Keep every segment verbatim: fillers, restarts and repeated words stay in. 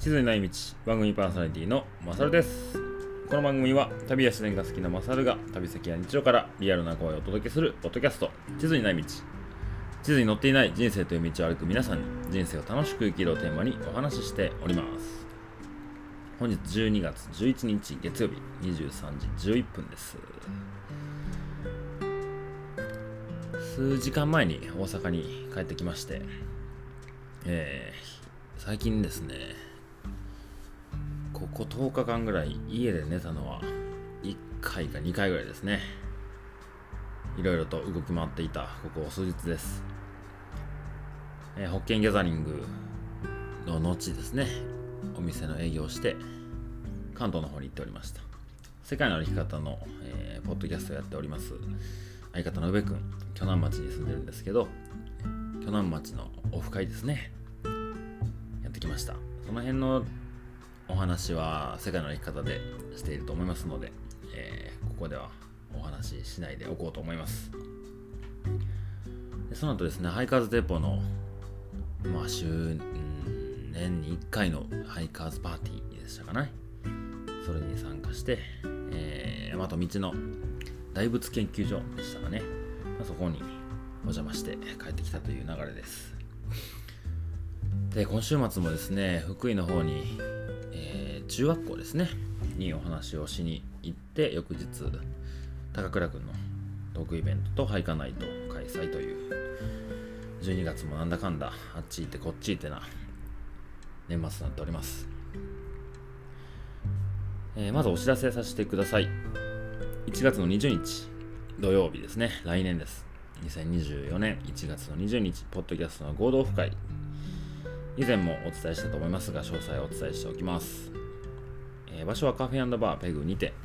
地図にない道、番組パーソナリティのマサルです。この番組は旅や自然が好きなマサルが旅先や日常からリアルな声をお届けするポッドキャスト、地図にない道。地図に載っていない人生という道を歩く皆さんに人生を楽しく生きるをテーマにお話ししております。本日じゅうにがつじゅういちにち月曜日にじゅうさんじじゅういっぷんです。数時間前に大阪に帰ってきまして、えー、最近ですね、こことおかかんぐらい家で寝たのはいっかいかにかいぐらいですね。いろいろと動き回っていたここ数日です。えー、ホッケンギャザリングの後ですね、お店の営業をして関東の方に行っておりました。世界の歩き方の、えー、ポッドキャストをやっております相方の宇部くん、鋸南町に住んでるんですけど、鋸南町のオフ会ですね、やってきました。その辺のお話は世界の歩き方でしていると思いますので、えー、ここではお話ししないでおこうと思います。でその後ですね、ハイカーズデポの、まあ、週、うん、年にいっかいのハイカーズパーティーでしたかね。それに参加して、えー、あと道の大仏研究所でしたかね、まあ、そこにお邪魔して帰ってきたという流れです。で今週末もですね、福井の方に、えー、中学校ですねにお話をしに行って、翌日高倉くんのトークイベントとハイカナイト開催という、じゅうにがつもなんだかんだあっち行ってこっち行ってな年末となっております。えー、まずお知らせさせてください。いちがつのにじゅうにち土曜日ですね、来年です。にせんにじゅうよねんいちがつのにじゅうにち、ポッドキャストの合同オフ会、以前もお伝えしたと思いますが詳細をお伝えしておきます。えー、場所はカフェ&バーペグにて、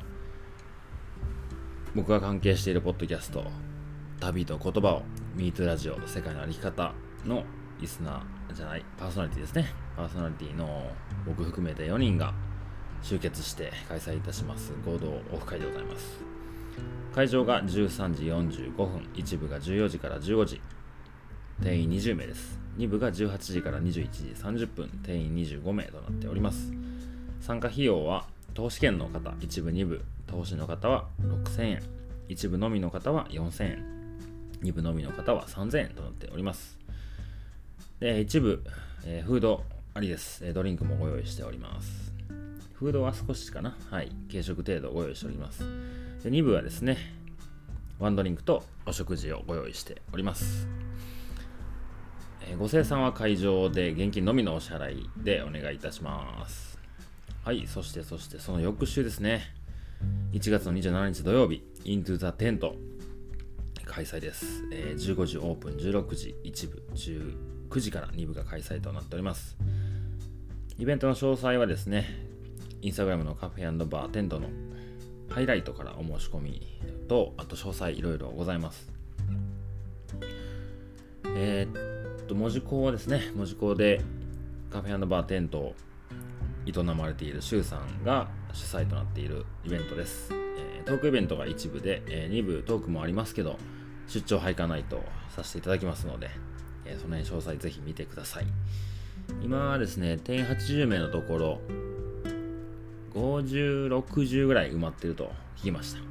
僕が関係しているポッドキャスト旅と言葉をミートラジオ世界の歩き方のリスナーじゃないパーソナリティですね、パーソナリティの僕含めてよにんが集結して開催いたします合同オフ会でございます。会場がじゅうさんじよんじゅうごふん、いち部がじゅうよじからじゅうごじ、定員にじゅうめいです。に部がじゅうはちじからにじゅういちじさんじゅっぷん、定員にじゅうごめいとなっております。参加費用は投資券の方いち部に部、投資の方はろくせんえん、いち部のみの方はよんせんえん、に部のみの方はさんぜんえんとなっております。でいち部、えー、フードありです。ドリンクもご用意しております。フードは少しかな、はい、軽食程度ご用意しております。でに部はですね、ワンドリンクとお食事をご用意しております。えー、ご精算は会場で現金のみのお支払いでお願いいたします。はい、そしてそしてその翌週ですね、いちがつのにじゅうしちにち土曜日、イントゥザテント開催です。えー、じゅうごじオープン、じゅうろくじいち部、じゅうくじからに部が開催となっております。イベントの詳細はですね、インスタグラムのカフェ&バーテントのハイライトからお申し込みと、あと詳細いろいろございます。えー、っと文字工はですね、文字工でカフェ&バーテントを営まれているシュウさんが主催となっているイベントです。えー、トークイベントがいち部で、えー、に部トークもありますけど、出張ハイカナイトさせていただきますので、えー、その辺詳細ぜひ見てください。今はですね、定員はちじゅうめいのところごじゅう、ろくじゅうぐらい埋まってると聞きました。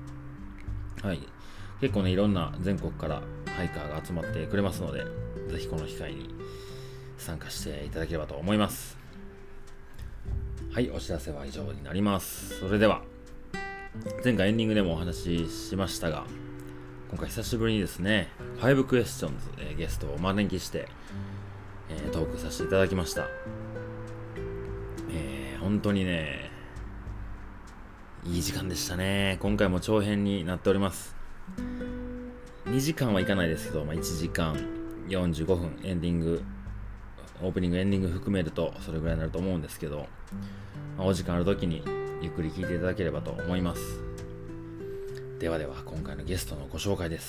はい。結構ね、いろんな全国からハイカーが集まってくれますので、ぜひこの機会に参加していただければと思います。はい、お知らせは以上になります。それでは、前回エンディングでもお話ししましたが、今回久しぶりにですね、ファイブクエスチョンズ、えー、ゲストをお招きして、えー、トークさせていただきました。えー、本当にね、いい時間でしたね。今回も長編になっております。にじかんはいかないですけど、まあ、いちじかんよんじゅうごふん、エンディング、オープニングエンディング含めるとそれぐらいになると思うんですけど、まあ、お時間あるときにゆっくり聞いていただければと思います。ではでは今回のゲストのご紹介です。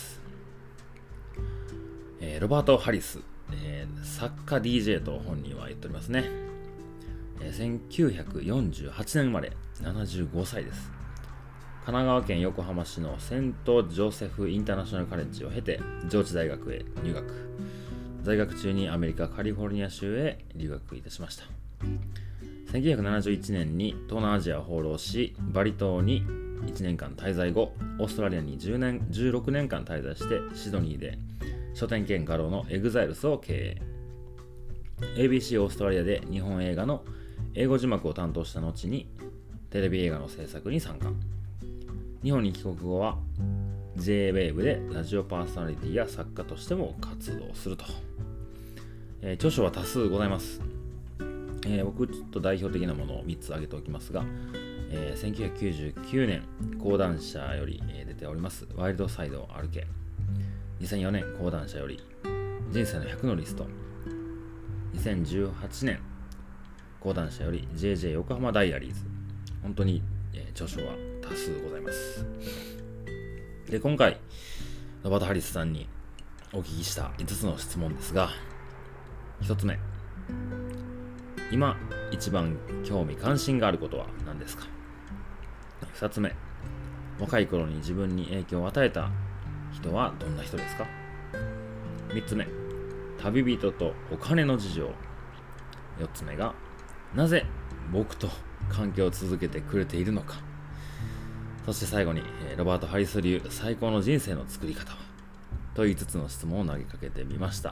えー、ロバート・ハリス、えー、作家 ディージェー と本人は言っておりますね。えー、せんきゅうひゃくよんじゅうはちねん生まれ、ななじゅうごさいです。神奈川県横浜市のセントジョセフインターナショナルカレッジを経て上智大学へ入学。在学中にアメリカカリフォルニア州へ留学いたしました。 せんきゅうひゃくななじゅういちねんに東南アジアを放浪し、バリ島にいちねんかん滞在後、オーストラリアにじゅうねん、じゅうろくねんかん滞在してシドニーで書店兼画廊のエグザイルスを経営。 エービーシー オーストラリアで日本映画の英語字幕を担当した後にテレビ映画の制作に参加。日本に帰国後は ジェイウェーブ でラジオパーソナリティや作家としても活動すると。えー、著書は多数ございます。えー、僕ちょっと代表的なものをみっつ挙げておきますが、えー、せんきゅうひゃくきゅうじゅうきゅうねん講談社より、えー、出ておりますワイルドサイドを歩け。にせんよねん講談社より人生のひゃくのリスト。にせんじゅうはちねん講談社より ジェイジェイ 横浜ダイアリーズ。本当に、えー、著書は多数ございます。で、今回ロバート・ハリスさんにお聞きしたいつつの質問ですが、ひとつめ、今一番興味関心があることは何ですか。ふたつめ、若い頃に自分に影響を与えた人はどんな人ですか。みっつめ、旅人とお金の事情。よっつめが、なぜ僕と関係を続けてくれているのか。そして最後に、ロバート・ハリス流最高の人生の作り方は、といういつつの質問を投げかけてみました。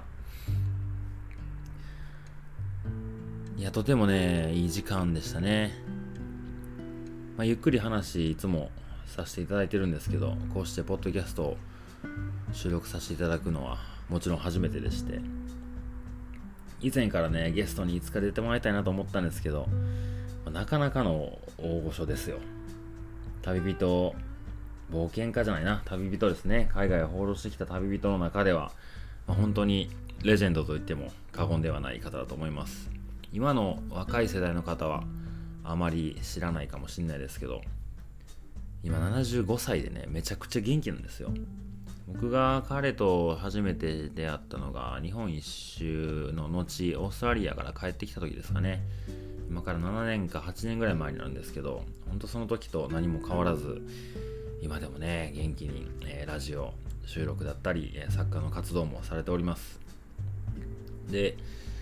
いや、とてもね、いい時間でしたね。まあ、ゆっくり話いつもさせていただいてるんですけど、こうしてポッドキャストを収録させていただくのはもちろん初めてでして、以前からね、ゲストにいつか出てもらいたいなと思ったんですけど、なかなかの大御所ですよ。旅人、冒険家じゃないな、旅人ですね。海外を放浪してきた旅人の中では、まあ、本当にレジェンドと言っても過言ではない方だと思います。今の若い世代の方はあまり知らないかもしれないですけど、今ななじゅうごさいでね、めちゃくちゃ元気なんですよ。僕が彼と初めて出会ったのが日本一周の後、オーストラリアから帰ってきた時ですかね。今からななねんかはちねんぐらい前になるんですけど、本当その時と何も変わらず、今でもね、元気に、えー、ラジオ収録だったり、えー、作家の活動もされております。で、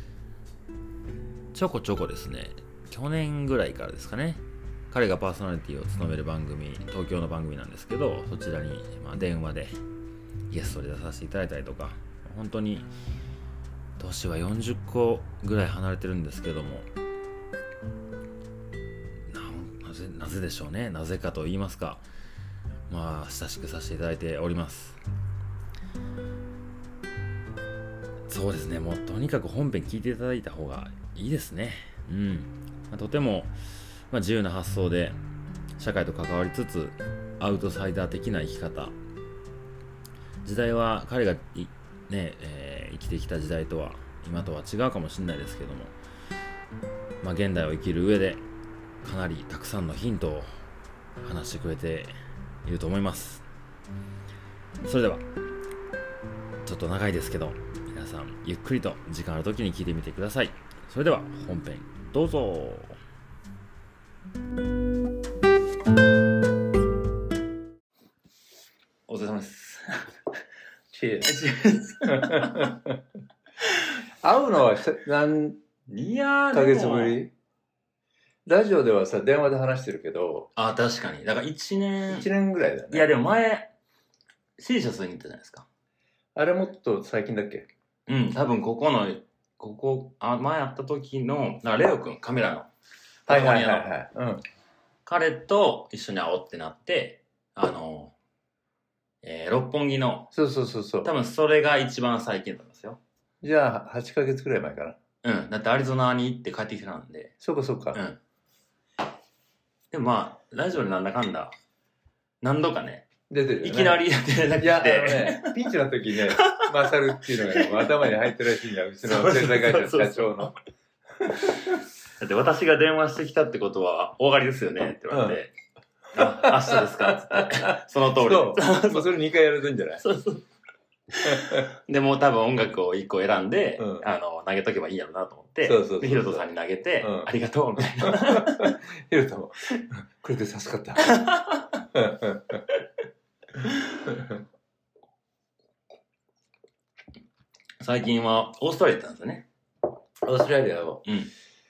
ちょこちょこですね、去年ぐらいからですかね、彼がパーソナリティを務める番組、東京の番組なんですけど、そちらに、まあ、電話でゲストで出させていただいたりとか、本当に年はよんじゅっこぐらい離れてるんですけども、な、なぜ、なぜでしょうね。なぜかと言いますか、まあ親しくさせていただいております。そうですね、もうとにかく本編聞いていただいた方がいいですね。うん、まあ、とても、まあ、自由な発想で社会と関わりつつアウトサイダー的な生き方。時代は彼がい、ねえー、生きてきた時代とは今とは違うかもしれないですけども、まあ、現代を生きる上でかなりたくさんのヒントを話してくれていると思います。それではちょっと長いですけど、皆さんゆっくりと時間ある時に聞いてみてください。それでは本編どうぞ。お疲れ様です。 チーズ。会うのは何ヶ月ぶり？ラジオではさ、電話で話してるけど。 あ、確かに。だからいちねん。 いちねんぐらいだね。 いや、でも前、シーシャスに行ったじゃないですか。 あれもっと最近だっけ？ うん、多分ここの、ここ、あ前会った時の、だからレオ君、カメラの。 はいはいはいはい。うん。 彼と一緒に会おうってなって、あの、えー、六本木の、 そうそうそうそう。 多分それが一番最近だったんですよ。 じゃあはちかげつくらい前かな。 うん、だってアリゾナに行って帰ってきてたんで。 そうかそうか。 うん。でもまあ、ラジオでなんだかんだ、何度かね、 出てるよね。 いきなり出てなくて。 いや、あのね、ピンチの時ね、マサルっていうのが、ね、頭に入ってるらしいんだ、うちの制作会社の社長の。 だって私が電話してきたってことは、お分かりですよねって言われて、うん、あ、明日ですかってって、その通り。 そう。もうそれにかいやるといいんじゃない？ そうそう。でも多分音楽をいっこ選んで、 うん、 あの投げとけばいいやろなと思って、 そうそうそうそう、 でヒロトさんに投げて、うん、ありがとうみたいな。 ヒロトも、これで助かった。 最近はオーストラリア行ったんですよね。 オーストラリアを、 うん、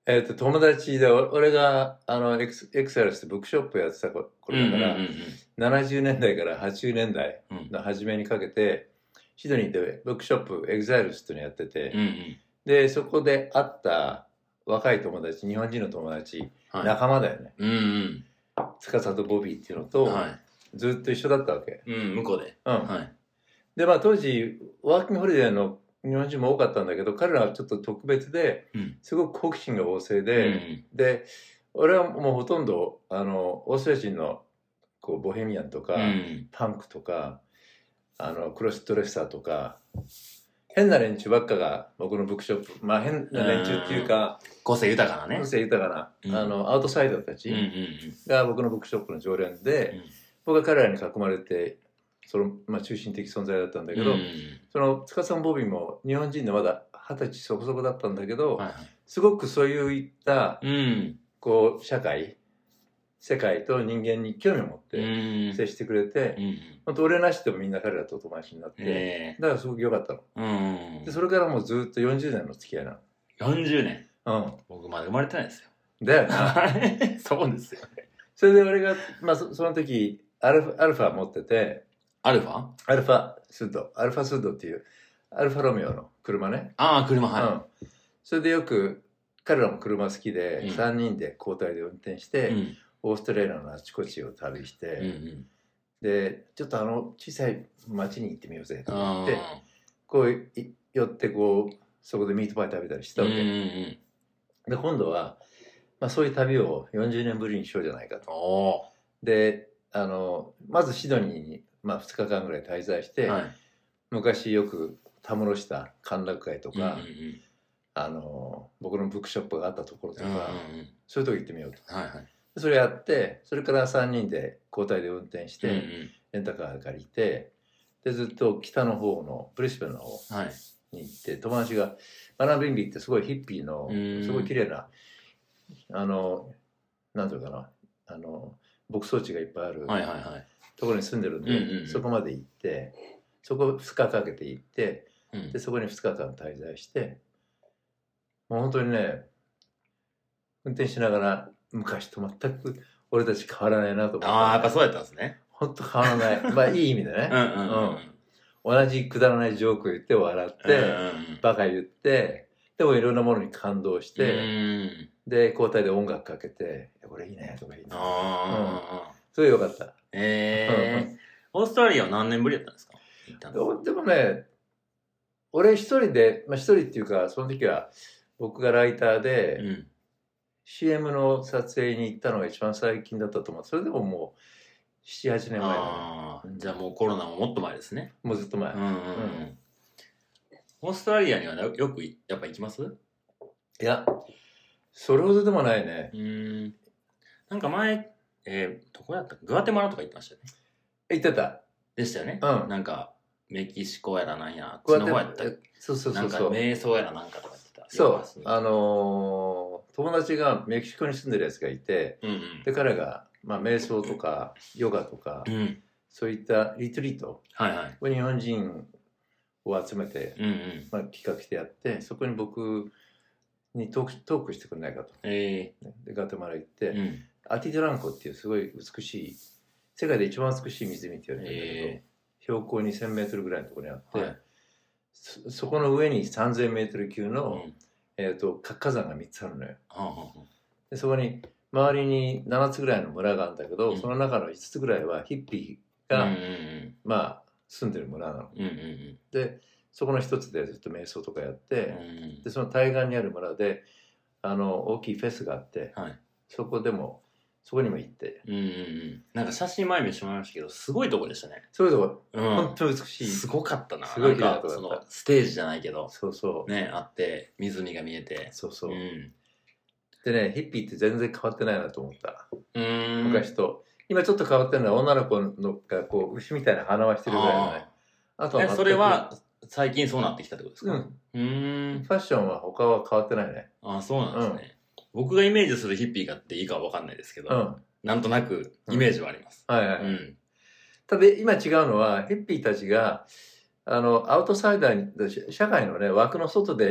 えっと、友達で、お俺が、あの、エクスエクセルスってブックショップやってた頃だから、 うんうんうんうんななじゅうねんだいからはちじゅうねんだいうんの初めにかけて、シドニーでブックショップエグザイルスっていうのやってて、 うんうんで、そこで会った若い友達、日本人の友達、 はい仲間だよね。 うんうん司とボビーっていうのと、 はずっと一緒だったわけ。 いうん向こうでうん。 はいで、まあ当時、ワーキングホリデーの日本人も多かったんだけど、彼らはちょっと特別で、 うんすごく好奇心が旺盛うで、 んで、俺はもうほとんど、あの、オーストラリア人のこうボヘミアンとか、 うんパンクとか、あの、クロスドレッサーとか、変な連中ばっかが僕のブックショップ、まあ変な連中っていうか、 個性豊かなね個性豊かな、 うんあの、アウトサイダーたちうんうんが僕のブックショップの常連で、 うん僕は彼らに囲まれて、その、まあ中心的存在だったんだけど、 うんその、塚さんボビーも日本人でまだ二十歳そこそこだったんだけど、 はいはいすごくそういった、 うんこう、社会、世界と人間に興味を持っうてん接してくれて、 うん本当俺なしでもみんな彼らとお友達になって、 えだからすごく良かったの。 えうんで、それからもうずっとよんじゅうねんの付き合いなよんじゅうねんの。 僕まだ生まれてないですようん。だよな。 はいそうですよねそれで俺が、まあそその時、アルファ、アルファ持ってて、 アルファアルファスッド、アルファスッドっていう、アルファロミオの車ね。 ああ車はうん。それでよく、彼らも車好きで、 うんさんにんで交代で運転して、 いうんオーストラリアのあちこちを旅して、 うんうんで、ちょっとあの小さい町に行ってみようぜと言あって、こうい寄ってこう、そこでミートパイ食べたりしたわけ。 うんうんうんで、今度は、まあそういう旅をよんじゅうねんぶりにしようじゃないかと。 おで、あの、まずシドニーに、まあふつかかんぐらい滞在して、 ーはい昔よくたむろした歓楽会とか、 うんうんうんあの、僕のブックショップがあったところとか、 うんうんうんそういうとこ行ってみようと。 はいはいそれやって、それからさんにんで交代で運転して、 うんうんレンタカー借りて、で、ずっと北の方の、ブリスベンの方はいに行って、友達が、マナビンビーってすごいヒッピーのうん、 すごい綺麗な、あの、なんていうかな、あの、牧草地がいっぱいあるはいはいはいところに住んでるんで、 うんうんうんそこまで行って、そこふつかかけて行って、 うんで、そこにふつかかん滞在して、もう本当にね、運転しながら、昔と全く俺たち変わらないなと思って、 ああやっぱそうやったんですね本当変わらない。まあいい意味でね。 うんうんうんうん同じくだらないジョーク言って笑って、 うんうんうんバカ言って、でもいろんなものに感動しうて、 んで、交代で音楽かけて、いやこれいいねとか言って、 ああそれよかった。 ええオーストラリアは何年ぶりやったんですか行ったのでもね、俺一人で、まあ一人っていうか、その時は僕がライターで、 うんシーエム の撮影に行ったのが一番最近だったと思う。それでももう、なな、はちねんまえだね。 ああじゃあもうコロナももっと前ですねもうずっと前。 うんうんうんオーストラリアにはよくいやっぱ行きますういや、それほどでもないね。 ーんなんか前えー、どこやったかグアテマラとか行ってましたよね行ってた。 でしたよねうんなんかメキシコやらなんやあっちグアテマの方やったそうそうなんかそうそう。 瞑想やらなんかとか言ってたそう、あのー友達がメキシコに住んでるやつがいて、 うんうんで、彼が、まあ、瞑想とか、ヨガとか、 うんそういったリトリートはいはいを日本人を集めて、 うんうんまあ、企画してやって、そこに僕にトークトークしてくれないかと。 えで、ガテマラ行って、 えうんアティドランコっていうすごい美しい、世界で一番美しい湖って言われてるんだけど、 え標高にせんメートルぐらいのところにあって、 はいそそこの上にさんぜんメートル級うの、 んえー、と活火山がみっつあるのよ。 はあはあはあでそこに周りにななつぐらいの村があるんだけど、 うんその中のいつつぐらいはヒッピーが、 うんうんまあ住んでる村なの。 うんうんうんでそこの一つでずっと瞑想とかやって、 うんでその対岸にある村であの大きいフェスがあってはいそこでもそこにも行ってうんうんうんなんか写真前見してもらいましたけどすごいとこでしたねそういうとこ、 うん本当に美しい。 すごかったなすごい綺麗ななんかとこだったそのステージじゃないけどそうそう、 ねあって湖が見えてそうそう、 んでねヒッピーって全然変わってないなと思った、 うーん昔と。今ちょっと変わってるのは女の子のがこう牛みたいな鼻はしてるぐらいのね。あとはえ全くそれは最近そうなってきたってことですかうんうーんファッションは他は変わってないね。 あそうなんですね僕がイメージするヒッピーがっていいかわかんないですけどうん。 なんとなくイメージはありますはいはい。 うんただ今違うのは、ヒッピーたちが、あの、アウトサイダーに、社会のね、枠の外で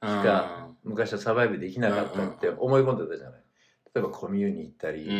か昔はサバイブできなかったって思い込んでたじゃない。例えばコミュに行ったり、 うんうん、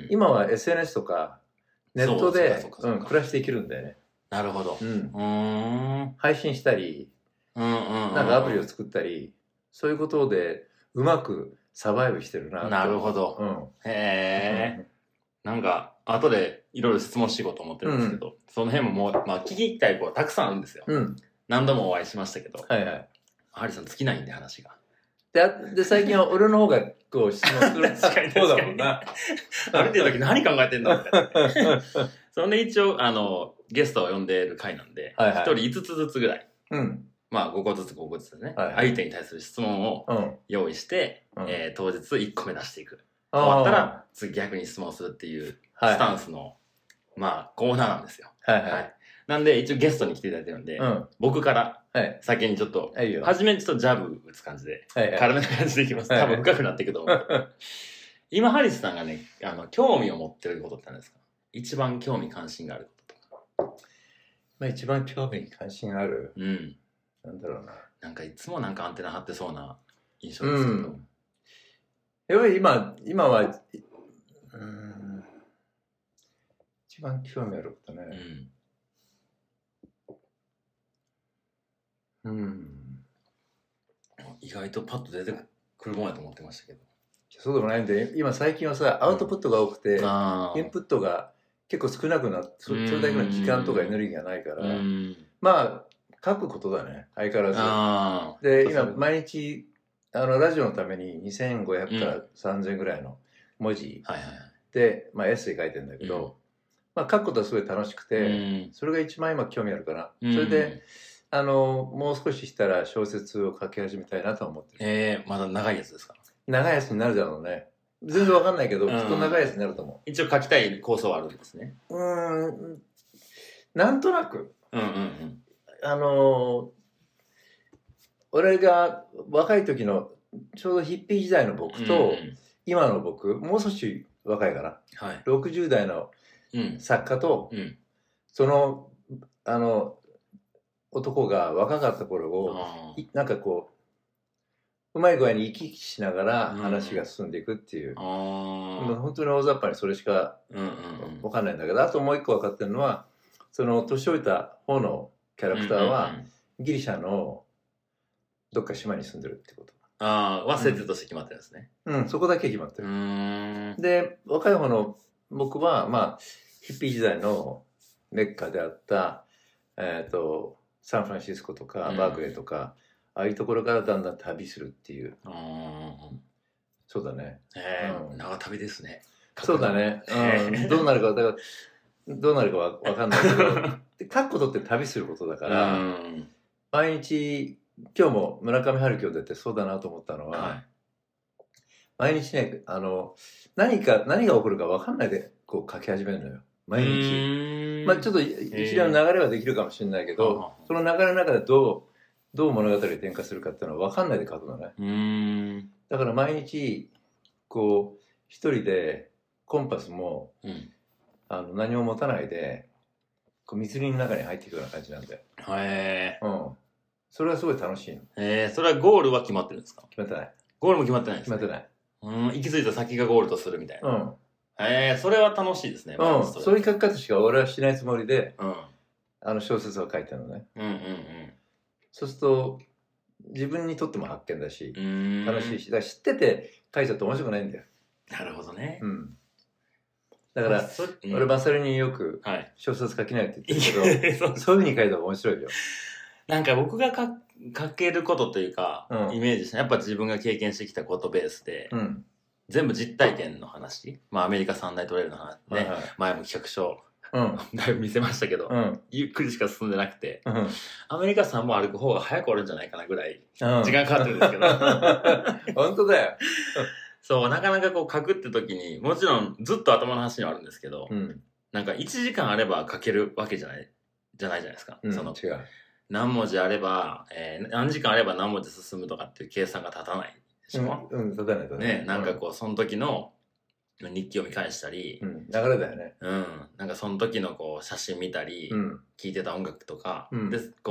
今は エスエヌエス とかネットでうん暮らしていけるんだよね。 なるほど。 うん、 うーん配信したり、うんうんうん、なんかアプリを作ったり、そういうことでうまくサバイブしてるな。 なるほど。うん、へえ。なんか後でいろいろ質問しようと思ってるんですけど、うん、その辺ももう、まあ、聞きたい子たくさんあるんですよ。うん、何度もお会いしましたけど、はいはい、ハリーさん尽きないんで話が。 で、で最近は俺の方がこう質問する確かにそうだもんな。あるっていう時何考えてんのみたいな。そんで一応あのゲストを呼んでいる回なんで、一、はいはい、人いつつずつぐらい、うん、まあごこずつごこずつね、はいはい、相手に対する質問を用意して、うん、えー、当日いっこめ出していく。終わったら次逆に質問するっていうスタンスの、はい、まあコーナーなんですよ。はいはい。はい、なんで一応ゲストに来ていただいてるんで、うん、僕から先にちょっと、はい、初めにちょっとジャブ打つ感じで、はいはい、軽めな感じでいきます。多分深くなっていくと思う。今ハリスさんがね、あの興味を持ってることって何ですか？一番興味関心があることとか。 まあ一番興味関心がある。うん。なんだろうな。 なんかいつもなんかアンテナ張ってそうな印象ですけど。うん、 やっぱり今、今は、うん、一番興味あることね。 うん。うん、意外とパッと出てくるもんやと思ってましたけど。 そうでもないんで、今最近はさ、アウトプットが多くて、うん、インプットが結構少なくなって、それだけの時間とかエネルギーがないから、まあ、書くことだね、相変わらず。で、今、毎日、あの、ラジオのためににせんごひゃくからさんぜんぐらいの文字で、まあ、エッセイ書いてるんだけど、うん、まあ、書くことはすごい楽しくて、うん、それが一番今興味あるかな。うん、それで、あの、もう少ししたら小説を書き始めたいなと思ってる。 えー、まだ長いやつですか？ 長いやつになるだろうね。全然わかんないけど、きっと長いやつになると思う。 一応書きたい構想はあるんですね。 うーん、なんとなく。 うんうんうん。 あの、俺が若い時の、ちょうどヒッピー時代の僕と、うんうん、今の僕、もう少し若いかな。はい、ろくじゅう代の作家と、うん、その、あの、男が若かった頃を、なんかこう、うまい具合に行き来しながら話が進んでいくっていう、うん、本当に大雑把にそれしか分かんないんだけど、あともう一個分かってるのは、その年老いた方のキャラクターはギリシャのどっか島に住んでるってこと。 ああ、は設定として決まってるんですね。 うん、うん、そこだけ決まってる。で、若い方の僕は、まあ、ヒッピー時代のメッカであった、えっと、サンフランシスコとかバークレーとか、うん、ああいうところからだんだん旅するっていう。そうだね。 へえ、うん、長旅ですね。 そうだね。うん、どうなるか、だから、どうなるかわかんないけど、で書くことって旅することだから、うん、毎日、今日も村上春樹を出てそうだなと思ったのは、はい、毎日ね、あの、何か、何が起こるかわかんないで、こう書き始めるのよ。毎日。まあちょっと一連の流れはできるかもしれないけど、その流れの中でどう、どう物語を展開するかっていうのは分かんないで書くのね。うーんだから毎日こう一人でコンパスも、うん、あの何も持たないでこう密林の中に入っていくような感じなんで。へえ。うん。それはすごい楽しいの。 へえ。それはゴールは決まってるんですか？ 決まってない。 ゴールも決まってないですね。 決まってない。 うん。行き着いた先がゴールとするみたいな。うん。へえ。それは楽しいですね。 うん。そういう書き方しか俺はしないつもりで、うん、あの小説を書いてるのね。うんうんうん。そうすると自分にとっても発見だし楽しいし、だから知ってて書いちゃって面白くないんだよ。 なるほどね。 うん。だから、うん、俺マサルによく小説書きないって言ってるけど、はい、そういうふうに書いた方が面白いよ。 なんか僕がか書けることというか、うん、イメージしたやっぱ自分が経験してきたことベースで、うん、全部実体験の話、まあアメリカ三大トレイルの話で、ね、はいはい、前も企画書うん、だいぶ見せましたけど、うん、ゆっくりしか進んでなくて、うん、アメリカさんも歩く方が早く終わるんじゃないかなぐらい時間かかってるんですけど、 うん、本当だよ。 そう、なかなかこう書くって時にもちろんずっと頭の端にはあるんですけど、うん、なんかいちじかんあれば書けるわけじゃないじゃないじゃないですか、うん、その違う何文字あれば、えー、何時間あれば何文字進むとかっていう計算が立たないでしょ、 うん、うん、立たないとね。 ね、なんかこうその時の日記を見返したり、 うん、流れだよね。 うん。なんかその時のこう写真見たり、うん、聴いてた音楽とか、うん、で、こう、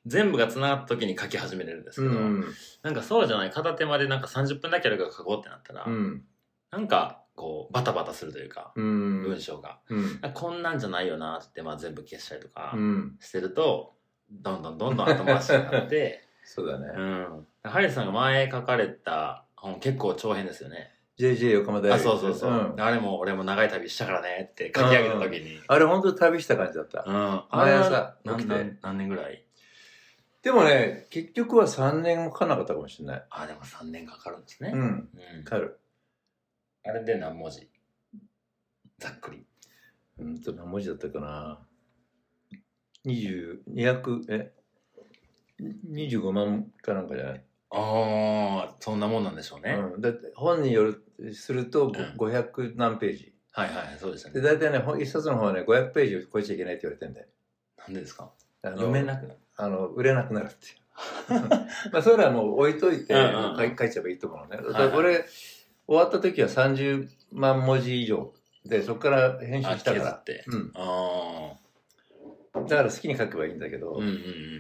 全部がつながった時に書き始めれるんですけど、うん、なんかそうじゃない片手間でなんかさんじゅっぷんだけあるから書こうってなったら、うん、なんかこうバタバタするというか、うん、文章が、うん、こんなんじゃないよなって、まあ、全部消したりとかしてると、うん、どんどんどんどん後回しになってそうだね、 うん、ハリーさんが前書かれた本結構長編ですよね。 ジェイジェイ 横浜大学。 あ、そうそうそう、うん、あれも俺も長い旅したからねって書き上げた時に、 うん、あれ本当に旅した感じだった、うん、毎朝起きて。何年ぐらい？ でもね、結局はさんねんもかかんなかったかもしれない。 あ、でもさんねんかかるんですね。 うん。うん、かかる。 あれで何文字？ざっくり。 うんと、何文字だったかな。にじゅう、にひゃく、えにじゅうごまんかなんかじゃない？ ああ、そんなもんなんでしょうね。 うん。だって本による、するとごひゃく何ページ。 はいはい、そうですね。 で、大体ね、一冊の方はね、ごひゃくページを超えちゃいけないって言われてんだよ。 なんでですか？読めなくなる。 あの、売れなくなるっていう。まあ、それはもう置いといて、うんうん、書い書いちゃえばいいと思うのね。だからこれ、はいはい、終わった時はさんじゅうまんもじ以上で、そこから編集したから。 削って。 うん。あだから好きに書けばいいんだけど、うんうんうん、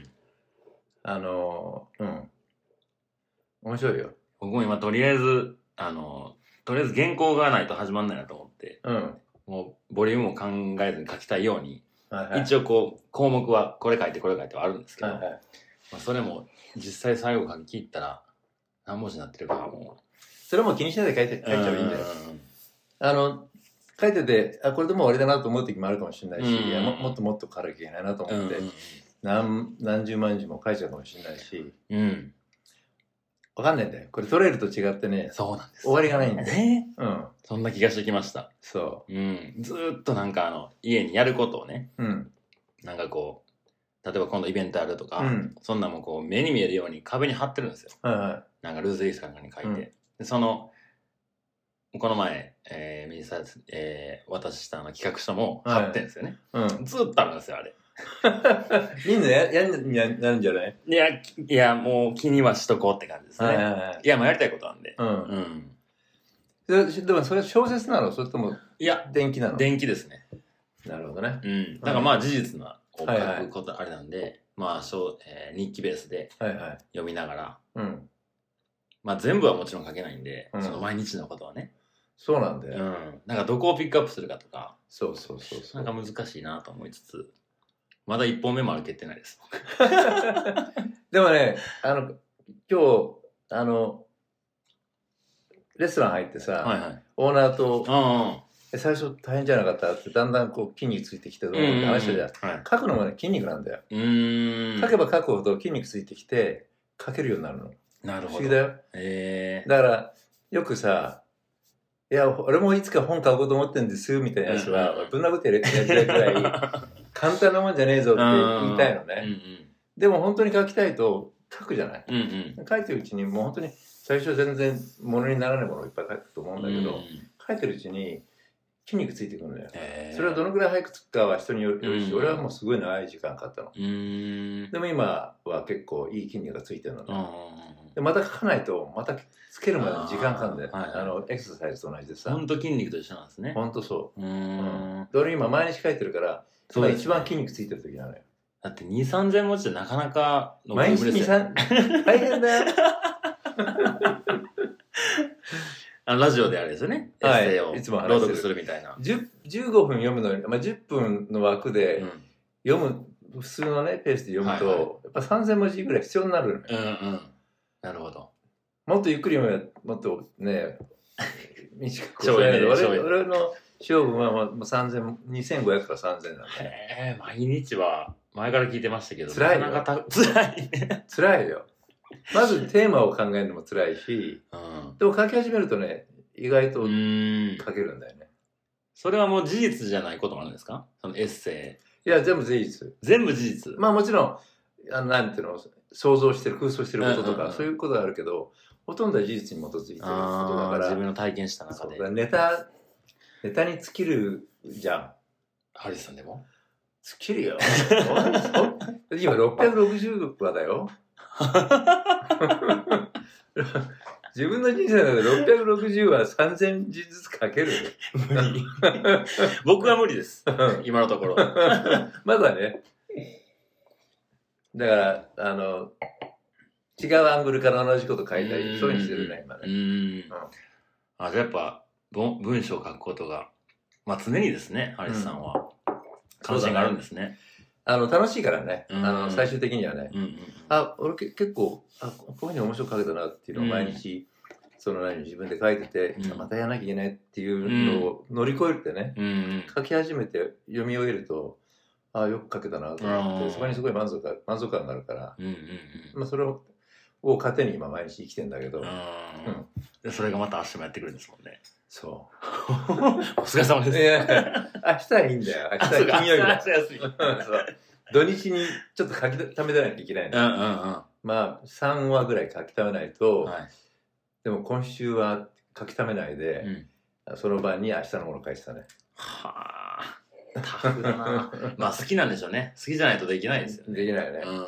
あの、うん。面白いよ。 僕も今とりあえず、あの、とりあえず原稿がないと始まんないなと思って、うん、もうボリュームを考えずに書きたいように、はいはい、一応こう項目はこれ書いてこれ書いてはあるんですけど、はいはい、まあ、それも実際最後書き切ったら何文字になってるかはもうそれも気にしないで書いて書いちゃえばいいんだよ。あの書いててあこれでもう終わりだなと思う時もあるかもしれないし、いや も, もっともっと書かなきゃいけないなと思って、うんうん、何, 何十万字も書いちゃうかもしれないし、うん、わかんないんだよ。これ取れると違ってね、 そうなんです。 終わりがないんだよ。 ね、うん。そんな気がしてきました。 そう。 うん。ずーっとなんかあの、家にやることをね、うん。なんかこう、例えば今度イベントあるとか、うん、そんなもんこう目に見えるように壁に貼ってるんですよ。はいはい。なんかルーズリースかなんかに書いて。うん、でその、この前、えー、右サイズ、えー、渡したの企画書も貼ってるんですよね。はい、うん。ずーっとあるんですよ、あれ。 みんなややんやなんじゃない？ いや、いや、もう気にはしとこうって感じですね。はいはいはい、いや、もうやりたいことなんで。うん。 うん、で, でもそれ小説なの？それともいや電気なの？ 電気ですね。 なるほどね。 うん。だからまあ事実な書くことあれなんで、はいはい、まあ、えー、日記ベースで読みながら、はいはい、うん。まあ全部はもちろん書けないんで、うん、その毎日のことはね。 そうなんだよ。 うん。なんかどこをピックアップするかとか、 そうそうそうそう。 なんか難しいなと思いつつ、まだ一本目も歩けてないです。 でもね、あの、今日、あの、レストラン入ってさ、はいはい、オーナーと、うん、最初大変じゃなかったって、だんだんこう筋肉ついてきてどうって話したじゃん。はい、書くのもね、筋肉なんだよ。うーん書けば書くほど筋肉ついてきて、書けるようになるの。 なるほど。 不思議だよ。 へー。 だから、よくさ、いや、俺もいつか本書こうと思ってるんですみたいなやつは、ぶん殴ってやりたいくらい、簡単なもんじゃねえぞって言いたいのね。うんうん、でも本当に書きたいと書くじゃない。うんうん、書いてるうちにもう本当に最初全然ものにならないものをいっぱい書くと思うんだけど、うんうん、書いてるうちに筋肉ついてくるんだよ。それはどのくらい早くつくかは人によるし、うん、俺はもうすごい長い時間かかったの。うん、でも今は結構いい筋肉がついてるのね。でまた書かないとまたつけるまでに時間かかるんだよ。あ、はいはい、あのエクササイズと同じでさ。 本当筋肉と一緒なんですね。 本当そう。うん。で俺今毎日書いてるから、今一番筋肉ついてる時なのよ。 だってに、さんぜん文字ってなかなかの毎日に、さん大変だよ。 あのラジオであれですよね。エッセイを朗読するみたいな。 じゅうごふん読むのに、まあ、じゅっぷんの枠で読む、うん、普通のねペースで読むと、はいはい、やっぱさんぜん文字ぐらい必要になるのよ。 うんうん。なるほど。 もっとゆっくり読めばもっとね短く読める。俺, 俺の勝負はもうさんぜん、にせんごひゃくからさんぜんなんで。 へえ、毎日は前から聞いてましたけど、 辛いよ。 なかなか辛いね。 辛いよ。まずテーマを考えるのも辛いし、うん、でも書き始めるとね、意外と書けるんだよね。 それはもう事実じゃないこともあるんですか？そのエッセイ。いや、全部事実。 全部事実。 まあもちろん、あのなんていうの、想像してる、空想してることとか、うんうんうん、そういうことはあるけど、ほとんどは事実に基づいてることだから。 自分の体験した中で。 ネタ、ネタに尽きるじゃん。 ハリスさんでも尽きるよ。今ろっぴゃくろくじゅう話だよ。自分の人生の中でろっぴゃくろくじゅうはさんぜんじずつ書ける。 無理。僕は無理です。今のところ。 まだね。 だからあの違うアングルから同じこと書いたり、そういうふうにしてるね今ね。 うん、うん、あ、じゃあやっぱ文章を書くことが、まあ、常にですね、ハリスさんは関心があるんですね。 あの楽しいからね、うん、あの最終的にはね、うんうん、あ俺け結構あこういうふうに面白く書けたなっていうのを毎日、うん、その何自分で書いてて、うん、またやらなきゃいけないっていうのを乗り越えてね、うん、書き始めて読み終えるとあよく書けたなと思って、そこにすごい満足感満足感があるから、うんうんうん、まあ、それをを糧に今毎日生きてんだけど、うん、 でそれがまた明日もやってくるんですもんね。 そう。 お疲れ様です。 いや明日はいいんだよ。明日は金曜日だ。明日休み。土日にちょっと書き溜めてなきゃいけないの。うんうんうん、まあさんわぐらい書き溜めないと、はい、でも今週は書き溜めないで、うん、その晩に明日のもの書いてたね。 はあ、タフだな。まあ好きなんでしょうね。好きじゃないとできないですよね。 できないよね。うん、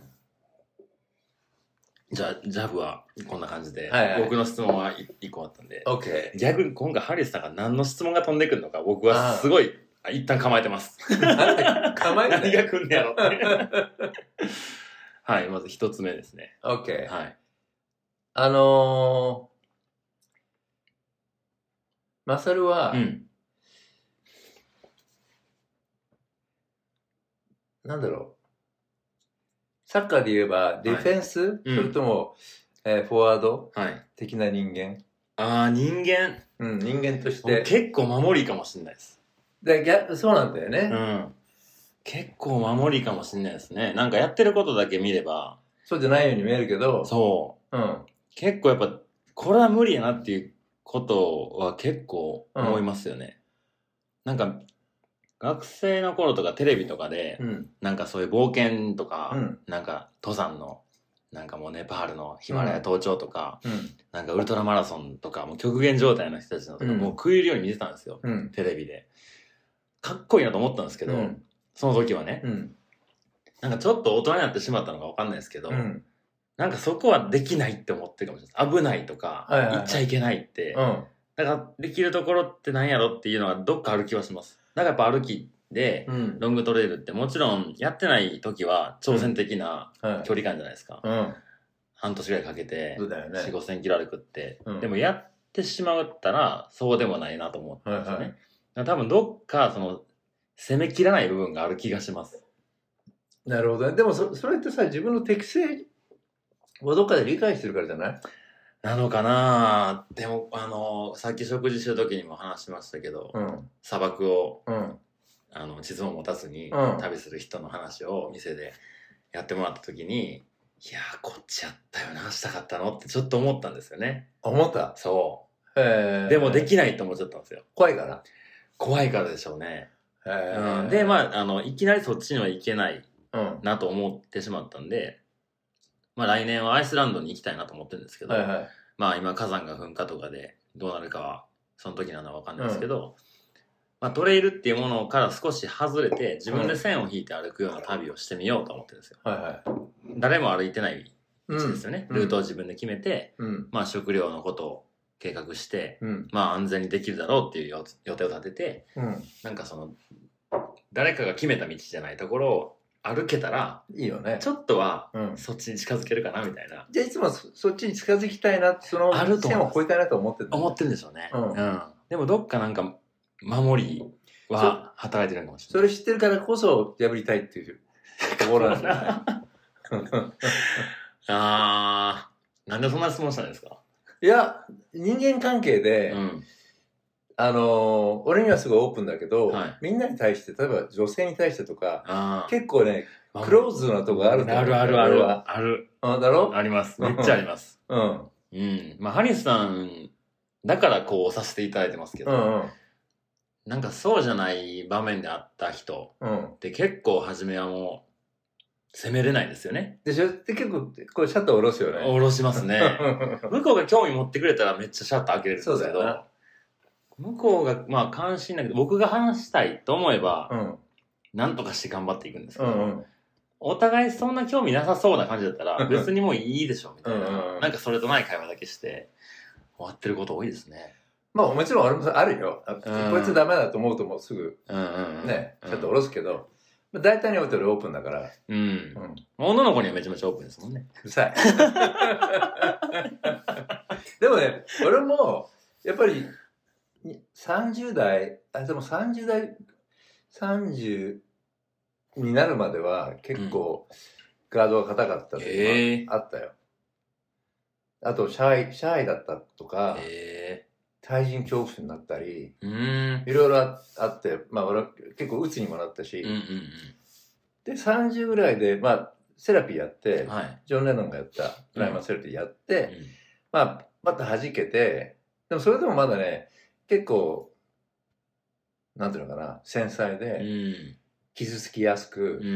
じゃあ、ジャブはこんな感じで、はいはい、僕の質問はいっこあったんで、 okay. 逆に今回ハリスさんが何の質問が飛んでくるのか、僕はすごい、一旦構えてます。 構えて何が来んねやろって。はい、まず一つ目ですね。 OK。 はい。 あのー、マサルは、うん、なんだろう。サッカーで言えば、ディフェンス、はい、それとも、うん、えー、フォワード、はい、的な人間。 ああ、人間。 うん、人間として。 結構守りかもしれないです。 で逆そうなんだよね。 うん。結構守りかもしれないですね。なんかやってることだけ見れば。 そうじゃないように見えるけど。 そう。うん。結構やっぱ、これは無理やなっていうことは結構思いますよね。うん、なんか、学生の頃とかテレビとかで、うん、なんかそういう冒険とか、うん、なんか登山の、なんかもうネパールのヒマラヤ登頂とか、うん、なんかウルトラマラソンとか、もう極限状態の人たちのとか、うん、もう食い入るように見てたんですよ、うん、テレビで。かっこいいなと思ったんですけど、うん、その時はね、うん、なんかちょっと大人になってしまったのかわかんないですけど、うん、なんかそこはできないって思ってるかもしれないです。危ないとか、はいはいはい、行っちゃいけないって、うん、だからできるところって何やろっていうのがどっかある気はします。だからやっぱ歩きで、うん、ロングトレイルってもちろんやってない時は挑戦的な距離感じゃないですか。うん、半年ぐらいかけて、よん、ごせんキロ歩くって。うん、でもやってしまったらそうでもないなと思ったんですよね。はいはい、多分どっかその攻めきらない部分がある気がします。 なるほどね。でも そ, それってさ、自分の適性をどっかで理解してるからじゃない？ なのかな。でもあのさっき食事してる時にも話しましたけど、うん、砂漠を、うん、あの地図を持たずに旅する人の話を店でやってもらった時に、いやーこっちやったよな、したかったのってちょっと思ったんですよね。 思った？ そう。へー。でもできないと思っちゃったんですよ。 怖いから？ 怖いからでしょうね。へー。うん、でまああのいきなりそっちにはいけないなと思ってしまったんで、まあ来年はアイスランドに行きたいなと思ってるんですけど、はいはい、まあ今火山が噴火とかでどうなるかはその時なのは分かんないですけど、うん、まあ、トレイルっていうものから少し外れて自分で線を引いて歩くような旅をしてみようと思ってるんですよ。はいはい、誰も歩いてない道ですよね、うん、ルートを自分で決めて、うん、まあ食料のことを計画して、うん、まあ安全にできるだろうっていう予定を立てて、うん、なんかその誰かが決めた道じゃないところを歩けたらいいよね。 ちょっとはそっちに近づけるかなみたいな。 じゃあいつも そ, そっちに近づきたいな、その線を越えたいなと思ってる、 ね、思ってるんでしょうね、うんうん、でもどっかなんか守りは働いてるかもしれない。 それ知ってるからこそ破りたいっていうところなんじゃないあー、なんでそんな質問したんですか？ いや、人間関係で、うん、あのー、俺にはすごいオープンだけど、はい、みんなに対して、例えば女性に対してとか、結構ね、クローズなとこあると思う。 あるあるある。ある。 あ、だろ？ あります。めっちゃあります。うん。うん。まあ、ハリスさん、だからこうさせていただいてますけど、うんうん、なんかそうじゃない場面であった人って結構初めはもう攻めれないですよね。 でしょ？で結構これシャッター下ろすよね。 下ろしますね。向こうが興味持ってくれたらめっちゃシャッター開けれるんですけど、向こうがまあ関心だけど僕が話したいと思えば、うん、なんとかして頑張っていくんですけど、うんうん、お互いそんな興味なさそうな感じだったら別にもういいでしょみたいな、うんうん、なんかそれとない会話だけして終わってること多いですね。 まあもちろん俺もあるよ。こいつダメだと思うともうすぐね、ちょっと下ろすけど、 大体において俺オープンだから。 うん。うん、女の子にはめちゃめちゃオープンですもんね。 うるさい。でもね、俺も、やっぱり、さんじゅう代、あ、でもさんじゅう代、さんじゅうになるまでは結構、ガードが硬かったってあったよ。えー、あと、シャイ、シャイだったとか、えー対人恐怖症になったり、いろいろあって、まあ俺は結構鬱にもなったし、うんうんうん、で、さんじゅうぐらいで、まあ、セラピーやって、はい、ジョン・レノンがやったプライマーセラピーやって、うん、まあ、また弾けて、でもそれでもまだね、結構、なんていうのかな、繊細で、うん、傷つきやすく、うんうんうん、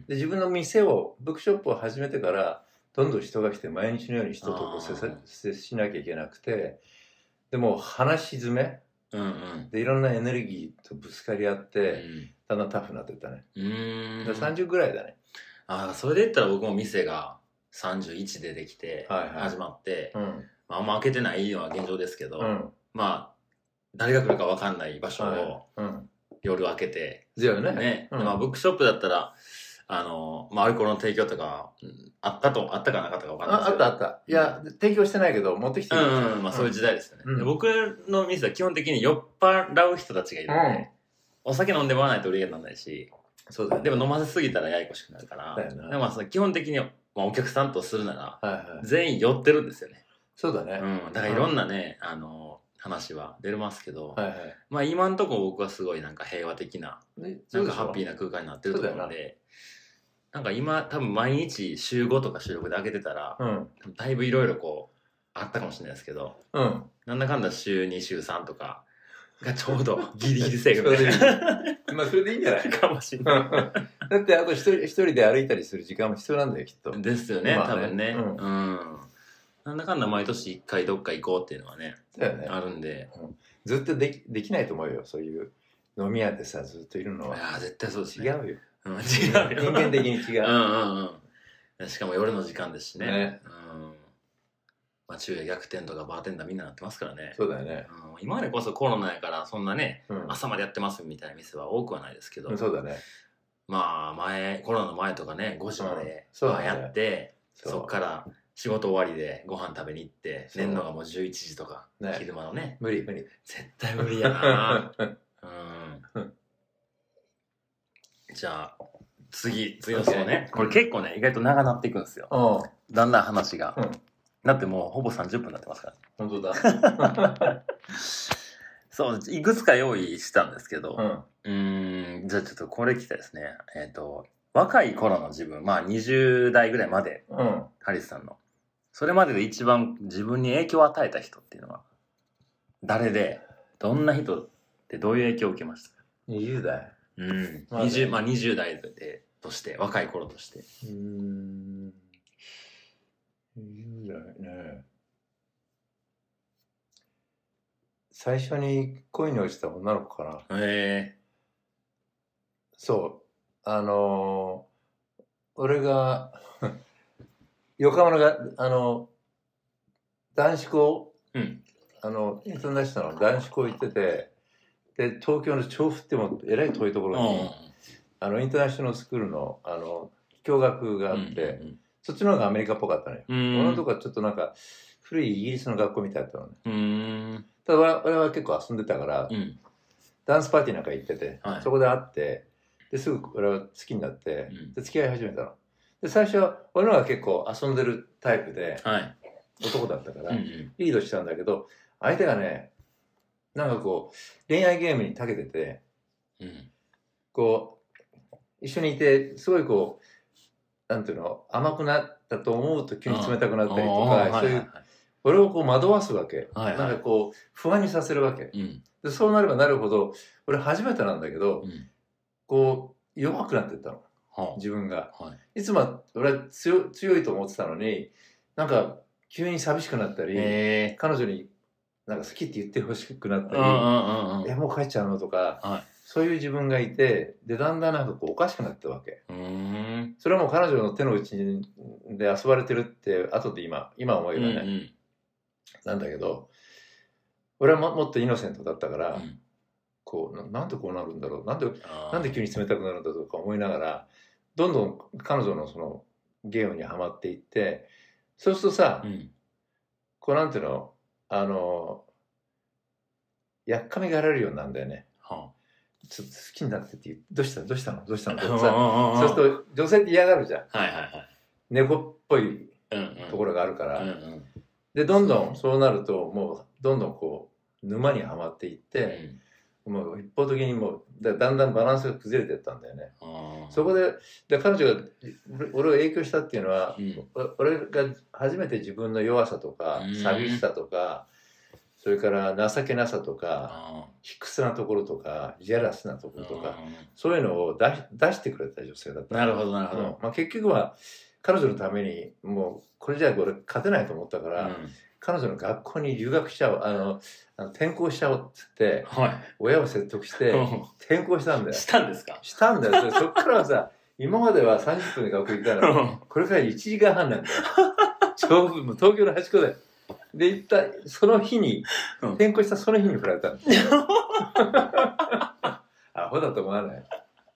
で、自分の店を、ブックショップを始めてから、どんどん人が来て、毎日のように人とこう接しなきゃいけなくて、でも話し詰め、うんうん、でいろんなエネルギーとぶつかり合って、うん、だんだんタフになっていったね。うーんさんじゅうぐらいだね。 ああ、それで言ったら僕も店がさんじゅういちでできて始まって、はいはい、うんまあ、あんま開けてないのは現状ですけど、うん、まあ誰が来るか分かんない場所を夜開けて、 はいうん、ねね、うんまあ、ブックショップだったらあの、まあ、アルコールの提供とか、あったと、あったかなかったか分かんないですけど。あ、あったあった。いや、うん、提供してないけど、持ってきてる。 うん、うん、まあそういう時代ですよね。うん、で僕の店は基本的に酔っ払う人たちがいるので、うん、お酒飲んでもらわないと売り上げにならないし、そうだね、でも飲ませすぎたらややこしくなるから、だよなでもまあその基本的に、まあ、お客さんとするなら、はいはい、全員酔ってるんですよね。 そうだね。 うん。だからいろんなね、あの、話は出ますけど、はいはい、まあ今んとこ僕はすごいなんか平和的な、なんかハッピーな空間になってると思うので、なんか今多分毎日週ごとか週ろくで開けてたら、うん、だいぶいろいろこうあったかもしれないですけど、うん、なんだかんだ週に週さんとかがちょうどギリギリセーフみたいなまあそれでいいんじゃないかもしれないだってあと一人一人で歩いたりする時間も必要なんだよきっと。 ですよね、多分ね、うん、うん、なんだかんだ毎年いっかいどっか行こうっていうのは ね, だよねあるんで、 うん、ずっとで き, できないと思うよそういう飲み屋でさずっといるのは。 いや絶対そうですね。違うようん、違う人間的に違う。 うんうんうん。しかも夜の時間ですしね。ねうん。まあ昼夜逆転とかバーテンダーみんななってますからね。 そうだよね。 うん、今までこそコロナやからそんなね、うん、朝までやってますみたいな店は多くはないですけど。 うん、そうだね。 まあ前コロナの前とかねごじまでバーやって、うん、そっから仕事終わりでご飯食べに行って寝るのがもうじゅういちじとか、ね、昼間のね。 無理無理。 絶対無理やな。うんじゃあ次次のそうね、これ結構ね意外と長なっていくんですよ、だんだん話が、うん、だってもうほぼさんじゅっぷんになってますから。 本当だそういくつか用意したんですけど、うん、うーんじゃあちょっとこれ聞きたいですね。えっ、ー、と若い頃の自分まあにじゅう代ぐらいまで、うん、ハリスさんのそれまでで一番自分に影響を与えた人っていうのは誰でどんな人ってどういう影響を受けましたか？ にじゅう代うんまあ、20, まあにじゅう代でとして若い頃としてうーんにじゅう代ね最初に恋に落ちた女の子かな。へえそうあのー、俺が横浜のがあの男子校、うん、あのインターナショナルの男子校行っててで東京の調布ってもえらい遠いところに、うん、あのインターナショナルスクールのあの教学があって、うんうんうん、そっちの方がアメリカっぽかったね。このとこはちょっとなんか古いイギリスの学校みたいだったのね。うんただ俺は結構遊んでたから、うん、ダンスパーティーなんか行ってて、はい、そこで会ってですぐ俺は好きになって、うん、で付き合い始めたの。で最初は俺の方が結構遊んでるタイプで、はい、男だったから、うんうん、リードしたんだけど相手がねなんかこう恋愛ゲームに長けてて、うん、こう一緒にいてすごいこうなんていうの甘くなったと思うと急に冷たくなったりとかそういう、はいはい、俺をこう惑わすわけ、はいはい、なんかこう不安にさせるわけ、うん、でそうなればなるほど俺初めてなんだけど、うん、こう弱くなっていったの、はあ、自分が、はい、いつも俺は 強, 強いと思ってたのになんか急に寂しくなったり彼女になんか好きって言ってほしくなったり、えもう帰っちゃうのとか、はい、そういう自分がいてでだんだんなんかこうおかしくなったわけ。うーんそれはもう彼女の手の内で遊ばれてるって後で今今思えばね、うんうん、なんだけど俺は も, もっとイノセントだったから、うん、 こう な, なんでこうなるんだろう、なんでなんで急に冷たくなるんだとか思いながらどんどん彼女のそのゲームにはまっていって、そうするとさ、うん、こうなんていうの、あのやっかみがられるようになるんだよね。はあ、ちょっと好きになってって言う、どうしたどうしたのどうしたのってさ、そうすると女性って嫌がるじゃん。はいはいはい。猫っぽいところがあるから、うんうん、でどんどんそうなるともうどんどんこう沼にはまっていって、うん、もう一方的にもう だ, だんだんバランスが崩れていったんだよね。そこで、で彼女が俺を影響したっていうのは、うん、俺が初めて自分の弱さとか寂しさとか、それから情けなさとか卑屈なところとかジェラスなところとか、そういうのを 出, し出してくれた女性だった。 なるほどなるほど、 うん、まあ、結局は彼女のためにもうこれじゃあ俺勝てないと思ったから、うん、彼女の学校に留学しちゃおう、あのあの転校しちゃおうっつって、はい、親を説得して転校したんだよ。 したんですか？ したんだよ。そっからはさ、今まではさんじゅっぷんで学校行ったらこれからいちじかんはんなんだよ。調布、もう東京の端っこで。で行ったその日に、うん、転校したその日に振られたんですよ。アホだと思わない？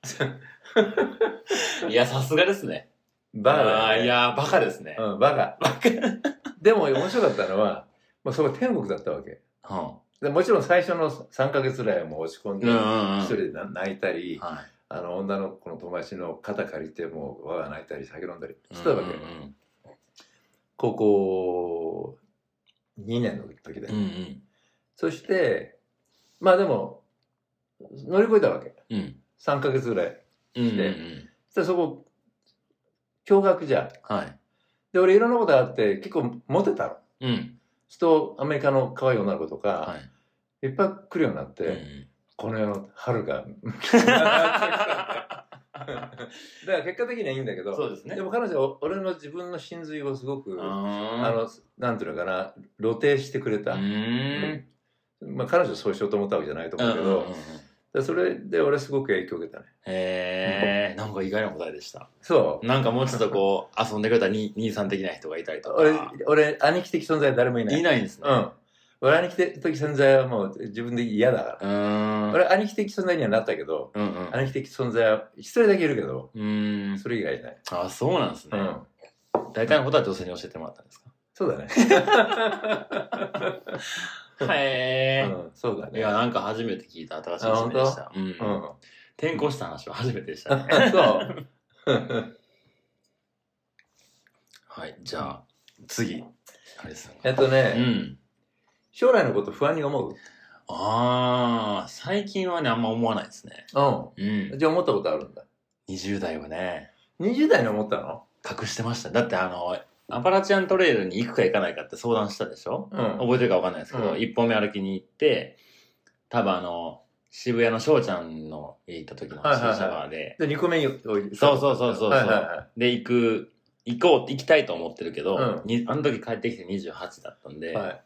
いや、さすがですね。 バカだよね。 いや、バカですね。 うん、バカ。バカ。でも面白かったのは、まあ、そこ天国だったわけ。はあ、でもちろん最初のさんかげつぐらいはもう落ち込んで、一人で泣いたり、はい、あの女の子の友達の肩借りてもうわが泣いたり酒飲んだりしてたわけ。うんうん、高校にねんの時で、うんうん、そしてまあでも乗り越えたわけ、うん、さんかげつぐらいして、うんうんうん、そそこ驚愕じゃん、はい、で俺いろんなことあって結構モテたの、うん、そうするとアメリカの可愛い女の子とか、はい、いっぱい来るようになって、うん、この世の春がだから結果的にはいいんだけど、そうですね、でも彼女は俺の自分の真髄をすごくあのなんていうのかな露呈してくれた。うん、まあ彼女はそうしようと思ったわけじゃないと思うけど、でそれで俺すごく影響を受けたね。 へえ、なんか意外な答えでした。 そうなんかもうちょっとこう遊んでくれた兄さん的な人がいたりとか。 俺俺兄貴的存在は誰もいない。 いないんですね。 うん。俺兄貴的存在はもう自分で嫌だから。俺兄貴的存在にはなったけど、うんうん、兄貴的存在は一人だけいるけど、うんそれ以外いない。 あ、そうなんですね。うん、大体のことは女性に教えてもらったんですか？ そうだね。 へえ、 うん、そうだね。 いや、なんか初めて聞いた新しい趣味でした。うん、うん。転校した話は初めてでしたね。 そう。 はい、じゃあ次あれですよね。 えっとね、うん、将来のこと不安に思う？ ああ、最近はねあんま思わないですね。 うん。うん。じゃあ思ったことあるんだ。 にじゅう代はね。 にじゅう代に思ったの？ 隠してました。だってあのアパラチアントレイルに行くか行かないかって相談したでしょ、うん、覚えてるか分かんないですけど、うん、いっぽんめ歩きに行って、多分あの、渋谷の翔ちゃんの行った時の駐車場で、はいはいはい、 で、にこめにそうそうそうそう、はいはいはい、で、行く、行こう、行きたいと思ってるけど、うん、にあの時帰ってきてにじゅうはちだったんで、はい、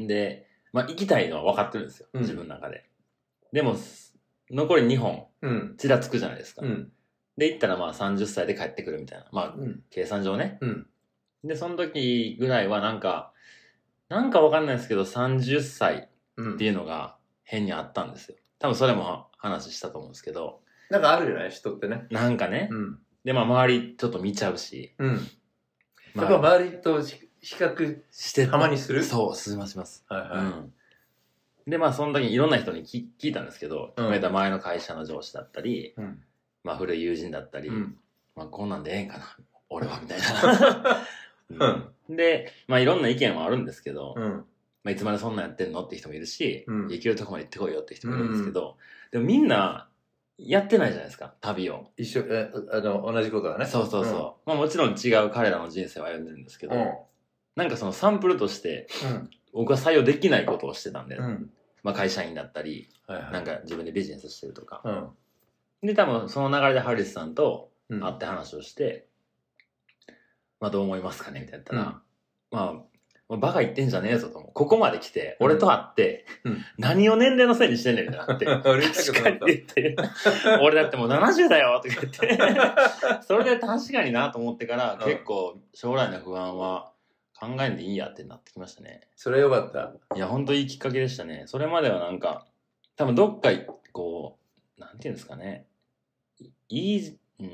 で、まあ行きたいのは分かってるんですよ、うん、自分の中で。でも、残りにほん、うん、ちらつくじゃないですか。うんで、行ったらまあさんじゅっさいで帰ってくるみたいな。まあ、うん、計算上ね。うん。で、その時ぐらいはなんか、なんかわかんないですけど、さんじゅっさいっていうのが変にあったんですよ。多分それも話したと思うんですけど。 なんかあるじゃない人ってね。 なんかね。うん。で、まあ周りちょっと見ちゃうし。うん。 まあ、やっぱ周りと比較してたまにする？ そう、すみませんします。はいはい。うん。で、まあその時にいろんな人に聞いたんですけど、うん、前の会社の上司だったり、うんまあ古い友人だったり、うん、まあこんなんでええんかな俺はみたいな、うん、でまあいろんな意見はあるんですけど、うんまあ、いつまでそんなんやってんのって人もいるし、うん、行けるとこまで行ってこいよって人もいるんですけど、うん、でもみんなやってないじゃないですか旅を一緒えあの同じことはねそうそうそう、うんまあ、もちろん違う彼らの人生を歩んでるんですけど、うん、なんかそのサンプルとして、うん、僕は採用できないことをしてたんで、うんまあ、会社員だったり、はいはい、なんか自分でビジネスしてるとか、うんで、多分その流れでハリスさんと会って話をして、うん、まあどう思いますかねみたいな言ったら、うん、まあ、バカ言ってんじゃねえぞと思う。ここまで来て、俺と会って、うん、何を年齢のせいにしてんねんみたいなって。確かに言って。俺だってもうななじゅうだよとか言って。それで確かになと思ってから、結構将来の不安は考えんでいいやってなってきましたね。 それよかった。 いや、ほんといいきっかけでしたね。それまではなんか、 多分どっかこうなんていうんですかね、いい、うん、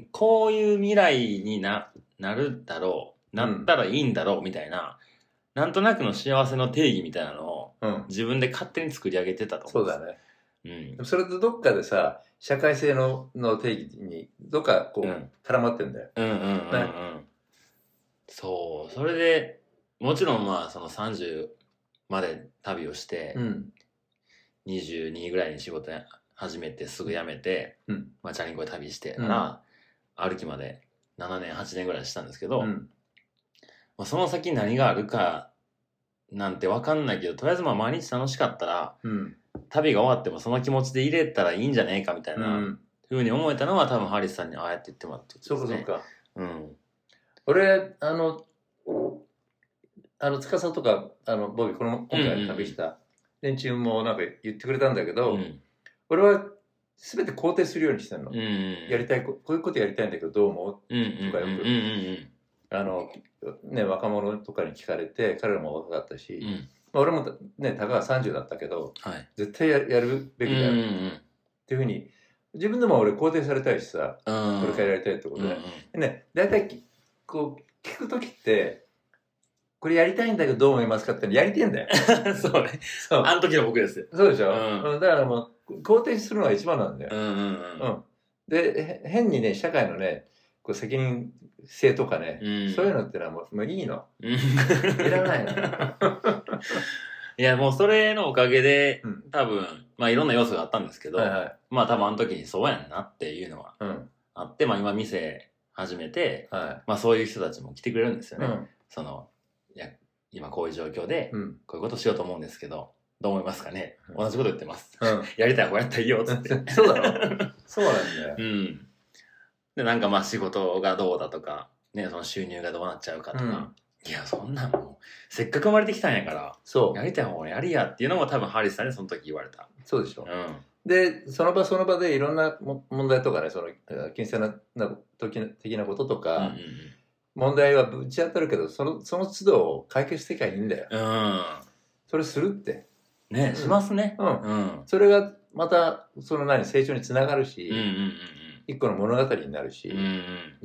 こういう未来に な, なるだろうなったらいいんだろうみたいな、うん、なんとなくの幸せの定義みたいなのを、うん、自分で勝手に作り上げてたと思うんです。 そうだね。うん、それとどっかでさ社会性 の, の定義にどっかこう、うん、絡まってんだよ。 うんうんうんうん、ね、そうそれでもちろんまあそのさんじゅうまで旅をして、うん、にじゅうにぐらいに仕事始めてすぐ辞めて、うん、まあチャリンコで旅してから、うん、歩きまでななねんはちねんぐらいしたんですけど、うん、まあ、その先何があるかなんて分かんないけどとりあえずまあ毎日楽しかったら、うん、旅が終わってもその気持ちで入れたらいいんじゃねえかみたいな、うん、ふうに思えたのは多分ハリスさんにああやって言ってもらった時ですね。 そうかそうか、うん、俺あのあの司とかあのボビーこの今回旅した連中もなんか言ってくれたんだけど、うん、俺は全て肯定するようにしてるの、うん、やりたいこういうことやりたいんだけどどう思う、うん、とかよく、うん、あのね若者とかに聞かれて彼らも若かったし、うん、まあ、俺もねたかがさんじゅうだったけど、はい、絶対 や, やるべきだよ、うんうん、っていうふうに自分でも俺肯定されたいしさ、うん、これからやりたいってことで、うんうん、でね大体こう聞く時ってこれやりたいんだけどどう思いますかってやりてんだよ。 そうね。そう。あの時の僕ですよ。 そうでしょ、うん、だからもう肯定するのが一番なんだよ。うんうんうん。うん、で変にね社会のねこう責任性とかね、うん、そういうのってのはもう、もういいの。うん、いらないの。 いやもうそれのおかげで、うん、多分まあいろんな要素があったんですけど、はいはい、まあ多分あの時にそうやんなっていうのはあって、うん、まあ今店始めて、はい、まあそういう人たちも来てくれるんですよね。うん、そのいや今こういう状況でこういうことしようと思うんですけど、どう思いますかね、うん、同じこと言ってます、うん、やりたい方やったらいいよっつってそうだろそうなんだよ、 うん、でなんかまあ仕事がどうだとか、ね、その収入がどうなっちゃうかとか、うん、いやそんなんもうせっかく生まれてきたんやからそうやりたい方やりやっていうのも多分ハリスさんにその時言われた。 そうでしょ、うん、でその場その場でいろんな問題とかねその金銭な時的なこととか、うんうんうん、問題はぶち当たるけどそのその都度を解決していけばいいんだよ、うん、それするってね、うん、しますね、 うんうん、それがまたその何成長につながるし、うんうんうん、一個の物語になるし、うんうん、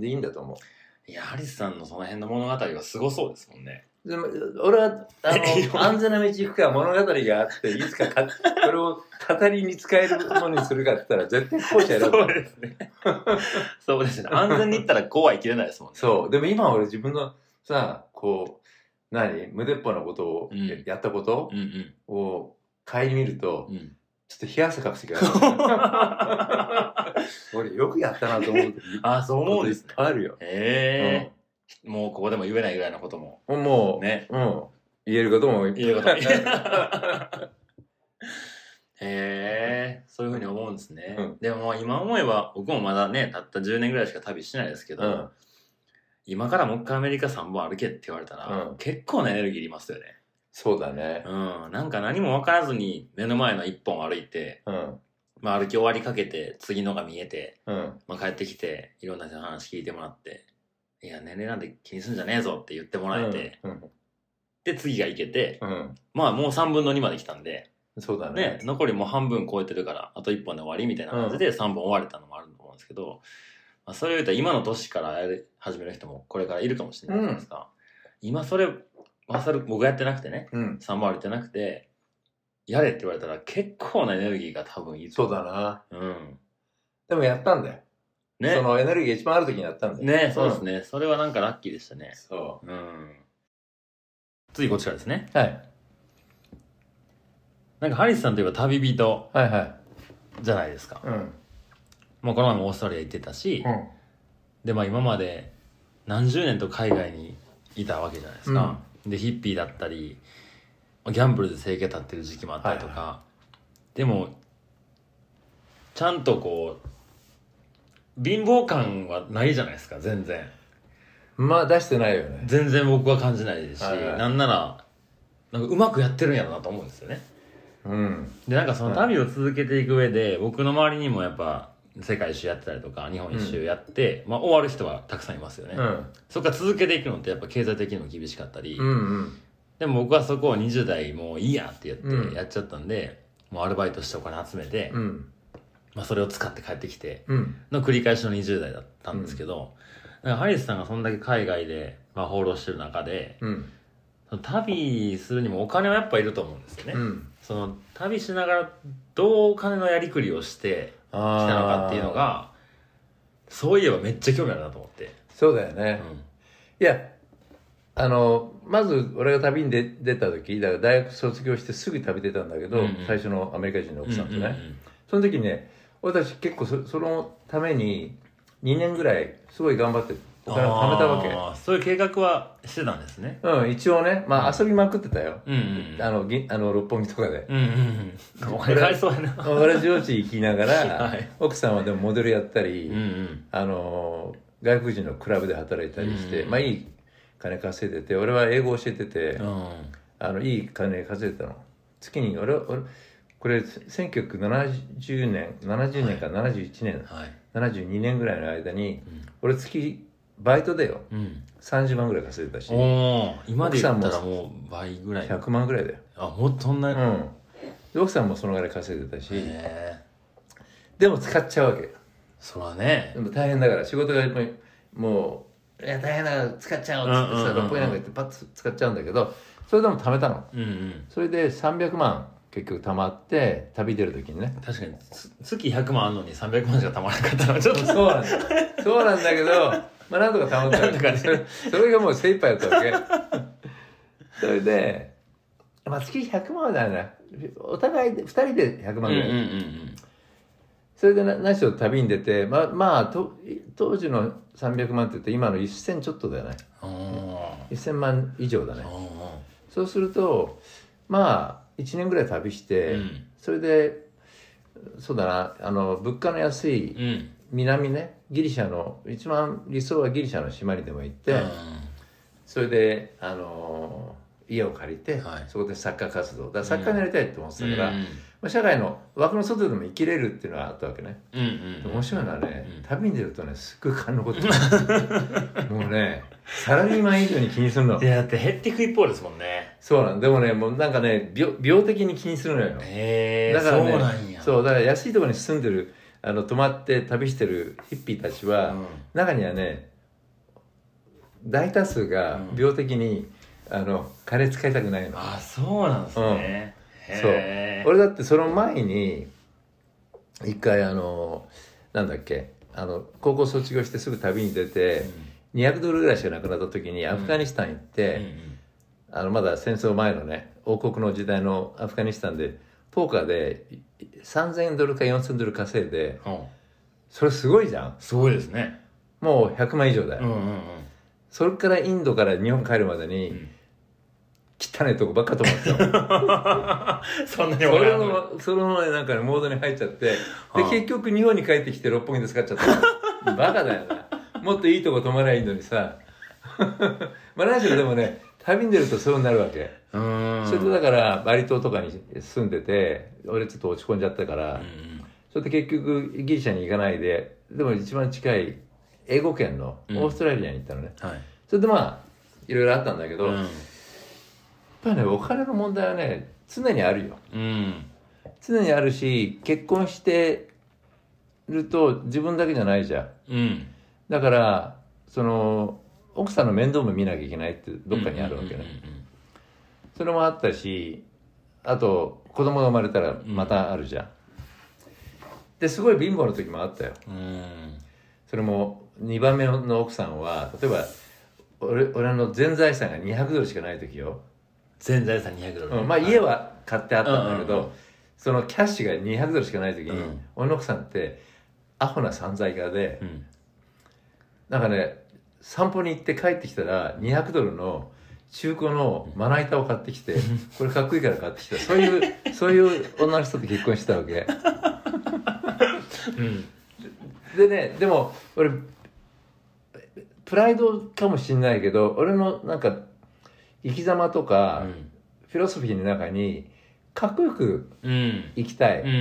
でいいんだと思う。 いやハリスさんのその辺の物語はすごそうですもんね。 でも俺はあの安全な道行くか物語があっていつかかそれを語りに使えるものにするかって言ったら絶対後者選ぶ。 そうですねそうですね、安全に行ったらこうは生きれないですもんね。 そうでも今俺自分のさこう何無鉄砲なことをやったことを顧みると、うんうん、ちょっと冷や汗かく時がある俺よくやったなと思う時あそう思うんですね。 あるよ。 へえ、うん、もうここでも言えないぐらいのことももうね、うん、言えることも言えることもへえ、そういうふうに思うんですね、うん、でも今思えば僕もまだねたったじゅうねんぐらいしか旅してないですけど、うん、今からもう一回アメリカさんぼん歩けって言われたら、うん、結構なエネルギーいりますよね。 そうだね、 うん、なんか何も分からずに目の前の一本歩いて、うんまあ、歩き終わりかけて次のが見えて、うんまあ、帰ってきていろんな人の話聞いてもらっていや年齢なんて気にすんじゃねえぞって言ってもらえて、うんうん、で次が行けて、うん、まあもうさんぶんのにまで来たんでそうだね、 ね残りもう半分超えてるからあといっぽんで終わりみたいな感じでさんぼん終われたのもあると思うんですけど、まあ、それを言ったら今の年からやり始める人もこれからいるかもしれないじゃないですか、うん、今それ僕がやってなくてね、うん、さんぼん歩いてなくてやれって言われたら結構なエネルギーが多分いる。 そうだな、うん、でもやったんだよね、そのエネルギーが一番ある時にやったんだよね。そうですね、うん、それはなんかラッキーでしたね。そう、うん、次こちらですね。はい。なんかハリスさんといえば旅人じゃないですか、はいはい、うん、もうこの前もオーストラリア行ってたし、うん、でまあ今まで何十年と海外にいたわけじゃないですか、うん、でヒッピーだったりギャンブルで生計立ってる時期もあったりとか、はいはい、でもちゃんとこう貧乏感はないじゃないですか全然。 まあ出してないよね。 全然僕は感じないですし、はいはい、なんならなんかうまくやってるんやろなと思うんですよね。うん、でなんかその旅を続けていく上で、うん、僕の周りにもやっぱ世界一周やってたりとか日本一周やって、うんまあ、終わる人はたくさんいますよね、うん、そこから続けていくのってやっぱ経済的にも厳しかったり、うんうん、でも僕はそこをにじゅう代もういいやって言ってやっちゃったんで、 もうアルバイトしてお金集めて、 うんまあ、それを使って帰ってきてうんの繰り返しのにじゅう代だったんですけど、だからハリスさんがそんだけ海外で、まあ、放浪してる中で、 うんその旅するにもお金はやっぱいると思うんですよね、 うん、 その旅しながらどうお金のやりくりをしてきたのかっていうのが、そういえばめっちゃ興味あるなと思って。 そうだよね、 うん、 いやあのまず俺が旅に出出た時だから大学卒業してすぐ旅出たんだけど、うんうん、最初のアメリカ人の奥さんとね、うんうんうん、その時にね俺たち結構 そ, そのためににねんぐらいすごい頑張ってお金を貯めたわけ。 あそういう計画はしてたんですね。 うん一応ねまあ遊びまくってたよ、 うんうんうん、 あのぎあの六本木とかで、 うんうんうん、お金返そうやな俺上智行きながら、 はい、 奥さんはでもモデルやったり、 うんうん、 あの外国人のクラブで働いたりして、うんうん、まあいい金稼いでて俺は英語教えてて、うん、あのいい金稼いでたの。月に俺俺これせんきゅうひゃくななじゅうねんななじゅうねんからななじゅういちねん、はい、ななじゅうにねんぐらいの間に、うん、俺月バイトでよ、うん、さんじゅうまんぐらい稼いでたし、 お今で言ったらもう倍ぐらいひゃくまんぐらいだよ。 あもっとそんなに、うん、 で奥さんもそのぐらい稼いでたし、でも使っちゃうわけ。 そうだね。 でも大変だから仕事がもういや大変だから使っちゃおうっつってさ、六本木なんか行ってパッと使っちゃうんだけど、それでも貯めたの、うんうん、それでさんびゃくまん結局貯まって旅出る時にね。 確かに月ひゃくまんあんのにさんびゃくまんしか貯まらなかったのはちょっとそうなんだそうなんだけどまあなんとか貯まったなんとか、ね、 それそれがもう精一杯だったわけそれで、まあ、月ひゃくまんだよね。お互いでふたりでひゃくまんぐらい、うんうんうんうん、それで何しろ旅に出てまあ、まあ、と当時のさんびゃくまんって言って今のせんちょっとだよね。せんまん以上だね。そうするとまあいちねんぐらい旅して、うん、それでそうだなあの物価の安い南ね、ギリシャの一番理想はギリシャの島にでも行って、うん、それであの家を借りて、はい、そこで作家活動だから作家になりたいと思ってたから、うんまあ、社会の枠の外でも生きれるっていうのはあったわけね、うんうん、面白いのはね、うん、旅に出るとねすっごい金のこともうねサラリーマン以上に気にするの。 いやだって減っていく一方ですもんね。 そうなんでもねもうなんかね 病, 病的に気にするのよ。 へえだからねそうなんや。 そうだから安いところに住んでるあの泊まって旅してるヒッピーたちは、うん、中にはね大多数が病的に、うん、あの金使いたくないの。 あそうなんですね、 うん、そう俺だってその前に一回あのなんだっけあの高校卒業してすぐ旅に出て、うん、にひゃくドルぐらいしかなくなった時にアフガニスタン行って、うんうんうん、あのまだ戦争前のね王国の時代のアフガニスタンでポーカーでさんぜんドルかよんせんドル稼いで、うん、それすごいじゃん。 すごいですね。 もうひゃくまん以上だよ、 うんうんうん、 それからインドから日本帰るまでに、うん、汚いとこばっかと思ってたそんなにお金あるのそのなんか、ね、モードに入っちゃってで、はあ、結局日本に帰ってきて六本木で使っちゃったバカだよな。もっといいとこ泊まりゃいいのにさまあ何しろでもね旅に出るとそうなるわけ。うんそれとだからバリ島とかに住んでて俺ちょっと落ち込んじゃったから、うん、それで結局ギリシャに行かないででも一番近い英語圏のオーストラリアに行ったのね、うんはい、それでまあいろいろあったんだけど、うん、やっぱりねお金の問題はね常にあるよ、うん、常にあるし結婚してると自分だけじゃないじゃん、うん、だからその奥さんの面倒も見なきゃいけないってどっかにあるわけね。それもあったしあと子供が生まれたらまたあるじゃん、うん、ですごい貧乏の時もあったよ、うん、それもにばんめの奥さんは例えば 俺, 俺の全財産がにひゃくドルしかない時よ。 全財産にひゃくドル、 うん、まあ家は買ってあったんだけど、うんうんうん、そのキャッシュがにひゃくドルしかない時に、うん、俺の奥さんってアホな散財家で、うん、なんかね散歩に行って帰ってきたらにひゃくドルの中古のまな板を買ってきてこれかっこいいから買ってきたそういうそういう女の人と結婚したわけ、うん、でねでも俺プライドかもしんないけど俺のなんか生き様とか、うん、フィロソフィーの中にかっこよく生きたい、うんうんうんうん、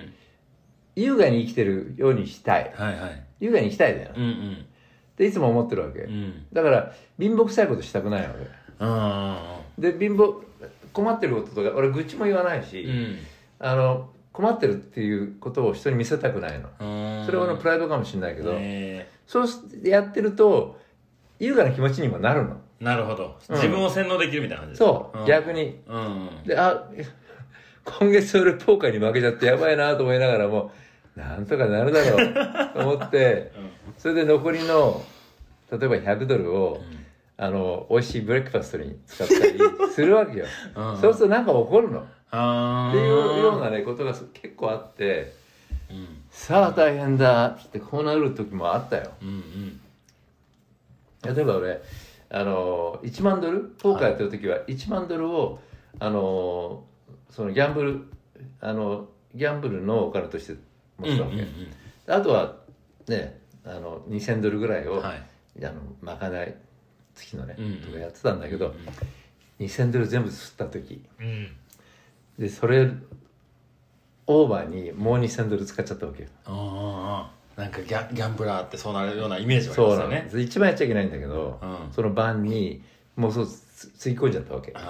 優雅に生きてるようにしたい、はいはい、優雅に生きたいだよ、うんうん、っていつも思ってるわけ、うん、だから貧乏くさいことしたくないわけ。で貧乏困ってることとか俺愚痴も言わないし、うん、 あの困ってるっていうことを人に見せたくないの。それは俺のプライドかもしれないけど、そうやってると優雅な気持ちにもなるの。 なるほど、うん、自分を洗脳できるみたいな感じですそう、うん、逆に、うん、で、あ、今月俺ポーカーに負けちゃってやばいなと思いながらもなんとかなるだろうと思って、うん、それで残りの例えばひゃくドルを、うん、あの美味しいブレックファストに使ったりするわけよ、うん、そうするとなんか起こるのっていうようなねことが結構あって、うん、さあ大変だってこうなる時もあったよ、うんうん、例えば俺あのいちまんドルポーカーやってる時はいちまんドルをあのそのギャンブルあのギャンブルのお金として持つわけ、うんうんうん、あとはねあのにせんドルぐらいを、はい、あのまかない月のね、うんうん、とかやってたんだけど、うんうん、にせんドル全部吸った時、うん、でそれオーバーにもうにせんドル使っちゃったわけよ。 ああなんかギ ャ, ギャンブラーってそうなるようなイメージはありますよね。 そう一番やっちゃいけないんだけど、うん、その晩にもうそうつぎ込んじゃったわけ、はい、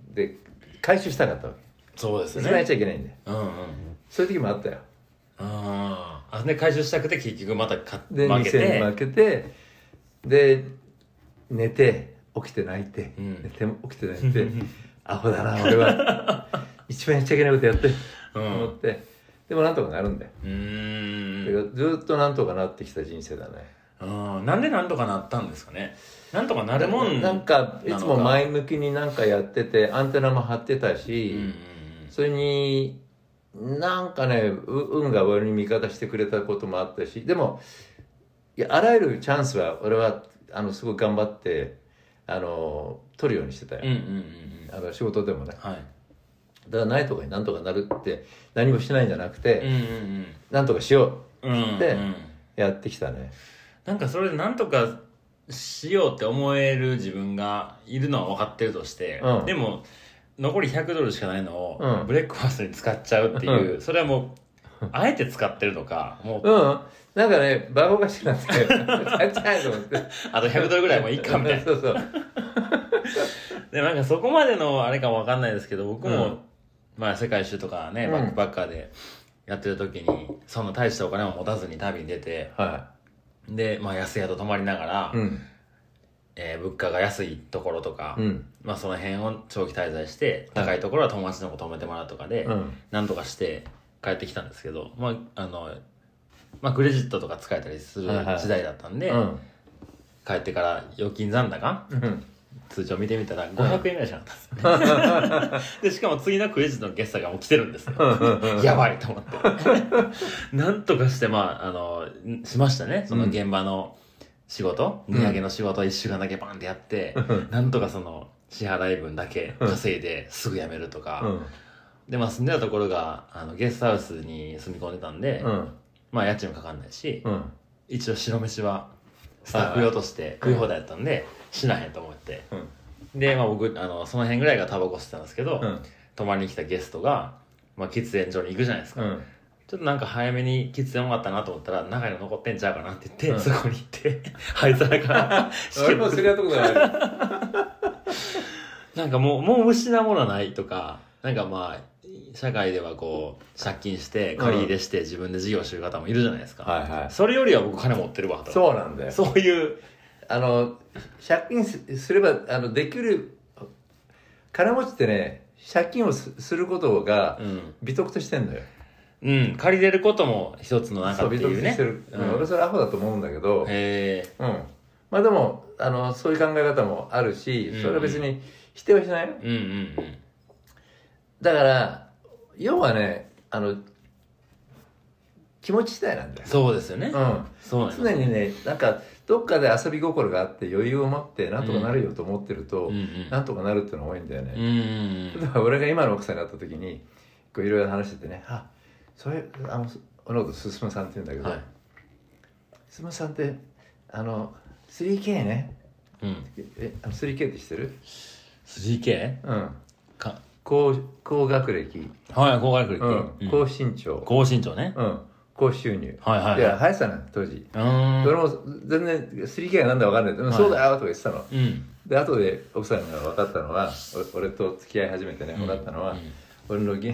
で回収したかったわけ。 そうですね、 一番やっちゃいけないんだよ、うんうん、そういう時もあったよ。 ああで回収したくて結局またかで負けてにせん負けてで寝て起きて泣いて、うん、寝て起きて泣いてアホだな俺は一番やっちゃいけないことやってと思って、うん、でもなんとかなるんだよ。うーんずっとなんとかなってきた人生だね。 あなんでなんとかなったんですかね。なんとかなるもんなんかいつも前向きになんかやっててアンテナも張ってたし、うんうんうん、それになんかね運が俺に味方してくれたこともあったし、でもいやあらゆるチャンスは俺はあのすごい頑張ってあの取るようにしてたよ、うんうんうん、あの仕事でもね、はい、だからないとかになんとかなるって何もしないんじゃなくて、うんうんうん、なんとかしようってやってきたね、うんうん、 なんかそれでなんとかしようって思える自分がいるのは分かってるとして、うん、でも残りひゃくドルしかないのを、うん、ブレックファーストに使っちゃうっていう、うん、それはもうあえて使ってるのかもう、うん、 なんかねバカおかしくなって使っちゃうと思ってあとひゃくドルぐらいもいいかみたいなそうそうでなんかそこまでのあれかも分かんないですけど僕も、うん、まあ世界一周とかねバックパッカーでやってる時にそんな大したお金も持たずに旅に出て、はい、で、まあ、安い宿泊まりながら、うんえー、物価が安いところとか、うんまあ、その辺を長期滞在して高いところは友達の子泊めてもらうとかで、うん、なんとかして帰ってきたんですけど、まああのまあ、クレジットとか使えたりする時代だったんで、はいはいうん、帰ってから預金残高、うん、通帳見てみたらごひゃくえんぐらいしかなかったんですよねでしかも次のクレジットの決済がもう来てるんですよやばいと思ってなんとかしてまああのしましたねその現場の仕事、うん、荷上げの仕事をいっしゅうかんだけバンってやって、うん、なんとかその支払い分だけ稼いですぐ辞めるとか、うん、でまあ住んでたところがあのゲストハウスに住み込んでたんで、うん、まあ家賃もかかんないし、うん、一応白飯はスタッフ用として食い放題やったんで、しなへんと思って、うん、で、まあ、僕あのその辺ぐらいがタバコ吸ってたんですけど、うん、泊まりに来たゲストが、まあ、喫煙所に行くじゃないですか、うん、ちょっとなんか早めに喫煙終わったなと思ったら中に残ってんちゃうかなって言って、うん、そこに行って灰皿から俺もそれやったことないなんかもうもう失うものはないとかなんかまあ社会ではこう借金して借り入れして自分で事業してる方もいるじゃないですか、うんはいはい、それよりは僕金持ってるわとそうなんだよそういうあの借金すればあのできる金持ちってね借金をすることが美徳としてんだよ、 うん、借りれることも一つのなんかっていうねそう美徳としてる、 うん、俺それアホだと思うんだけどへえ、うん、まあでもあのそういう考え方もあるしそれは別に否定はしないよ、うんうんうん、だから要はねあの気持ち次第なんだよそうですよね、うん、 そうなんです常にねなんかどっかで遊び心があって余裕を持ってなんとかなるよと思ってると、うんうん、なんとかなるっていうのが多いんだよね、うんうんうん、だから俺が今の奥さんに会った時にこういろいろ話しててねあそれあのおのこと進さんって言うんだけど、はい、進さんってあの スリーケー ね、うん、えあの スリーケー って知ってるスリーケー? うんか 高, 高学歴はい高学歴、うん、 高身長高身長ねうん高収入はいはい、はい、 で速さな当時俺も全然 スリーケー がなんだか分かんない、はい、そうだよとか言ってたの、うん、で後で奥さんが分かったのは俺と付き合い始めてね分かったのは、うんうん、俺の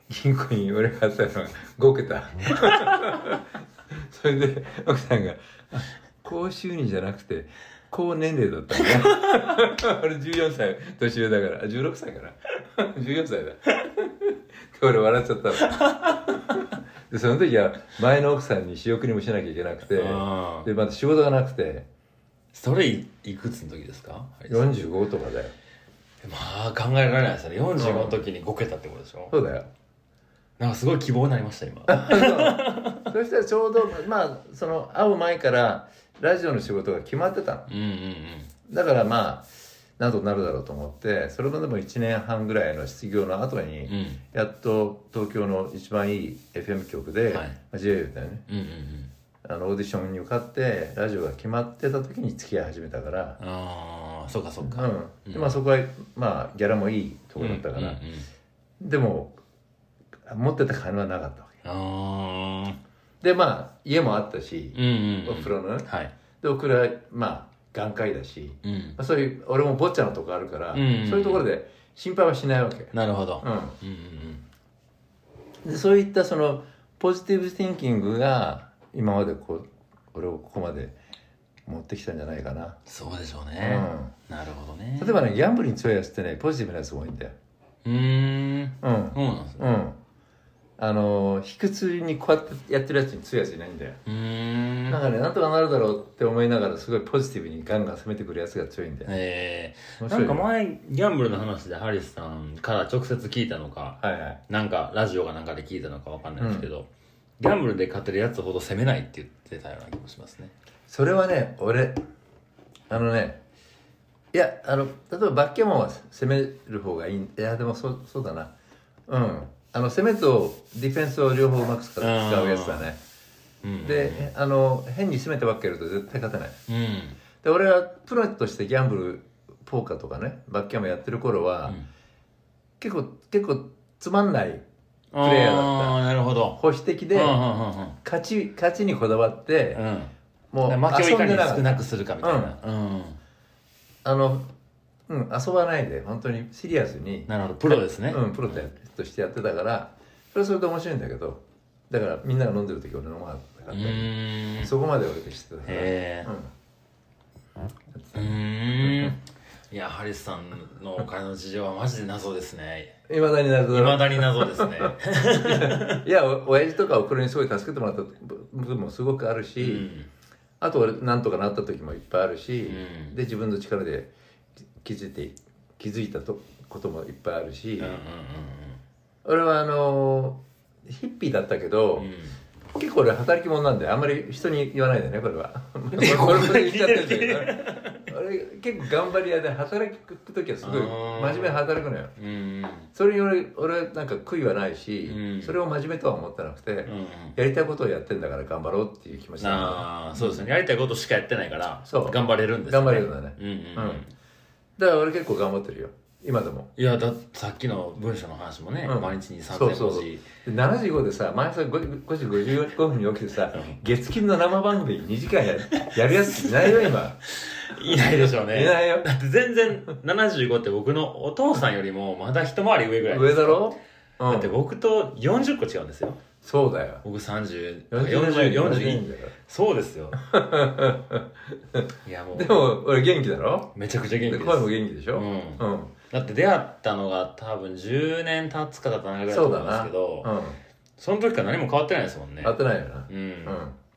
銀行に俺があったのがごけたそれで奥さんが高収入じゃなくて高年齢だったんだ俺じゅうよんさい年上だからじゅうろくさいかなじゅうよんさいだ俺笑っちゃったのでその時は前の奥さんに仕送りもしなきゃいけなくてでまた仕事がなくてそれ い, いくつの時ですか？ よんじゅうごとかだよ。 まあ考えられないですよね。よんじゅうごの時にごけたってことでしょ。 そうだよ。 なんかすごい希望になりました今そうそしたらちょうどまあその会う前からラジオの仕事が決まってたの、 うんうんうん、 だからまあなんとなるだろうと思ってそれもでもいちねんはんぐらいの失業の後に、うん、やっと東京の一番いい エフエム 局で、はい、ジェイエフ だよね、うんうんうん、あのオーディションに受かってラジオが決まってた時に付き合い始めたから。 ああそうかそうか、 うんでまあ、そこはまあギャラもいいところだったから、うんうんうん、でも持ってた金はなかったわけ。あでまあ家もあったし、うんうんうん、お風呂の、はい、でお風呂はまあ眼科医だし、うんまあ、そういう俺も坊ちゃんのとこあるから、うんうんうん、そういうところで心配はしないわけ。 なるほど、うんうんうんうん、でそういったそのポジティブシンキングが今までこう俺をここまで持ってきたんじゃないかな。 そうでしょうね、うん、なるほどね。 例えばねギャンブルに強いやつってねポジティブなやつが多いんだよ。うーんうんそうなんですね。うんあの卑屈にこうやってやってるやつに強いやついないんだよ。うーんなんかねなんとかなるだろうって思いながらすごいポジティブにガンガン攻めてくるやつが強いんだよ。 へえなんか前ギャンブルの話でハリスさんから直接聞いたのか、はいはい、なんかラジオがなんかで聞いたのかわかんないですけど、うん、ギャンブルで勝てるやつほど攻めないって言ってたような気もしますね。 それはね俺あのねいやあの例えばバッケモンは攻める方がいい。いやでも そ, そうだなうんあの攻めとディフェンスを両方うまく使うやつだね、うん、であの変に攻めてばっかりやると絶対勝てない、うん、で俺はプロとしてギャンブルポーカーとかねバッケモンやってる頃は、うん、結構結構つまんないプレイヤーだった。 なるほど。 保守的で、うんうんうん、勝ち勝ちにこだわって、うんもう負けをいかに少なくするかみたいな、うんうん、 あの、うん、遊ばないで本当にシリアスになるほどプロですね、 うん、プロとしてやってたからそれはそれで面白いんだけどだからみんなが飲んでる時俺飲まなかったりそこまで俺で知ってたからへえうん、うんいやハリスさんのお金の事情はマジで謎ですね。 いまだに謎いまだに謎ですねいやお親父とかおふくろにすごい助けてもらった部分もすごくあるし、うんあと俺なんとかなった時もいっぱいあるし、うん、で自分の力で気づいて気づいたとこともいっぱいあるし、うんうんうん、俺はあのヒッピーだったけど、うん、結構俺働き者なんであんまり人に言わないでねこれはこれこれ言っちゃってるんだけど俺結構頑張り屋で働く時はすごい真面目に働くのよ、うん、それに俺俺なんか悔いはないし、うん、それを真面目とは思ってなくて、うん、やりたいことをやってんだから頑張ろうっていう気持ちだああそうですねやりたいことしかやってないからそう頑張れるんですね頑張れるんだね、うんうんうん、だから俺結構頑張ってるよ今でも。 いやださっきの文章の話もね、うん、毎日にさんぜんごじしちじごでさ毎朝 5, 5時ごじゅうごふんに起きてさ、うん、月金の生番組にじかん や, やるやついないよ今いないでしょうね。 いないよ。 だって全然ななじゅうごって僕のお父さんよりもまだ一回り上ぐらいです。上だろ、 うん、だって僕とよんじゅっこ違うんですよ。 そうだよ。 僕さんじゅう、よんじゅう、よんじゅう、そうですよ。 いやもう。でも俺元気だろ？ めちゃくちゃ元気です。 声も元気でしょ？うん。うんだって出会ったのが多分じゅうねん経つか経たないぐらいだと思うんですけど、そ,、うん、その時から何も変わってないですもんね。 変わってないよな。うん。うん、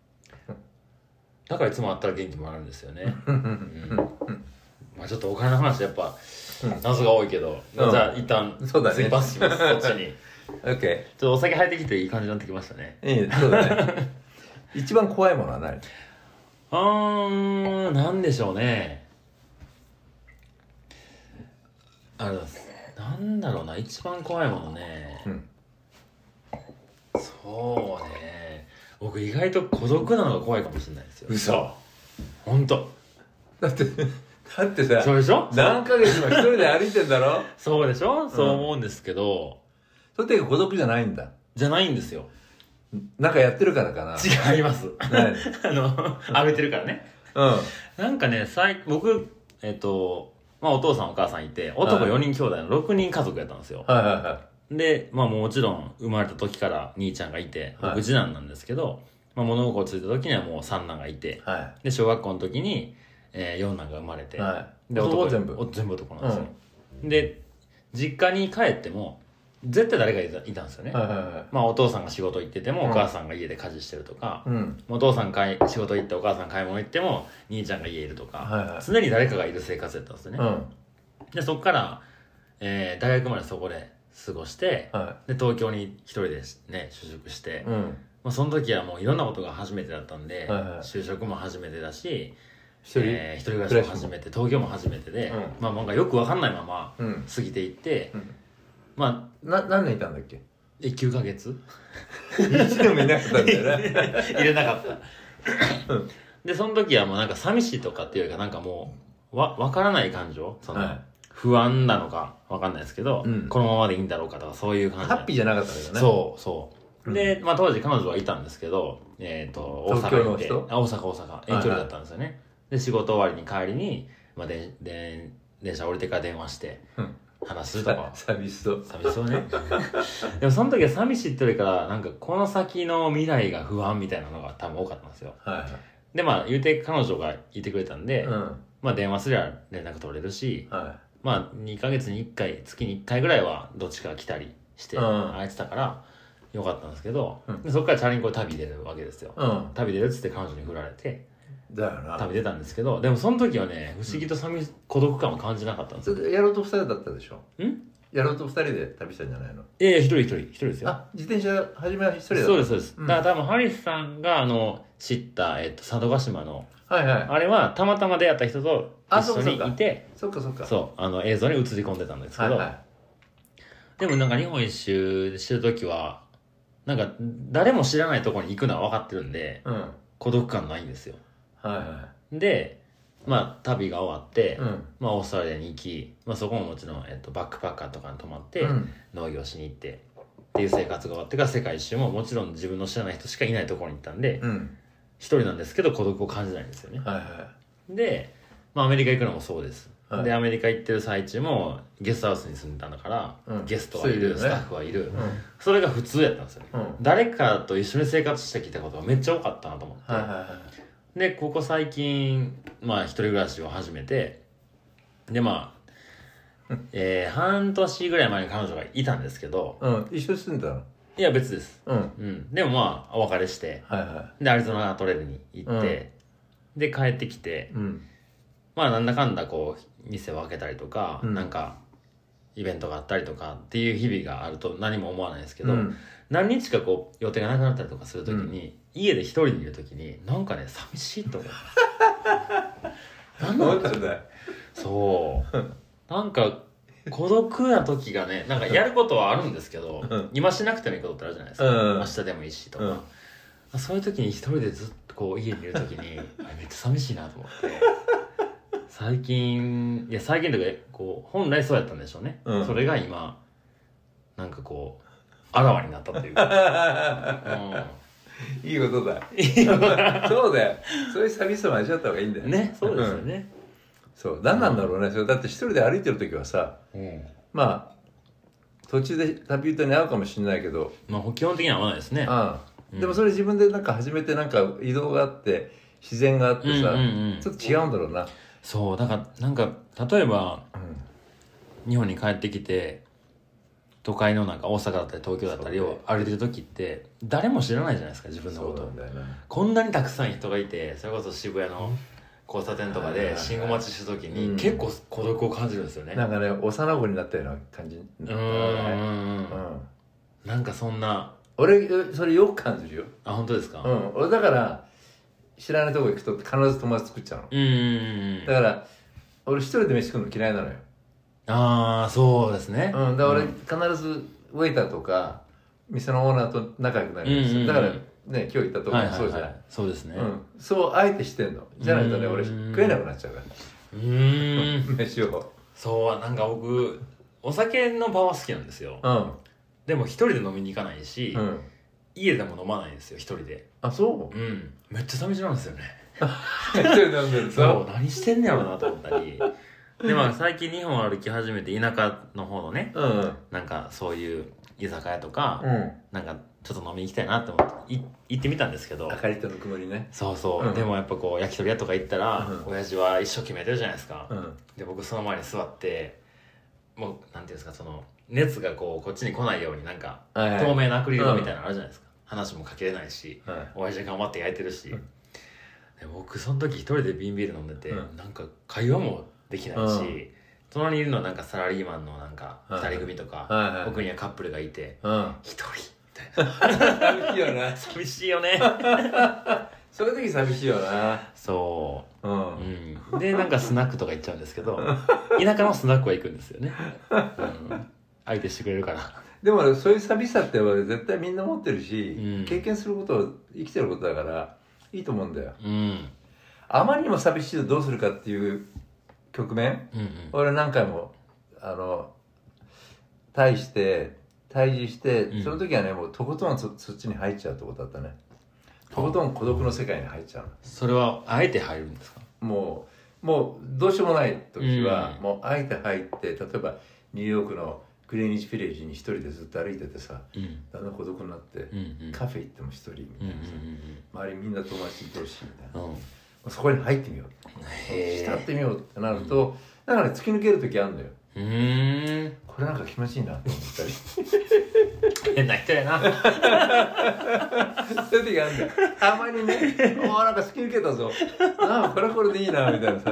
だからいつも会ったら元気もあるんですよね。うん、まあちょっとお金の話やっぱ謎が多いけど、うん、じゃあ一旦次パスします、そっちに。 オッケー。ちょっとお酒入ってきていい感じになってきましたね。 いい、そうだね。一番怖いものは何？ あー、なんでしょうね。あのなんだろうな一番怖いものね、うん、そうね僕意外と孤独なのが怖いかもしれないですよ。 嘘本当だってだってさそうでしょ何ヶ月も一人で歩いてんだろそうでしょそう思うんですけど、 うん、それって孤独じゃないんだじゃないんですよ。 なんかやってるからかな。 違いますあの歩いてるからねうんなんかね最僕えっとまあお父さんお母さんいて男よにん兄弟のろくにん家族やったんですよ。はいはいはい。 で、まあもちろん生まれた時から兄ちゃんがいて、 はい僕次男なんですけど、まあ、物心ついた時にはもう三男がいて、 はで小学校の時に、えー、四男が生まれて、 いはで男は全部お全部男なんですよ、で実家に帰っても絶対誰かいたいたんですよね、 はいはいはいまあお父さんが仕事行ってても、 うんお母さんが家で家事してるとか、 うんお父さん買い仕事行ってお母さん買い物行っても兄ちゃんが家いるとか、 はいはい常に誰かがいる生活だったんですよね、 うんでそっから、えー大学までそこで過ごして、 はで東京に一人でね就職して、 いうんまあ、その時はもういろんなことが初めてだったんで、 はいはい就職も初めてだし一人、 えー一人暮らしも初めて東京も初めてで、 うんまあなんかよく分かんないままうん過ぎていって、 うんまあな何年いたんだっけえきゅうかげつ一年もいなかったんだよね入れなかったうんでその時はもうなんか寂しいとかっていうよりかなんかもうわ分からない感情その、 はい不安なのか分かんないですけど、 うんこのままでいいんだろうかとかそういう感じハッピーじゃなかったんだよねそうそううんで、まあ、当時彼女はいたんですけど、えっ、と大東京の阪にいて人あ大阪大阪遠距離だったんですよね、で仕事終わりに帰りに、まあ、でで電車降りてから電話してうん話すとかさ寂しそう寂しそうねでもその時は寂しいっていうよりからなんかこの先の未来が不安みたいなのが多分多かったんですよはいはいでまあ言うて彼女がいてくれたんで、 うんまあ電話すりゃ連絡取れるしはまあにかげつにいっかい月にいっかいぐらいはどっちか来たりしてうん会えてたからよかったんですけど、 うんでそっからチャリンコで旅出るわけですよ、 いうん旅出るっつって彼女に振られてだよな旅出たんですけどでもその時はね不思議と寂し孤独感を感じなかったんですよそれでやろうと二人だったでしょんやろうと二人で旅したんじゃないのええ一人一人一人ですよあ自転車初めは一人だったそうですそうです、 うんだから多分ハリスさんがあの知った、えっと、佐渡島のはいはいあれはたまたま出会った人とあ一緒にいてそっかそっかそうあの映像に映り込んでたんですけど、 はいはいでもなんか日本一周してる時はなんか誰も知らないところに行くのは分かってるんでうんはい孤独感ないんですよはでまあ旅が終わって、 いうんまあ、オーストラリアに行き、まあ、そこももちろん、えっと、バックパッカーとかに泊まって、 うん農業しに行ってっていう生活が終わってから世界一周ももちろん自分の知らない人しかいないところに行ったんでうん一人なんですけど孤独を感じないんですよねはいはで、まあ、アメリカ行くのもそうです、 はいでアメリカ行ってる最中もゲストハウスに住んでたんだから、 うんゲストはいる、 そういうねスタッフはいる、 いうんそれが普通やったんですよね、 うん誰かと一緒に生活してきたことがめっちゃ多かったなと思って、 はいはいはいでここ最近まあ一人暮らしを始めてでまあ、えー、半年ぐらい前に彼女がいたんですけどうん一緒に住んでたのいや別ですうんうんでもまあお別れしてはいはでアリゾナトレールに行って、で帰ってきていうんまあなんだかんだこう店を開けたりとか、 うんなんかイベントがあったりとかっていう日々があると何も思わないですけど、 うん何日かこう予定がなくなったりとかするときに、家で一人でいるときになんかね寂しいと思うなんなん思ったんだよそうなんか孤独な時がねなんかやることはあるんですけど、 うん今しなくてもいいことってあるじゃないですか、 うん明日でもいいしとか、 うんそういう時に一人でずっとこう家にいる時にあれめっちゃ寂しいなと思って最近いや最近とかこう本来そうやったんでしょうね、 うんそれが今なんかこうあらわになったというか、 いいことだうん、いやそうだよそういう寂しさも味わった方がいいんだよねそうですよね、 うんそう何なんだろうねそれだって一人で歩いてる時はさうんまあ途中で旅人に会うかもしれないけどまあ基本的には合わないですねああ、 うんでもそれ自分でなんか初めてなんか移動があって自然があってさ、 うんうんうんちょっと違うんだろうな、 そうだからなんか例えばうん日本に帰ってきて都会のなんか大阪だったり東京だったりを歩いてる時って誰も知らないじゃないですか自分のことそうなんだよなこんなにたくさん人がいてそれこそ渋谷の交差点とかで信号待ちした時うんに結構孤独を感じるんですよねなんかね幼子になったような感じううんーんうんなんかそんな俺それよく感じるよ、 あ本当ですかうん、俺だから知らないとこ行くと必ず友達作っちゃうのうんうんだから俺一人で飯食うの嫌いなのよ、 ああそうですねうん、だからうん俺必ずウェイターとか店のオーナーと仲良くなるんですよ、 うんうんうんだからね今日行ったとこはいはいもそうじゃん、 はいそうですねうん、そうあえてしてんのじゃないとねうん俺食えなくなっちゃうかうーんら飯をそうなんか僕お酒の場は好きなんですようんでも一人で飲みに行かないし、 うん家でも飲まないんですよ一人であそううんめっちゃ寂しいなんですよね一人で飲んでるそうと何してんねやろうなと思ったりでも最近日本歩き始めて田舎の方のね、 うん、 なんかそういう居酒屋とか、 うん、 なんかちょっと飲みに行きたいなって思ってい行ってみたんですけど、 明かりとぬくもりね。 そうそう、 うん、 でもやっぱこう焼き鳥屋とか行ったら、 うん、 親父は一生決めてるじゃないですか、 うん、 で僕その前に座ってもうなんていうんですか、その熱がこうこっちに来ないようになんか、はいはい、透明なアクリル板みたいなのあるじゃないですか、うん、話もかけれないし、はい、親父が頑張って焼いてるし、うん、で僕その時一人で瓶ビール飲んでて、うん、なんか会話もできないし、うん、隣にいるのはなんかサラリーマンのなんかふたり組とか、はいはい、僕にはカップルがいて一、うん、人みたいな寂しいよな寂しいよねそういう時寂しいよな。 そう、うんうん、でなんかスナックとか行っちゃうんですけど田舎のスナックは行くんですよね、うん、相手してくれるから。 でもそういう寂しさって絶対みんな持ってるし、うん、経験することを生きてることだからいいと思うんだよ、うん、あまりにも寂しいとどうするかっていう局面、うんうん、俺何回もあの対して対峙して、うん、その時はねもうとことん そ, そっちに入っちゃうってことだったね。とことん孤独の世界に入っちゃう。 それはあえて入るんですか？ もうもうどうしようもない時は、うん、もうあえて入って例えばニューヨークのグレーニッジ・ヴィレッジに一人でずっと歩いててさ、うん、だんだん孤独になって、うんうん、カフェ行っても一人みたいなさ、うんうんうん、周りみんな友達いてほしいみたいな、うん、そこに入ってみよう、浸ってみようってなると、うん、だから、ね、突き抜ける時あるのよ。うーん、これなんか気持ちいいなと思ったり変な人やなそういう時あるんだよたまにね。おーなんか突き抜けたぞあこれはこれでいいなみたいなさ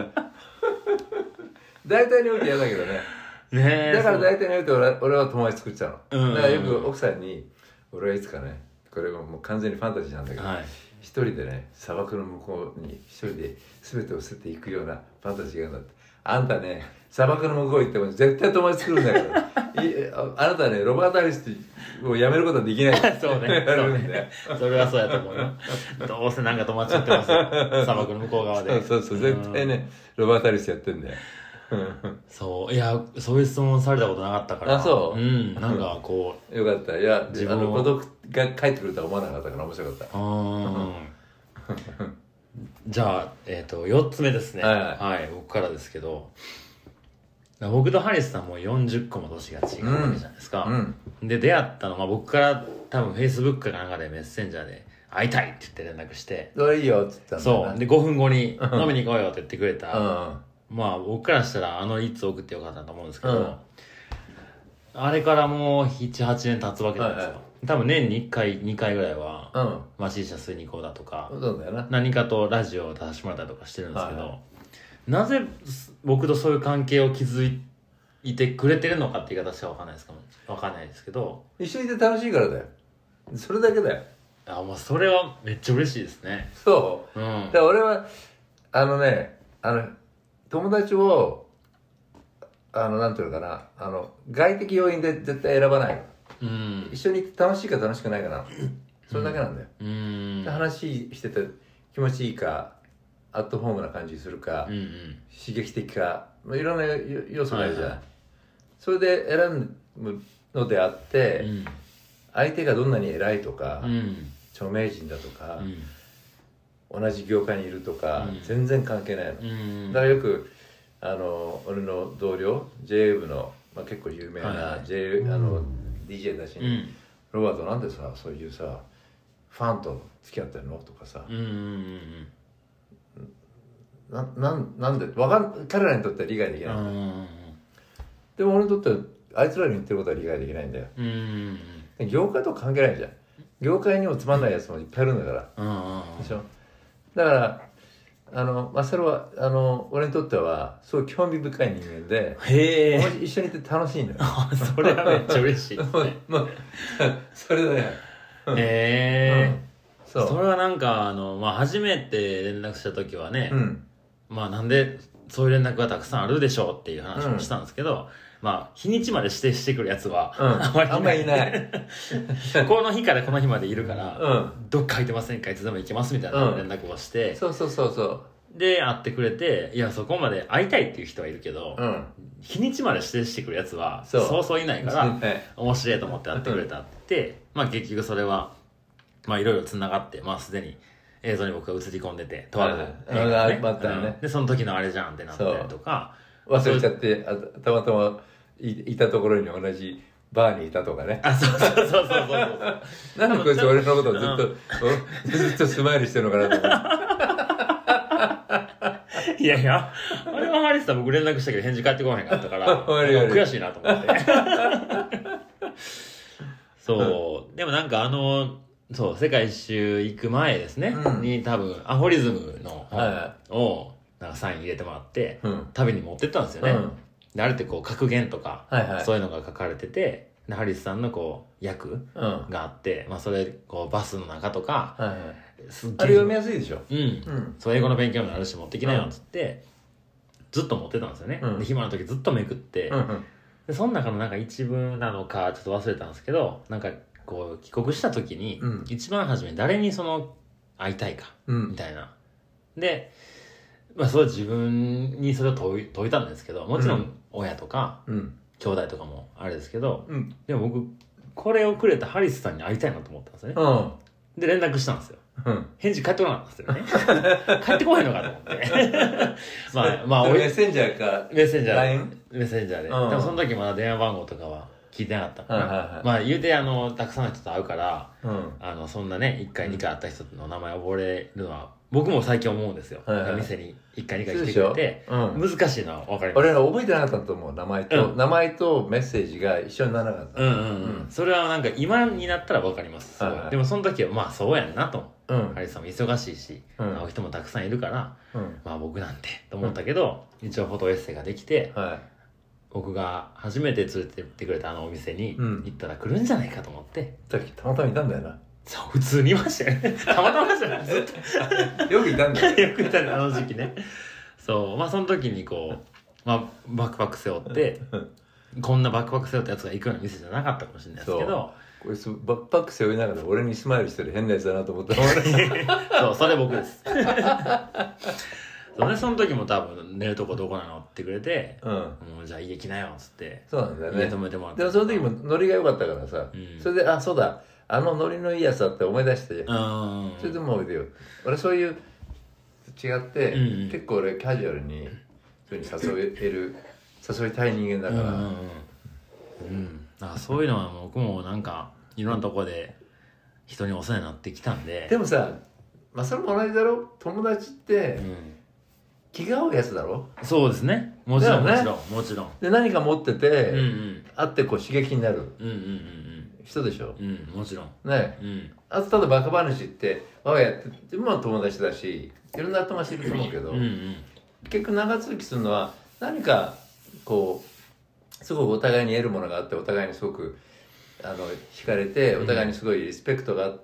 大体において嫌だけどね。ねだから大体において 俺, 俺は友達作っちゃうの、うん、だからよく奥さんに俺はいつかね、これはもう完全にファンタジーなんだけど、はい、一人でね砂漠の向こうに一人で全てを捨てていくようなファンタジーがあるんだって。あんたね砂漠の向こう行っても絶対友達作るんだからいあなたねロバート・アリスをやめることはできないそうねそうねそれはそうやと思うよどうせなんか友達作ってますよ砂漠の向こう側で。 そうそうそう絶対ね、うん、ロバート・アリスやってんだよそういやそういう質問されたことなかったから。 あそう、 うん、なんかこうよかった。いや自分の孤独が帰ってくるとは思わなかったから面白かった。うんじゃあ、えー、とよっつめですね。はい、はいはい、僕からですけど、僕とハリスさんもよんじゅっこも年が違うわけじゃないですか、うんうん、で出会ったのは僕から多分フェイスブックかなんかでメッセンジャーで会いたいって言って連絡してそれいいよって言ったんだよ、ね、 そうでごふんごに飲みに行こうよって言ってくれた、うん、まあ僕からしたらあのいつ送ってよかったと思うんですけど、うん、あれからもうななはちねん経つわけじゃないですか、はいはい、多分年にいっかいにかいぐらいは、うん、まあ シーシャ吸いに行こうだとか、 そうだよな、 何かとラジオを出させてもらったりとかしてるんですけど、はいはい、なぜ僕とそういう関係を築いてくれてるのかって言い方しては分かんないですかも分かんないですけど、 一緒にいて楽しいからだよ。それだけだよ。 あ、まあそれはめっちゃ嬉しいですね。 そう、うん、だから俺はあのねあの友達をあのなんていうのかな、あの外的要因で絶対選ばない、うん、一緒にいて楽しいか楽しくないかな、それだけなんだよ、うん、で話してて気持ちいいかアットホームな感じするか、うんうん、刺激的かいろんな要素があるじゃない、はいはい、それで選ぶのであって、うん、相手がどんなに偉いとか、うん、著名人だとか、うん、同じ業界にいるとか、うん、全然関係ないの、うん、だからよくあの俺の同僚 ジェイエー 部の、まあ、結構有名な、J、あの ディージェー たちに、うん、ロバートなんでさそういうさファンと付き合ってるのとかさ、うんうんうんな, な, なんでわかん彼らにとっては理解できない、うん、でも俺にとってはあいつらに言ってることは理解できないんだよ、うん、業界と関係ないじゃん。業界にもつまんないやつもいっぱいいるんだから、うん、でしょ。だからあのマサルはあの俺にとってはすごい興味深い人間で、へー一緒にいて楽しいんだよそれはめっちゃ嬉しいですねまあ、それだよ。 へえ、うん、そう。それはなんかあの、まあ、初めて連絡した時はね、うん、まあなんでそういう連絡がたくさんあるでしょうっていう話もしたんですけど、うん、まあ日にちまで指定してくるやつは、うん、あまりあんまりいないこの日からこの日までいるから、うん、どっか空いてませんかいつでも行けますみたいな連絡をして、 うん、そうそうそうそうで会ってくれて、いやそこまで会いたいっていう人はいるけど、うん、日にちまで指定してくるやつはそうそうそういないから、面白いと思って会ってくれたって言って、まあ結局それはまあいろいろつながって、まあすでに映像に僕が映り込んでて、とある映画がね、でその時のあれじゃんってなったりとか、 忘れちゃってあたまたま い, いたところに同じバーにいたとかね。 あ、そうそうそうそうそうなんでこいつ俺のことをずっと、うん、ずっとスマイルしてるのかなと思って。 いやいや、あれはハリスさん僕連絡したけど返事返ってこないかったから、悔しいなと思って。そう、でもなんかあの、そう、世界一周行く前ですね、うん、に多分、アフォリズムの本を、なんかサイン入れてもらって、うん、旅に持ってったんですよね。うん、で、あれってこう、格言とか、はいはい、そういうのが書かれてて、でハリスさんのこう、役があって、うん、まあそれ、こう、バスの中とか、はいはい、 すっげえ。あれ読みやすいでしょ。 うん。うん、そう、英語の勉強になるし持ってきなよ、つって、うん、ずっと持ってたんですよね。うん、で、暇の時ずっとめくって、うんうん、で、その中のなんか一文なのか、ちょっと忘れたんですけど、なんか、こう帰国した時に、うん、一番初め誰にその会いたいか、うん、みたいな。で、まあそれ自分にそれを問い、問いたんですけど、もちろん親とか、うん、兄弟とかもあれですけど、うん、でも僕、これをくれたハリスさんに会いたいなと思ったんですよね。うん、で、連絡したんですよ。うん、返事返ってこなかったんですよね。帰ってこないのかと思って。まあ、まあ、 メッセンジャーか、 メッセンジャー。 ライン？ メッセンジャーで。うん、でもその時まだ電話番号とかは、聞いてなかったから、はいはいはい、まあ言うてあのたくさんの人と会うから、うん、あのそんなねいっかいにかい会った人の名前覚えるのは僕も最近思うんですよ、はいはい、店にいっかいにかい来てくれて、うん、難しいのは分かります。 俺ら覚えてなかったと思う、名前と、うん、名前とメッセージが一緒にならなかった、 うんうんうん、それはなんか今になったら分かります、はいはい、でもその時はまあそうやんなと、うん、ハリスさんも忙しいし、うん、会う人もたくさんいるから、うん、まあ僕なんてと思ったけど、うん、一応フォトエッセイができて、はい、僕が初めて連れてってくれたあのお店に行ったら来るんじゃないかと思って、 さっきたまたまいたんだよな。 そう、普通にいましたよね。たまたまじゃない、ずっとよくいたんだよ。 よくいたんだ、あの時期ね。そうまあその時にこう、まあ、バックパック背負ってこんなバックパック背負ったやつが行くような店じゃなかったかもしれないですけど、 これバックパック背負いながら俺にスマイルしてる変なやつだなと思った。 そう、それ僕ですそ, でその時も多分寝るとこどこなのってくれて、うん、もうじゃあ家来なよっつって、 そうなんだよね、 家泊めてもらって。 でもその時もノリが良かったからさ、うん、それであそうだあのノリのいいやつだって思い出して、うん、それでもおいでよ。俺そういう違って、うんうん、結構俺カジュアルにそういうふうに誘える誘いたい人間だから、うんうんうん、だからそういうのは僕もなんかいろんなとこで人にお世話になってきたんで。 でもさ、まあそれも同じだろ、友達って、うん、気が合うやつだろ。 そうですね、もちろん、ね、もちろんもちろんで何か持ってて、うんうん、会ってこう刺激になる、うんうんうん、人でしょ、 うん、もちろんね、うん、あとただバカ話って我が家って今の友達だしいろんな友達いると思うけど、うんうん、結局長続きするのは何かこうすごくお互いに得るものがあって、お互いにすごくあの惹かれて、お互いにすごいリスペクトがあって、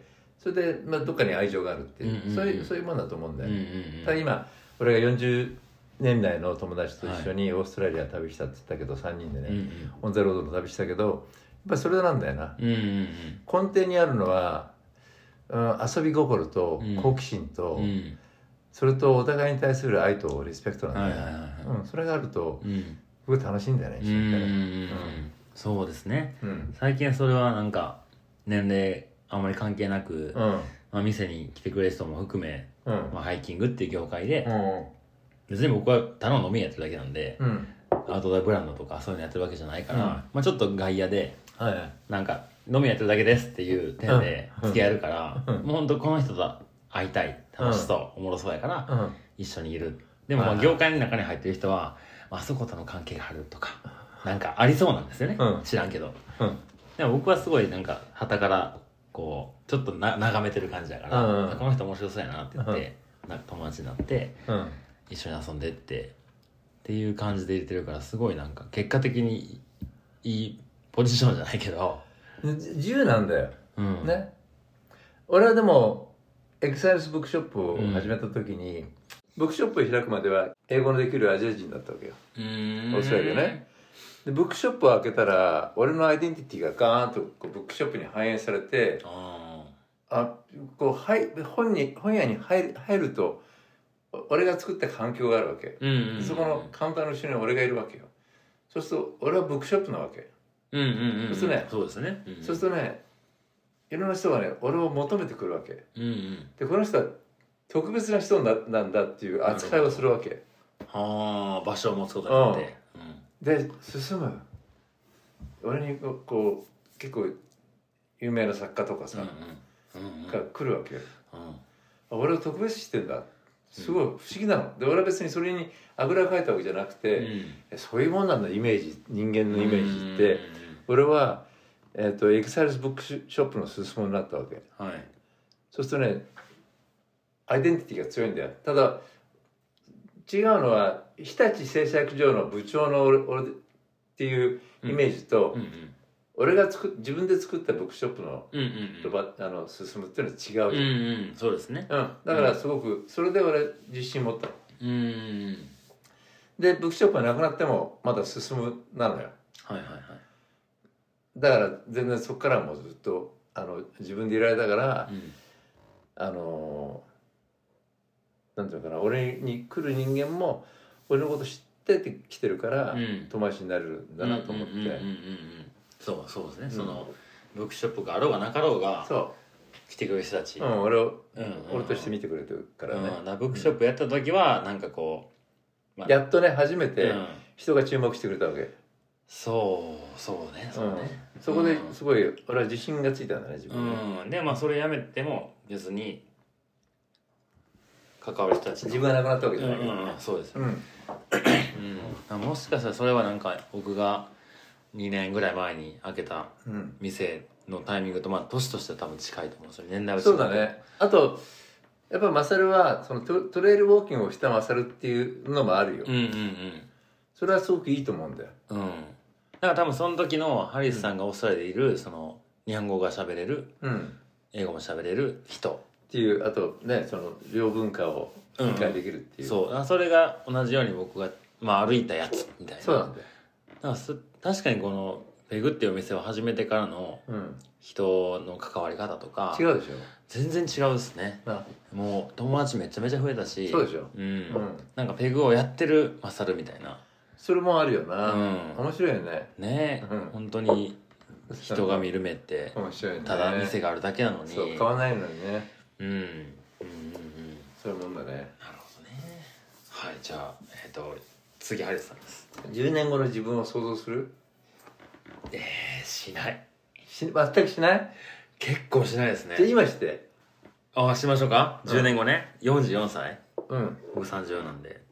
それで、まあ、どっかに愛情があるっていう、うんうんうん、そういうそういうものだと思うんだよ、うんうんうん、ただ今俺がよんじゅうねんだいの友達と一緒にオーストラリア旅したって言ったけど、さんにんでね、うんうん、オン・ザ・ロードの旅したけど、やっぱりそれなんだよな、うんうんうん、根底にあるのは、うん、遊び心と好奇心と、うんうん、それとお互いに対する愛とリスペクトなんだよ、はいはいはいはい、うん、それがあると、うん、すごい楽しいんだよね、一緒にね、うんうんうん、 そうですね、うん、最近それはなんか年齢あんまり関係なく、うん、まあ、店に来てくれる人も含め、うん、まあ、ハイキングっていう業界で、うん、別に僕はただの飲みやってるだけなんで、うん、アウトドアブランドとかそういうのやってるわけじゃないから、うん、まあ、ちょっと外野で、はい、なんか飲みやってるだけですっていう点で付き合えるから、うん、もうほんとこの人と会いたい、楽しそう、うん、おもろそうやから、うん、一緒にいる。でもまあ業界の中に入ってる人は、あそことの関係があるとかなんかありそうなんですよね、うん、知らんけど、うん、でも僕はすごいなんか傍からこうちょっとな眺めてる感じだから、うん、この人面白そうやなって言って、うん、なんか友達になって、うん、一緒に遊んでってっていう感じで入れてるから、すごいなんか結果的にいいポジションじゃないけど自由なんだよ、うん、ね。俺はでもエクサイズブックショップを始めた時に、うん、ブックショップを開くまでは英語のできるアジア人だったわけよ、オーストラリアね。でブックショップを開けたら俺のアイデンティティがガーンとこうブックショップに反映されて、ああこうはい本に本屋に入る、入ると俺が作った環境があるわけ、うんうんうん、そこのカウンターの後ろに俺がいるわけよ。そうすると俺はブックショップなわけ、うんうんうんうん、そうするとね、 そうですね、うんうん、 そうするとね、いろんな人がね俺を求めてくるわけ、うんうん、でこの人は特別な人なんだっていう扱いをするわけ、 ああ場所を持つことによって、 うん、で進む俺にこうこう結構有名な作家とかさ、うんうんうんうん、が来るわけよ、うん、俺を特別視してんだすごい不思議なので俺は別にそれにあぐらかいたわけじゃなくて、うん、そういうもんなんだイメージ人間のイメージって、うん、俺は、えー、とエクサイルスブックショップの進むになったわけ、はい、そうするとねアイデンティティが強いんだよただ違うのは日立製作所の部長の俺俺っていうイメージと、うんうんうん、俺が作自分で作ったブックショップの、うんうんうん、あの進むっていうのは違うじゃん、うんうん、 そうですね、 うん、だからすごくそれで俺自信持ったの、うん、でブックショップがなくなってもまだ進むなのよ、はいはいはい、だから全然そこからもうずっとあの自分でいられたから、うん、あのなんていうのかな俺に来る人間も俺のこと知ってて来てるから、うん、友達になれるんだなと思ってそうそうですね、うん、そのブックショップがあろうがなかろうが来てくれる人たち、 うん、俺を、うんうん、俺として見てくれてるからね、 うん、ブックショップやった時はなんかこう、まあ、やっとね初めて人が注目してくれたわけ、 そうそうねそうね、 うん、そこですごい俺は自信がついたんだね自分で、 うん、でまあそれやめても別に関わる人たち自分がなくなったわけじゃないけど、ね、 うんうん、そうですよ、うんうん、もしかしたらそれはなんか僕がにねんぐらい前に開けた店のタイミングとまあ年としては多分近いと思うんですよ年代はそうだねあとやっぱマサルはその ト, トレイルウォーキングをしたマサルっていうのもあるよ、うんうんうん、それはすごくいいと思うんだよ、うん、だから多分その時のハリスさんがオーストラリアでいるその日本語が喋れる、うん、英語も喋れる人っていうあとねその両文化を理解できるっていう、 うん、そうそれが同じように僕が、まあ、歩いたやつみたいなそうなんだよだから確かにこのペグっていうお店を始めてからの人の関わり方とか、 うん、違うでしょ全然違うですねもう友達めちゃめちゃ増えたしそうでしょ、 うんうん、なんかペグをやってるマサルみたいなそれもあるよな、うん、面白いよねねえ、うん、本当に人が見る目って面白いねただ店があるだけなのにそう買わないのにねうんうんうんうんそういうもんだねなるほどねはいじゃあえっ、ー、と次ハリスさんですじゅうねんごの自分を想像するえー、しないし全くしない結構しないですねじゃあ今してああしましょうか、うん、じゅうねんごねよんじゅうよんさいうん僕さんじゅうよんなんで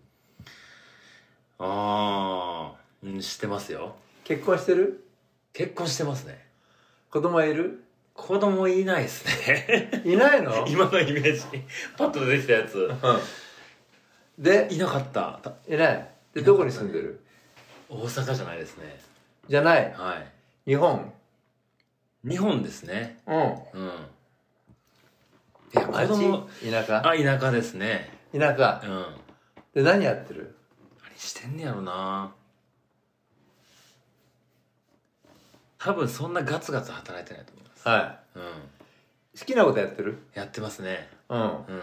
ああうんしてますよ結婚してる結婚してますね子供はいる子供いないですねいないの今のイメージパッと出てきたやつ、うん、でいなかったいないでどこに住んでる大阪じゃないですねじゃないはい日本日本ですねうんうんいや子供田舎あ田舎ですね田舎うんで何やってる何してんねやろな多分そんなガツガツ働いてないと思いますはい、うん、 好きなことやってるやってますねうん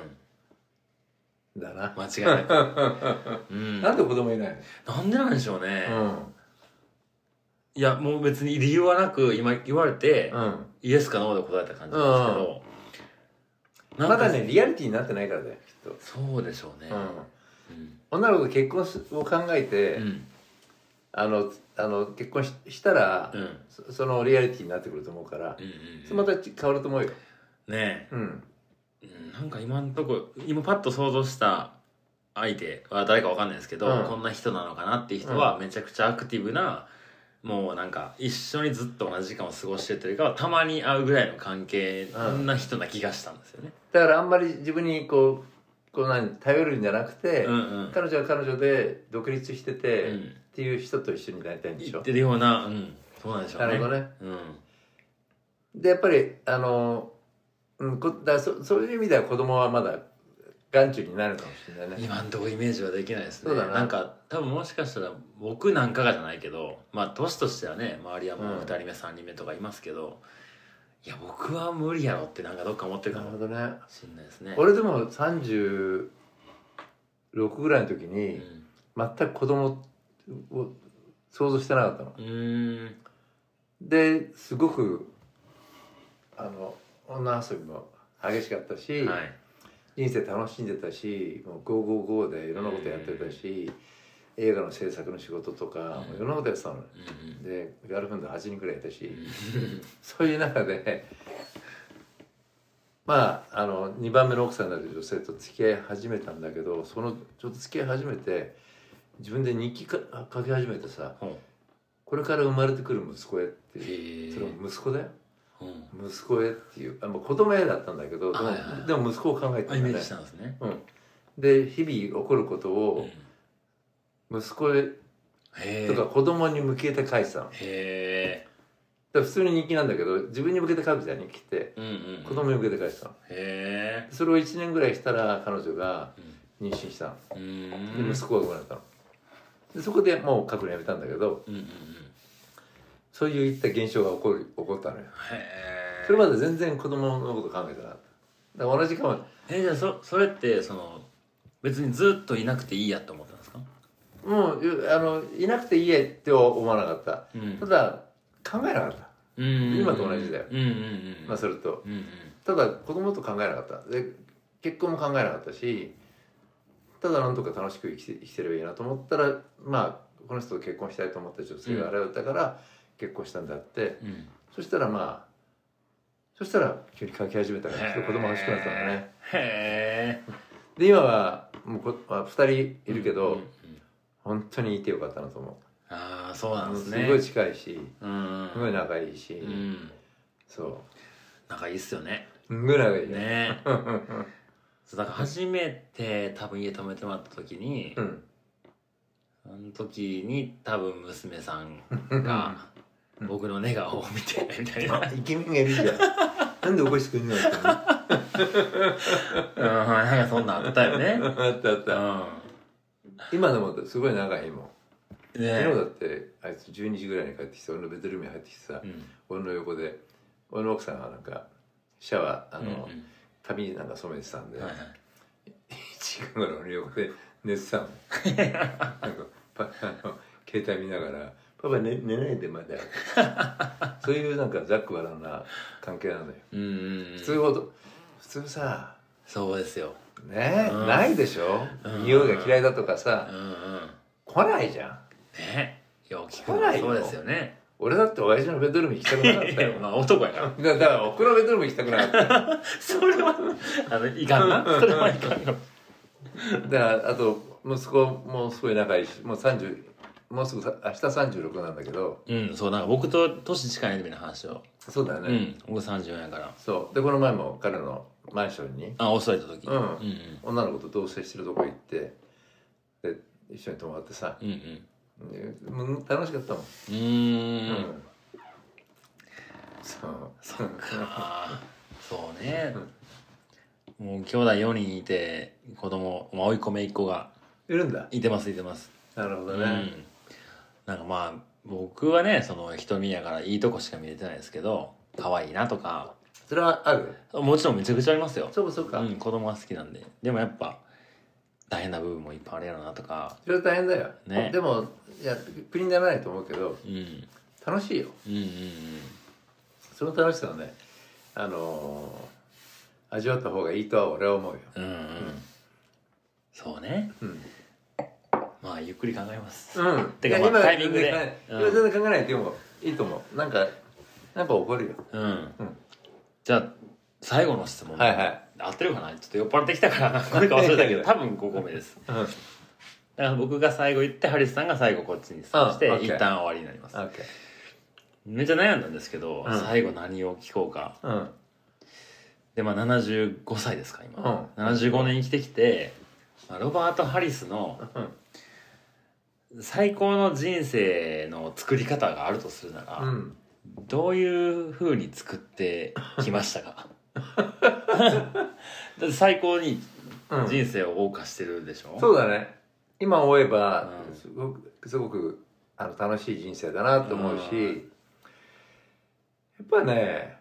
うんだな間違いない、 うん、なんで子供いないのなんでなんでしょうね、うん、いやもう別に理由はなく今言われて、うん、イエスかノーで答えた感じなんですけど、 うん、まだねリアリティになってないからだよきっとそうでしょうね、うんうん、 女の子と結婚を考えて、うんあのあの結婚 し, したら、うん、そ, そのリアリティになってくると思うから、うんうんうん、それまた変わると思うよねえ、うんうん、なんか今のとこ今パッと想像した相手は誰かわかんないですけど、うん、こんな人なのかなっていう人はめちゃくちゃアクティブな、うん、もうなんか一緒にずっと同じ時間を過ごしてるというかたまに会うぐらいの関係な人な気がしたんですよね、 うん、だからあんまり自分にこうこう何頼るんじゃなくて、うんうん、彼女は彼女で独立してて、うん、っていう人と一緒になりたいんでしょ言ってるような、うん、そうなんでしょうねなるほどね、うん、でやっぱりあの、うん、こだ そ, そういう意味では子供はまだ眼中になるかもしれないね今んとこイメージはできないですねそうだななんか多分もしかしたら僕なんかがじゃないけどまあ年としてはね周りはもうふたりめ、うん、さんにんめとかいますけどいや僕は無理やろってなんかどっか思ってるかもしれないですね俺でもさんじゅうろくぐらいの時に、うん、全く子供を想像してなかったのうんですごくあの女遊びも激しかったし、はい、 人生楽しんでたし、もうゴーゴーゴーでいろんなことやってたし、うん、映画の制作の仕事とか、うん、もういろんなことやってたの、うん、でガールフレンドはちにんくらいいたし、うん、そういう中でまああのにばんめの奥さんになる女性と付き合い始めたんだけど、そのちょっと付き合い始めて自分で日記か書き始めてさ、うん、これから生まれてくる息子へっていう、それも息子だよ、うん、息子へっていう、あもう子供へだったんだけど、でも、はいはい、でも息子を考えてたんだね。 イメージしたんですね、 うん、で日々起こることを息子へ、うん、とか子供に向けて書いてたの。へー。だから普通に日記なんだけど、自分に向けて書くじゃん、日記って、うんうんうん、子供に向けて書いてたの。へー。それをいちねんぐらいしたら彼女が妊娠したの、うん、で息子が生まれたので、そこでもう書くのやめたんだけど、うんうんうん、そういった現象が起こる起こったのよ。へー。それまで全然子供のこと考えてなかった。だから同じかも。 え、じゃあ そ, それってその別にずっといなくていいやって思ったんですか？ もうあのいなくていいやっては思わなかった、うん、ただ考えなかった、うんうんうん、今と同じだよ、うんうんうん、まあそれと、うんうん、ただ子供と考えなかったで、結婚も考えなかったし、ただなんとか楽しく生きて、生きてればいいなと思ったら、まあこの人と結婚したいと思った女性が現れたから結婚したんだって、うん、そしたらまあそしたら急に書き始めたから子供が欲しくなったのね。へー。で今はもうこ、まあ、ふたりいるけど、うんうんうん、本当にいてよかったなと思う。 ああそうなんですね。 すごい近いし、うん、すごい仲いいし、うん、そう仲いいっすよね。 すごい仲いいね。そうだから初めて多分家泊めてもらった時に、うん、あの時に多分娘さんが僕の寝顔を見てみたいな、 イケメンがいるじゃんなんで起こしてくんのってうん、なんかそんなんあったよね。 あったあった、うん、今でもすごい長いもん、ね、昨日だってあいつじゅうにじぐらいに帰ってきて俺のベッドルームに入ってきてさ、うん、俺の横で俺の奥さんがなんかシャワーあの、うんうん、髪なんか染めてたんで、はいはい、いちじかんぐらい俺の横で寝てたのなんかパあの携帯見ながらパパ 寝, 寝ないでまだそういうなんかざっくばらんな関係なのよ。うんうん、うん、普通ほど普通さそうですよね、うん、ないでしょ、うん、匂いが嫌いだとかさ、うんうん、来ないじゃんね。いや来ないよ。そうですよね。 俺だって親父のベッドルーム行きたくなかったよまあ男やからだから僕のベッドルーム行きたくなかったそれはあのいかんなそれはいかんのだからあと息子もすごい仲いいしもうさんじゅうもうすぐさ明日さんじゅうろくなんだけど、 うんそうなんか僕と年近いみたいな話を。 そうだよね、 うん、僕さんじゅうよんやから。 そうでこの前も彼のマンションにあ襲われた時、 うんうんうん、女の子と同棲してるとこ行ってで一緒に泊まってさ、うんうん、楽しかったもん。うーん、うん、 そうそっかそうね、うん、もう兄弟よにんいて子供、まあ、甥っ子姪っ子がいるんだ。 いてますいてます。 なるほどね、うん、 なんかまあ僕はねその瞳やからいいとこしか見れてないですけど可愛いなとかそれはある。 もちろんめちゃくちゃありますよ。 そうそうか、 うん、子供が好きなんで。でもやっぱ大変な部分もいっぱいあるやろなとか。 それは大変だよ、ね、でもいや国にならないと思うけど、うん、楽しいよ、うんうんうん、その楽しさをねあのー、味わった方がいいとは俺は思うよ、うんうんうん、 そうね、うん、まあゆっくり考えます、 うん、てか、まあ、タイミングで今全然考えないでもいいと思う。なんかなんか起こるよ、うん、うん、 じゃあ最後の質問、はいはい、合ってるかな。ちょっと酔っ払ってきたからこれか忘れたけど多分ごこめです、うん、だから僕が最後言ってハリスさんが最後こっちに質問して、うん、一旦終わりになります、okay. めっちゃ悩んだんですけど、うん、最後何を聞こうか、うん、でまあななじゅうごさいですか今、うん、ななじゅうごねん生きてきて、まあ、ロバート・ハリスの最高の人生の作り方があるとするなら、うん、どういう風に作ってきましたかだって最高に人生を謳歌してるでしょ、うん、 そうだね。今思えばすごく、すごくあの楽しい人生だなと思うし、うん、やっぱね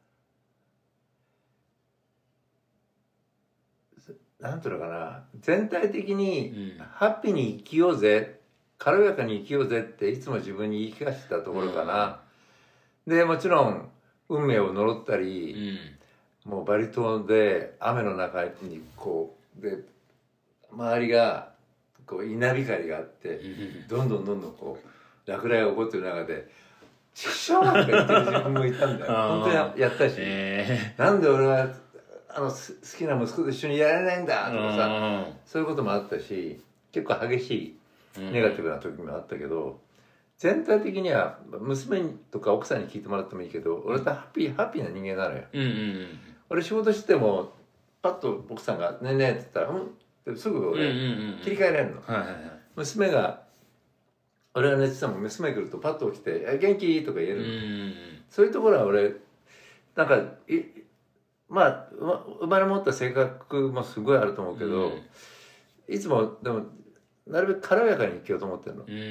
なんていうのかな、全体的にハッピーに生きようぜ、軽やかに生きようぜっていつも自分に言い聞かせてたところかな、うん、でもちろん運命を呪ったり、 もうバリ島で雨の中にこうで周りがこう稲光があってどんどんどんどんこう落雷が起こってる中で「ちくしょう!」とか言ってる自分もいたんだよ本当にやったし、えー、なんで俺はあの好きな息子と一緒にやれないんだとかさそういうこともあったし結構激しいネガティブな時もあったけど、全体的には娘とか奥さんに聞いてもらってもいいけど俺ってハッピーハッピーな人間なのよ、うんうんうん、俺仕事してもパッと奥さんが「ねえねえ」って言ったら「うん」ってすぐ俺切り替えられるの、はいはいはい、娘が俺が寝てても娘が来るとパッと起きて「元気?」とか言えるの、うんうん、そういうところは俺なんかいまあ生まれ持った性格もすごいあると思うけど、うん、いつもでもなるべく軽やかに生きようと思ってるの、うんうん、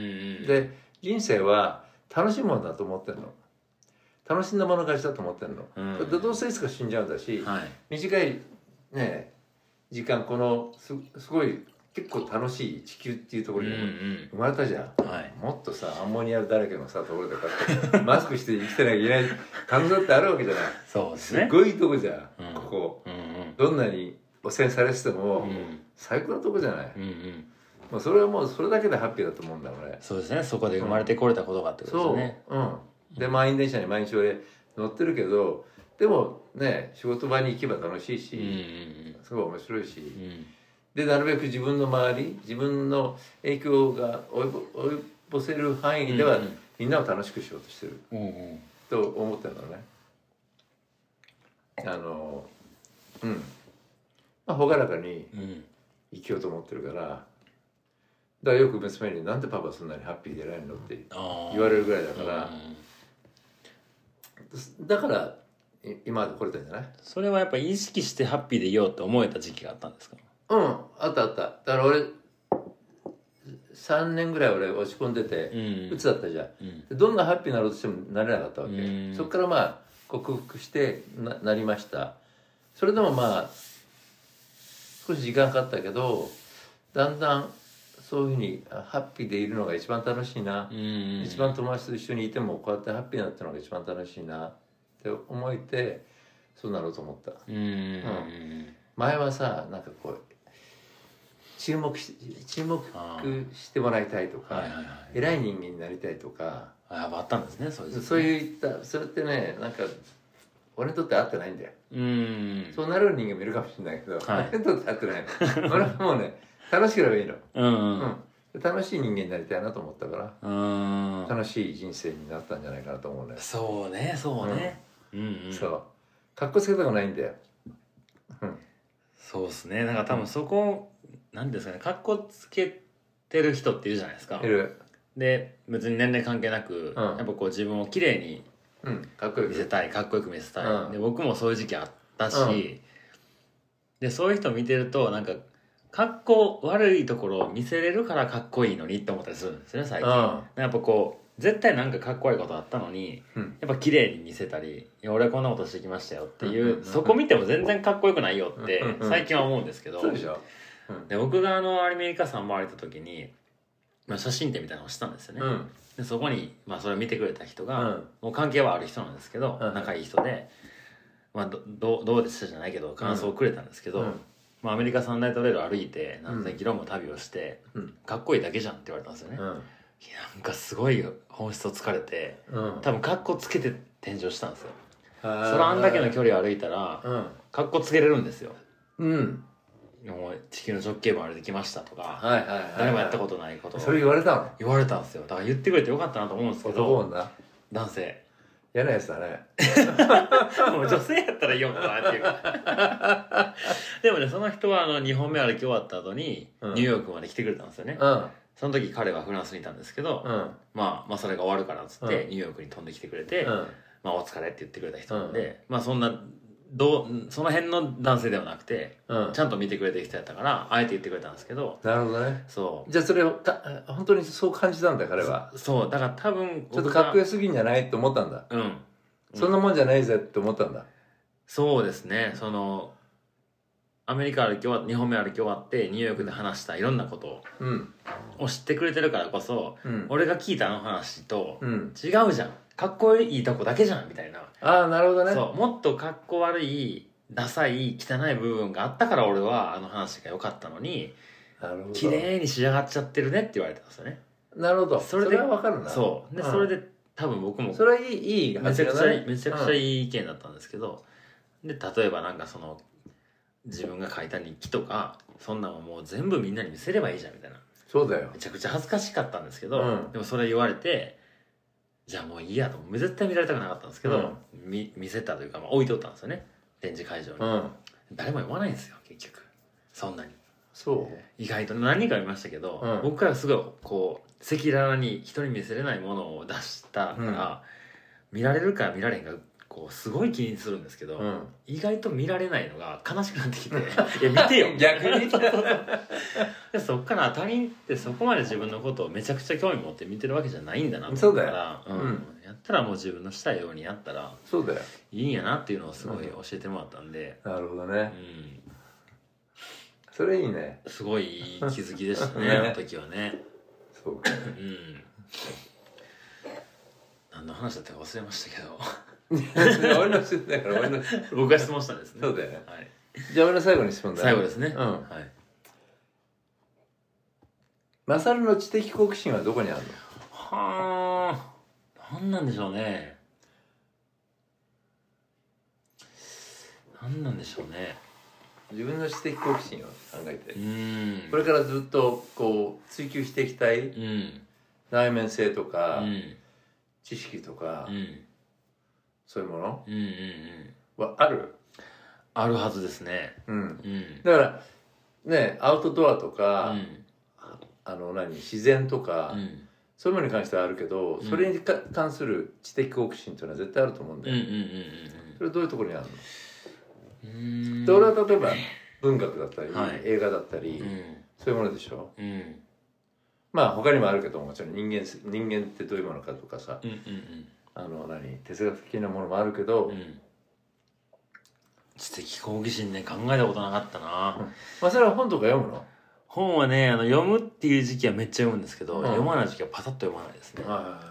で人生は楽しいものだと思ってるの楽しんだもの勝ちだと思ってるの、うん、でどうせいつか死んじゃうんだし、はい、短いね時間この す, すごい結構楽しい地球っていうところに生まれたじゃん、うんうんはい、もっとさアンモニアだらけのさところでこうやってマスクして生きてなきゃいけない可能性だってあるわけじゃない。 そうですね、 すごいとこじゃん、うん、ここ、うんうん、どんなに汚染されてても、うん、最高のとこじゃない、うんうん、もうそれはもうそれだけでハッピーだと思うんだ俺。 そうですね、そこで生まれてこれたことがってことですね、 うん、そう、うん、で満員電車に毎日俺乗ってるけどでもね仕事場に行けば楽しいし、うんうんうん、すごい面白いし、うん、でなるべく自分の周り自分の影響が及ぼせる範囲では、うんうん、みんなを楽しくしようとしてる、うんうん、と思ってるのね。あのうんまあ朗らかに生きようと思ってるから、だからよく娘に「なんでパパそんなにハッピーでいられるの?」って言われるぐらいだから、だから今まで来れたんじゃない？ それはやっぱり意識してハッピーでいようって思えた時期があったんですか？ うん、あったあった。だから俺さんねんぐらい俺落ち込んでて、うん、鬱だったじゃん、うん、どんなハッピーになろうとしてもなれなかったわけ、うん、そっからまあ克服して な, なりました。それでもまあ少し時間かかったけどだんだんそういうふうにハッピーでいるのが一番楽しいな、うん、一番友達と一緒にいてもこうやってハッピーになってるのが一番楽しいなって思えてそうなろうと思った、うんうん、前はさなんかこう注目し注目してもらいたいとか、はいはいはい、偉い人間になりたいとかあ, あったんですね、そういう、ね、 そういったそれってねなんか俺にとって合ってないんだよ。うんそうなる人間もいるかもしれないけど、はい、俺にとって合ってないの俺はもうね楽しければいいの、うんうんうん、楽しい人間になりたいなと思ったからうん楽しい人生になったんじゃないかなと思うね。 そうねそうね、うんうんうん、 そうかっこつけたくないんだよ、 うん、そうですね。なんか多分そこ、うん、なんですかねかっこつけてる人っているじゃないですか。いる。で別に年齢関係なく、うん、やっぱこう自分を綺麗にうん、かっこよく見せたいかっこよく見せたい、うん、で僕もそういう時期あったし、うん、でそういう人見てるとなんかかっこ悪いところを見せれるからかっこいいのにって思ったりするんですよね最近、うん、やっぱこう絶対なんかかっこ悪いことあったのに、うん、やっぱ綺麗に見せたりいや俺はこんなことしてきましたよっていう、うんうん、そこ見ても全然かっこよくないよって最近は思うんですけど、うんうん、そうでしょ、うん、で僕があのアメリカさん回れた時に、まあ、写真展みたいなのをしたんですよね、うんでそこに、まあ、それを見てくれた人が、うん、もう関係はある人なんですけど、うん、仲いい人で、まあ、ど, ど, うどうでしたじゃないけど感想をくれたんですけど、うんまあ、アメリカ三大トレイルを歩いて何千キロも旅をして、うん、かっこいいだけじゃんって言われたんですよね、うん、いやなんかすごい本質を突かれて、うん、多分かっこつけて転生したんですよ。それあんだけの距離を歩いたら、うん、かっこつけれるんですよ。うんもう地球の直径までできましたとか、はいはいはいはい、誰もやったことないことをそれ言われたの言われたんですよ。だから言ってくれてよかったなと思うんですけど男男性嫌なやつだねもう女性やったらいいよなっていうでもねその人はあのにほんめ歩き終わった後にニューヨークまで来てくれたんですよね、うん、その時彼はフランスにいたんですけど、うんまあ、まあそれが終わるからっつって、うん、ニューヨークに飛んできてくれて、うんまあ、お疲れって言ってくれた人なんで、うん、まあそんなどうその辺の男性ではなくて、うん、ちゃんと見てくれてる人やったからあえて言ってくれたんですけど。 なるほどね。そうじゃあそれをた本当にそう感じたんだ彼は。 そうだから多分ちょっとかっこよすぎんじゃないって思ったんだ。うん、うん、そんなもんじゃないぜって思ったんだ。 そうですね。そのアメリカ歩き終わってにほんめ歩き終わってニューヨークで話したいろんなことを知ってくれてるからこそ、うん、俺が聞いたあの話と、うん、違うじゃんかっこいいとこだけじゃんみたいな。 ああなるほどね。 そうもっとかっこ悪いダサい汚い部分があったから俺はあの話が良かったのに、 なるほど、 綺麗に仕上がっちゃってるねって言われたんですよね。 なるほど、 それでは分かるな。 そうで、うん、それで多分僕もそれはいい、いいめちゃくちゃめちゃくちゃいい意見だったんですけど、うん、で例えばなんかその自分が書いた日記とかそんなのもう全部みんなに見せればいいじゃんみたいな。 そうだよ。 めちゃくちゃ恥ずかしかったんですけど、 うん、 でもそれ言われて、じゃあもういいやと、絶対見られたくなかったんですけど、うん、見, 見せたというか、まあ、置いとったんですよね、展示会場に、うん、誰も読まないんですよ結局、そんなに。 そう意外と何人か見ましたけど、うん、僕からすごいこう赤裸々に人に見せれないものを出したから、うん、見られるか見られへんかこうすごい気にするんですけど、うん、意外と見られないのが悲しくなってきていや見てよ逆にでそっから他人ってそこまで自分のことをめちゃくちゃ興味持って見てるわけじゃないんだなと思ったら、うんうん、やったらもう自分のしたいようにやったらそうだよいいんやなっていうのをすごい教えてもらったんで、 うん、なるほどね、うん、それいいね。 すごいいい気づきでしたねあの時はね。 そうか、 うん、何の話だったか忘れましたけど俺の質問だから俺の僕が質問したんですね。 そうだよね、 はい、 じゃあ俺の最後に質問だよ。 最後ですね、 うん、 はい。 マサルの知的好奇心はどこにあるの？ はあ、何なんでしょうね。何なんでしょうね。 自分の知的好奇心を考えて、 うん、 これからずっとこう追求していきたい、うん、内面性とか、うん、知識とか、うん、そういうもの、うんうんうん、はある？ あるはずですね、 うんうん、だからねアウトドアとか、うん、あの何自然とか、うん、そういうものに関してはあるけど、うん、それに関する知的好奇心というのは絶対あると思うんだよ、うんうんうんうん、それはどういうところにあるの？うーんで俺は例えば文学だったり、はい、映画だったり、うん、そういうものでしょ、うん、まあ他にもあるけどもちろん人間、人間ってどういうものかとかさ、うんうんうん、あの何哲学的なものもあるけど、うん、 知的好奇心ね考えたことなかったな、うん、 まあそれは本とか読むの？ 本はねあの読むっていう時期はめっちゃ読むんですけど、うん、読まない時期はパタッと読まないですね、はいはいはい、うん、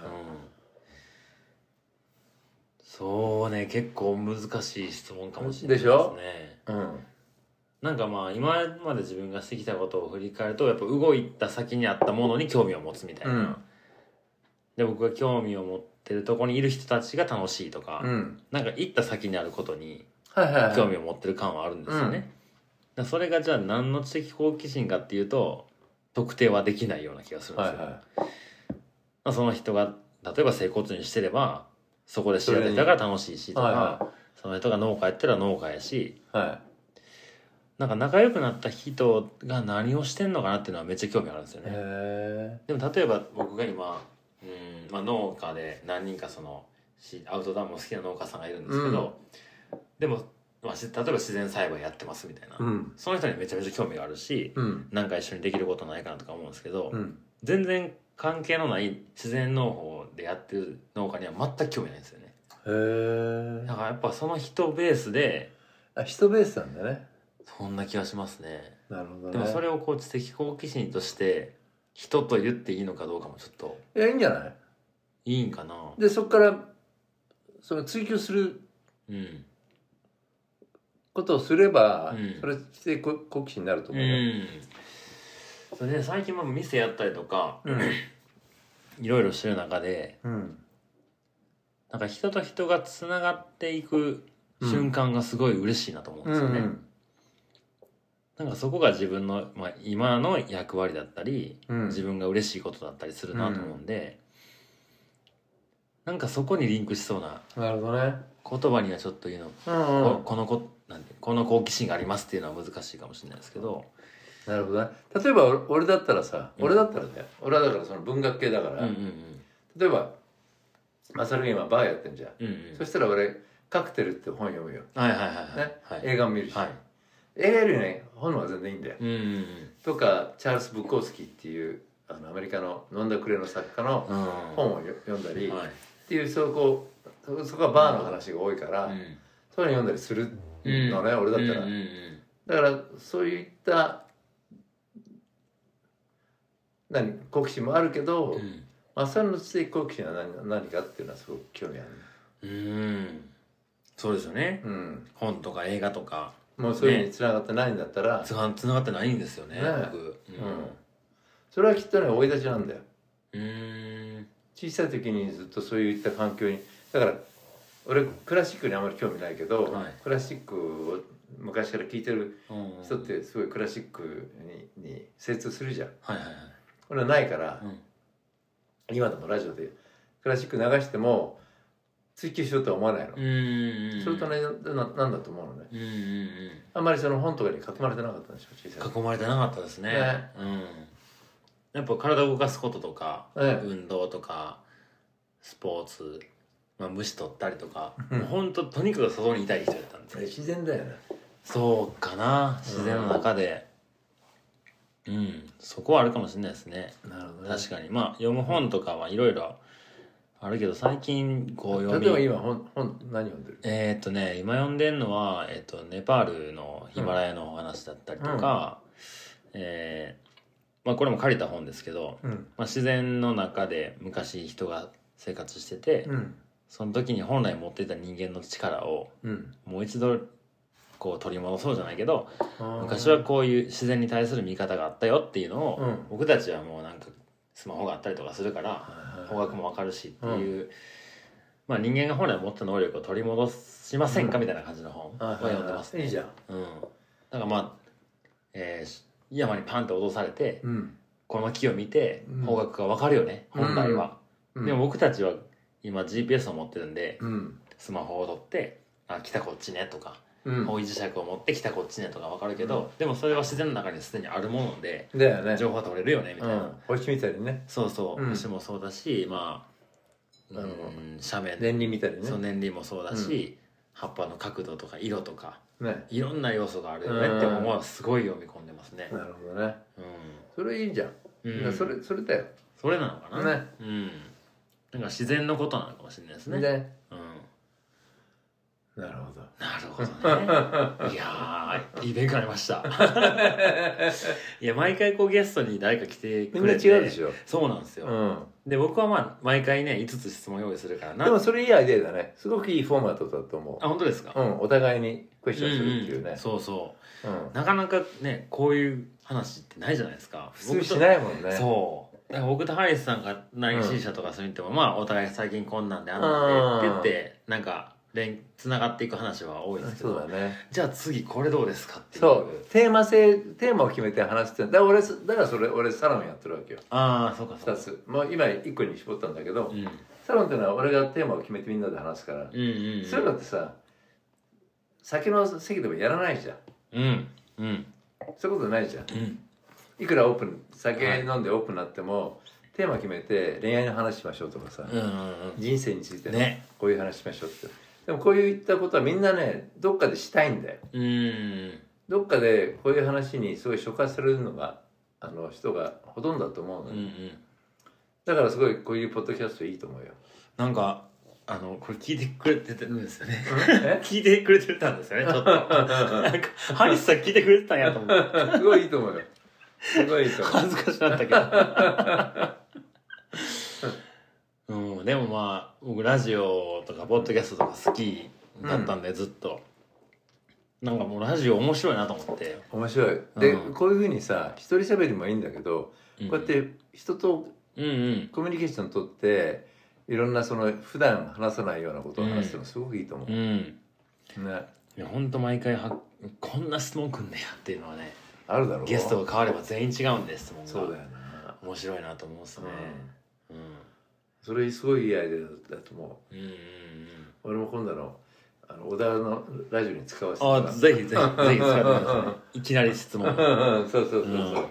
そうね結構難しい質問かもしれないですね。でしょ、うん、なんかまあ今まで自分がしてきたことを振り返るとやっぱ動いた先にあったものに興味を持つみたいな、うん、で僕が興味を持ってるとこにいる人たちが楽しいとか、うん、なんか行った先にあることに興味を持ってる感はあるんですよね、うん、それがじゃあ何の知的好奇心かっていうと特定はできないような気がするんですよ、はいはい、まあ、その人が例えば整骨院してればそこで知られたから楽しいしとか、はいはい、その人が農家やったら農家やし、はい、なんか仲良くなった人が何をしてんのかなっていうのはめっちゃ興味あるんですよね。へでも例えば僕が今、うんまあ、農家で何人かそのアウトドアも好きな農家さんがいるんですけど、うん、でも、まあ、例えば自然栽培やってますみたいな、うん、その人にめちゃめちゃ興味があるし、うん、なんか一緒にできることないかなとか思うんですけど、うん、全然関係のない自然農法でやってる農家には全く興味ないんですよね。へえ。だからやっぱその人ベースで、 あ、人ベースなんだね。 そんな気がしますね。 なるほどね。 でもそれをこう知的好奇心として人と言っていいのかどうかもちょっと。 いや、いいんじゃない？ いいんかな。 でそこからその追求することをすれば、うん、それ知的好奇心になると思うよ。うん、 それで最近も店やったりとか、うん、いろいろしてる中で、うん、なんか人と人がつながっていく瞬間がすごい嬉しいなと思うんですよね、うんうん、なんかそこが自分の、まあ、今の役割だったり、うん、自分が嬉しいことだったりするなと思うんで、うん、なんかそこにリンクしそうななるほどね言葉にはちょっと言うの、うんうん、こ, このこなんてこの好奇心がありますっていうのは難しいかもしれないですけど。 なるほどね。例えば俺だったらさ、うん、俺だったらね俺はだからその文学系だから、うんうんうん、例えばマサルが今バーやってんじゃん、うんうん、そしたら俺カクテルって本読むよ、 はいはいはい、はいねはい、 映画も見るし、はい、映画よりね本の方が全然いいんだよ、うんうんうん、とかチャールズ・ブッコースキーっていうあのアメリカの飲んだくれの作家の本を読んだり、うん、っていうそこそこはバーの話が多いから、うん、そういうの読んだりするのね、うん、俺だったら、うんうんうん、だからそういった何好奇心もあるけど、うんマサルの知的好奇心は 何, 何かっていうのはすごく興味ある、ね、 うんそうですよね、 うん、 本とか映画とかもうそういうのに繋がってないんだったら、 ね、つながってないんですよね、ね僕、うん、うん、 それはきっとね生い立ちなんだよ。 うーん、 小さい時にずっとそういった環境に、だから俺クラシックにあまり興味ないけど、はい、クラシックを昔から聴いてる人ってすごいクラシックに、に精通するじゃん。はいはいはい、俺はないから、うん、今でもラジオでクラシック流しても追求しようとは思わないの。うんうん、それとねな、なんだと思うのね。うんうんうん、あんまりその本とかに囲まれてなかったんでしょ、小さい。 囲まれてなかったですね。ね、うん、やっぱ体を動かすこととか、ね、運動とかスポーツ、まあ、虫取ったりとか、もうほんととにかく外にいたい人だったんで。 自然だよね。 そうかな、自然の中で、うん、うん、そこはあるかもしれないですね。なるほどね。確かにまあ読む本とかはいろいろあるけど、最近こう読み、 例えば今本本何読んでる？ えー、っとね今読んでるのは、えー、っとネパールのヒマラヤのお話だったりとか、うん、えー、まあこれも借りた本ですけど、うん、まあ、自然の中で昔人が生活してて、うん、その時に本来持っていた人間の力をもう一度こう取り戻そうじゃないけど、昔はこういう自然に対する見方があったよっていうのを、うん、僕たちはもうなんかスマホがあったりとかするから方角も分かるしっていう、うん、まあ人間が本来持った能力を取り戻しませんか、うん、みたいな感じの本は読んでますね。 いいじゃん。 うん。だからまあ、えー、山にパンって脅されて、うん、この木を見て方角が分かるよね、うん、本来は、うん、でも僕たちは今 ジーピーエス を持ってるんで、うん、スマホを取ってあ来たこっちねとか、うん、方位磁石を持って来たこっちねとか分かるけど、うん、でもそれは自然の中にすでにあるもので、ね、情報が取れるよねみたいな、うん、 星みたいにね。 そうそう、うん、星もそうだし、まあ、うん、斜面年輪みたいにね。 そう年輪もそうだし、うん、葉っぱの角度とか色とか、ね、いろんな要素があるよねって思うのはすごい読み込んでますね。 なるほどね、うん、それいいじゃん、うん、それそれだよ。 それなのかなね、うん、なんか自然のことなのかもしれないですね。ね、うん、 なるほど。 なるほどね。いやー、いい勉強になりました。いや、毎回こうゲストに誰か来てくれて。 みんな違うでしょ。 そうなんですよ。うん、で、僕はまあ、毎回ね、いつつ質問用意するからな。 でもそれいいアイデアだね。すごくいいフォーマットだと思う。 あ、本当ですか？ うん、お互いにクエスチョンするっていうね。うんうん、 そうそう、うん。なかなかね、こういう話ってないじゃないですか。 普通しないもんね。 そう。だから僕とハリスさんが何か C 社とかそう言っても、うん、まあ、お互い最近こんなんであんなんでって言って、なんか、連つながっていく話は多いですけど、そうだね、じゃあ次これどうですかっていう、 そうテーマ性テーマを決めて話すってだから俺だからそれ俺サロンやってるわけよ。 ああそうかそうか。 ふたつ、まあ、今いっこに絞ったんだけど、うん、サロンっていうのは俺がテーマを決めてみんなで話すから、うんうんうん、そういうのってさ酒の席でもやらないじゃん。うんうん、そういうことないじゃん、うん、いくらオープン酒飲んでオープンになっても、はい、テーマ決めて恋愛の話しましょうとかさ、うんうんうん、人生について、ね、こういう話しましょうって。でもこういったことはみんなねどっかでしたいんだよ。うんどっかでこういう話にすごい触発されるのがあの人がほとんどだと思うの、うんうん、だからすごいこういうポッドキャストいいと思うよ。 なんかあのこれ聞いてくれてるんですよね。聞いてくれてたんですよねちょっと。なんかハリスさん聞いてくれてたんやと思って。 すごいいいと思うよ。すごいいいと思う。 恥ずかしなったけど。うん、でもまあ僕ラジオとかポッドキャストとか好きだったんで、うん、ずっとなんかもうラジオ面白いなと思って。 面白いで、うん、こういうふうにさ一人喋りもいいんだけど、うん、こうやって人とコミュニケーション取っていろんなその普段話さないようなことを話すのすごくいいと思う、うんうん、 ね、いやほんと毎回はこんな質問くんねやっていうのはねあるだろう。 ゲストが変われば全員違うんで質問が。 そうだよな。 面白いなと思うんですね、うんうん、 それすごいいいアイデアだと思う。うんうんうん、俺も今度のあの小田のラジオに使わせてもらう。 あ、ぜひぜひぜひ使ってください。いきなり質問。 そうそうそうそう。うん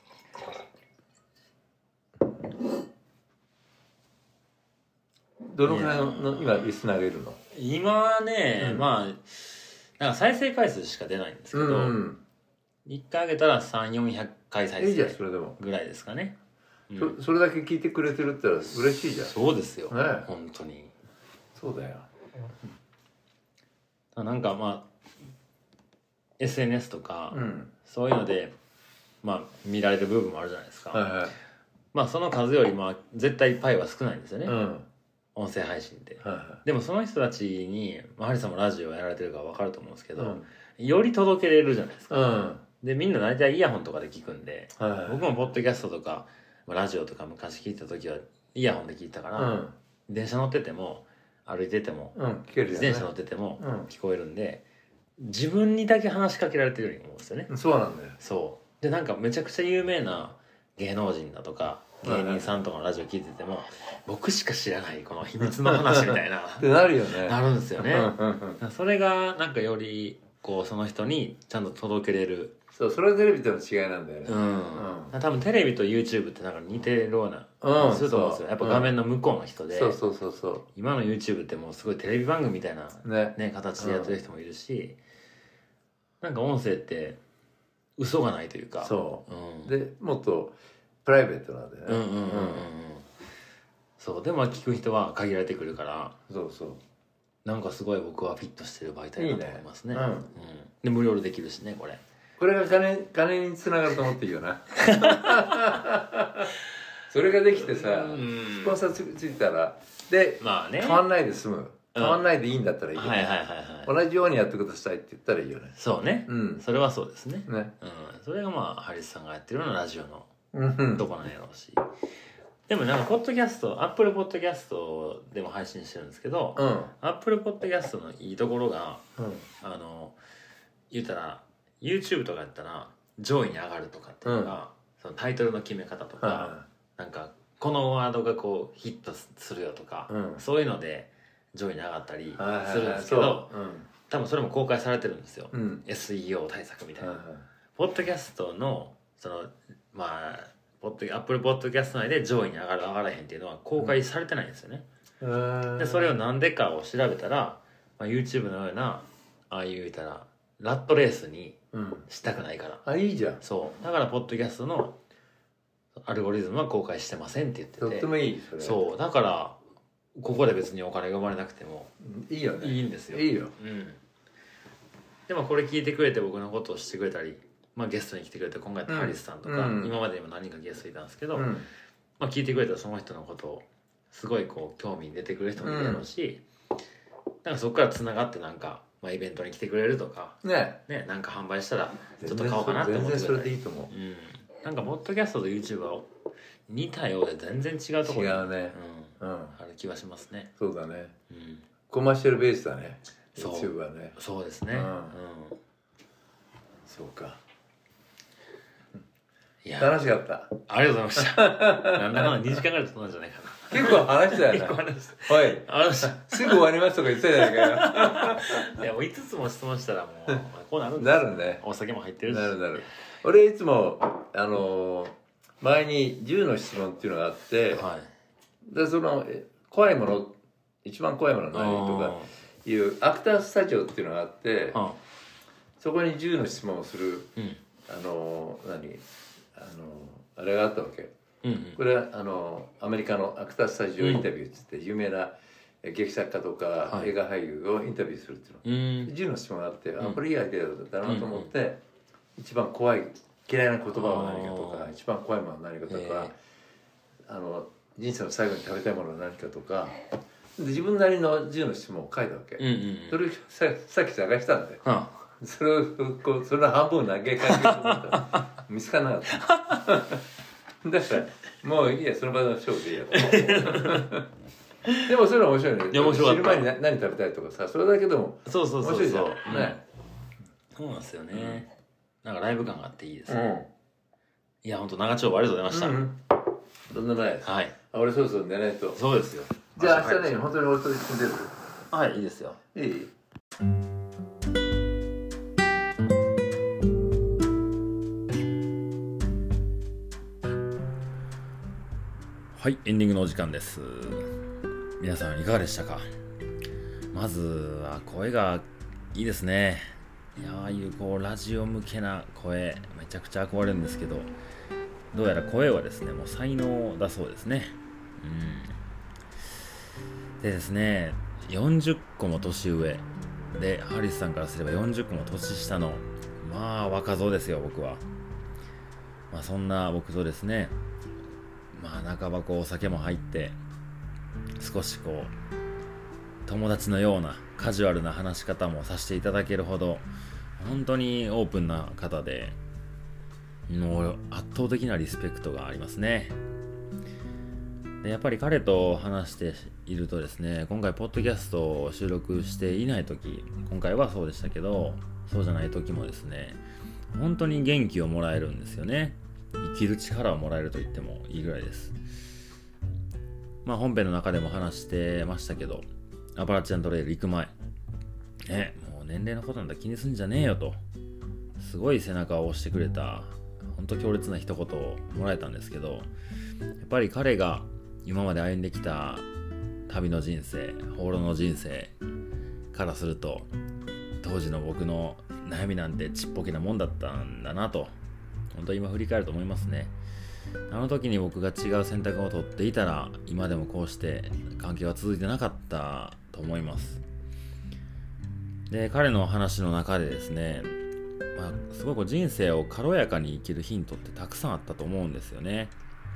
どのくらいの今リスナーがいるの？ 今はね、うん、まあなんか再生回数しか出ないんですけど、うん、いっかいあげたらさん、よんひゃっかい再生ぐらいですかね。 うん、そ, それだけ聞いてくれてるってのは嬉しいじゃん。 そうですよ、ね、本当にそうだよ。 なんかまあ エスエヌエス とか、うん、そういうのでまあ見られる部分もあるじゃないですか、はいはい、まあその数よりまあ絶対パイは少ないんですよね、うん、 音声配信って、 はいはい、 でもその人たちに、まあ、ハリさんもラジオやられてるから分かると思うんですけど、うん、より届けれるじゃないですか、うん、でみんな大体イヤホンとかで聞くんで、はいはい、僕もポッドキャストとかラジオとか昔聞いた時はイヤホンで聞いたから、うん、電車乗ってても歩いてても、うん、聞けるよね、自転車乗ってても聞こえるんで、うん、自分にだけ話しかけられてるように思うんですよね。 そうなんだよ。 そうでなんかめちゃくちゃ有名な芸能人だとか芸人さんとかのラジオ聞いてても、はいはい、僕しか知らないこの秘密の話みたいなってなるよね。なるんですよねそれがなんかよりこうその人にちゃんと届けれる。 そう、それはテレビとの違いなんだよね。うん、 うん、多分テレビと YouTube ってなんか似てるような、うん、すると思うんですよ。やっぱ画面の向こうの人で、 うん、そうそうそうそう。 今の YouTube ってもうすごいテレビ番組みたいなね、ね形でやってる人もいるし、うん、なんか音声って嘘がないというか、 そう、うん、でもっとプライベートなんだよね。うんうんうんうん、 そうでも聞く人は限られてくるから、 そうそう。 なんかすごい僕はフィットしてる媒体だと思いますね。いいね、うんうん、で無料でできるしねこれ。 これが金金につながると思っていいよなそれができてさ、スポンサー つ, ついたらで、まあね、変わんないで済む、変わんないでいいんだったらいいよね、はいはいはいはい、同じようにやってくださいって言ったらいいよね。 そうね、うん、それはそうですね、ね、うん、それがまあハリスさんがやってるようなラジオのとこなんやろうし、でもなんかポッドキャスト、アップルポッドキャストでも配信してるんですけど、うん、アップルポッドキャストのいいところが、うん、あの言ったら YouTube とかやったら上位に上がるとかっていうのが、うん、そのタイトルの決め方とか、うん、なんかこのワードがこうヒットするよとか、うん、そういうので上位に上がったりするんですけど、多分それも公開されてるんですよ、うん、エスイーオー 対策みたいな、ポッドキャストのそのまあポッドアップルポッドキャスト内で上位に上がる上がらへんっていうのは公開されてないんですよね、うん、でそれをなんでかを調べたら、まあ、YouTube のようなああいう言ったらラットレースにしたくないから、 うん、あいいじゃん。 そうだからポッドキャストのアルゴリズムは公開してませんって言ってて、 とってもいいそれ。 そうだからここで別にお金が生まれなくてもいいよね。 いいんですよ。 いいよ、 うん、でもこれ聞いてくれて僕のことをしてくれたり、まあ、ゲストに来てくれて今回ハリスさんとか、うん、今までにも何人かゲストいたんですけど、うん、まあ、聞いてくれたらその人のことをすごいこう興味に出てくれる人もいるだろうし、うん、なんかそこからつながってなんか、まあ、イベントに来てくれるとかね、ね、なんか販売したらちょっと買おうかなって思ってくれたり、 全然それでいいと思う、 うん、なんかポッドキャストと YouTube は似たようで全然違うところに違うね、 うんうん、ある気はしますね。 そうだね、うん、コマーシャルベースだね YouTube はね。 そうですね、うんうん、 そうか。 いや楽しかった。 ありがとうございましたなんだかんだにじかんぐらい経ったんじゃないかな。 結構話したよね。結構話した。はい。話した。すぐ終わりますとか言ってたじゃないかよいやもういつつも質問したらもうこうなるんですよ。なるね。 お酒も入ってるし。 なるなる。俺いつもあのー、前にじゅうの質問っていうのがあって、はい、でその怖いもの一番怖いものは何とかいうアクタースタジオっていうのがあって、そこにじゅうの質問をする、うん、あのー、何あのあれがあったわけ、うんうん、これはあのアメリカのアクタースタジオインタビューって言って、有名な劇作家とか、はい、映画俳優をインタビューするっていうの、じゅうの質問があって、うん、あこれいいアイデアだなと思って、うんうん、一番怖い嫌いな言葉は何かとか、一番怖いものは何かとか、あの人生の最後に食べたいものは何かとかで自分なりのじゅうの質問を書いたわけ、うんうんうん、それをささっき探したんで、うん、それをこうそれの半分投げかけてと思ったら見つからなかっただからもういいやその場の勝負でいいやでもそれは面白いね。 いや面白かった。 死ぬ前に何食べたいとかさ、それだけでもそうそうそうそう面白いじゃん、ね、 うん、 そうなんですよね、うん、なんかライブ感があっていいですね、うん、いや本当長丁場ありがとうございました、うんうん、 どんなないです、 はい、 あ俺そろそろ寝ないと。 そうですよ。 じゃあ明日ね本当に俺と一緒に出る。 はいいいですよ。 いいはい、エンディングのお時間です。皆さんいかがでしたか。まずは声がいいですね。いやああいうこうラジオ向けな声めちゃくちゃ憧れるんですけど、どうやら声はですねもう才能だそうですね。うんでですねよんじゅっこも年上でハリスさんからすればよんじゅっこも年下のまあ若造ですよ僕は。まあそんな僕とですねまあ半ばこうお酒も入って少しこう友達のようなカジュアルな話し方もさせていただけるほど本当にオープンな方で、もう圧倒的なリスペクトがありますね。でやっぱり彼と話しているとですね、今回ポッドキャストを収録していない時、今回はそうでしたけど、そうじゃない時もですね、本当に元気をもらえるんですよね。生きる力をもらえると言ってもいいぐらいです。まあ本編の中でも話してましたけど、アパラチアントレイル行く前ね、もう年齢のことなんだ気にすんじゃねえよと、すごい背中を押してくれた本当強烈な一言をもらえたんですけど、やっぱり彼が今まで歩んできた旅の人生、放浪の人生からすると、当時の僕の悩みなんてちっぽけなもんだったんだなと、本当今振り返ると思いますね。あの時に僕が違う選択を取っていたら、今でもこうして関係は続いてなかったと思います。で、彼の話の中でですね、まあ、すごく人生を軽やかに生きるヒントってたくさんあったと思うんですよね。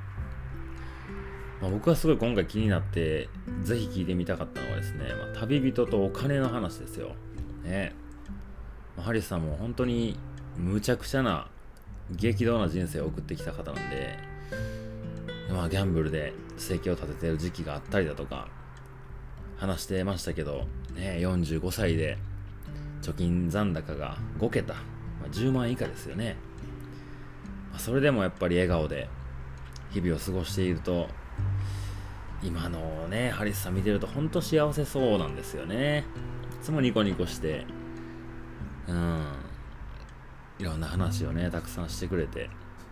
まあ、僕はすごい今回気になってぜひ聞いてみたかったのはですね、まあ、旅人とお金の話ですよ。ね、まあ、ハリスさんも本当にむちゃくちゃな激動な人生を送ってきた方なんで、まあ、ギャンブルで生計を立てている時期があったりだとか話してましたけど、ね、よんじゅうごさいで貯金残高がごけた、まあ、じゅうまん以下ですよね。まあ、それでもやっぱり笑顔で日々を過ごしていると、今のねハリスさん見てると本当幸せそうなんですよね。いつもニコニコしてうんいろんな話をねたくさんしてくれて、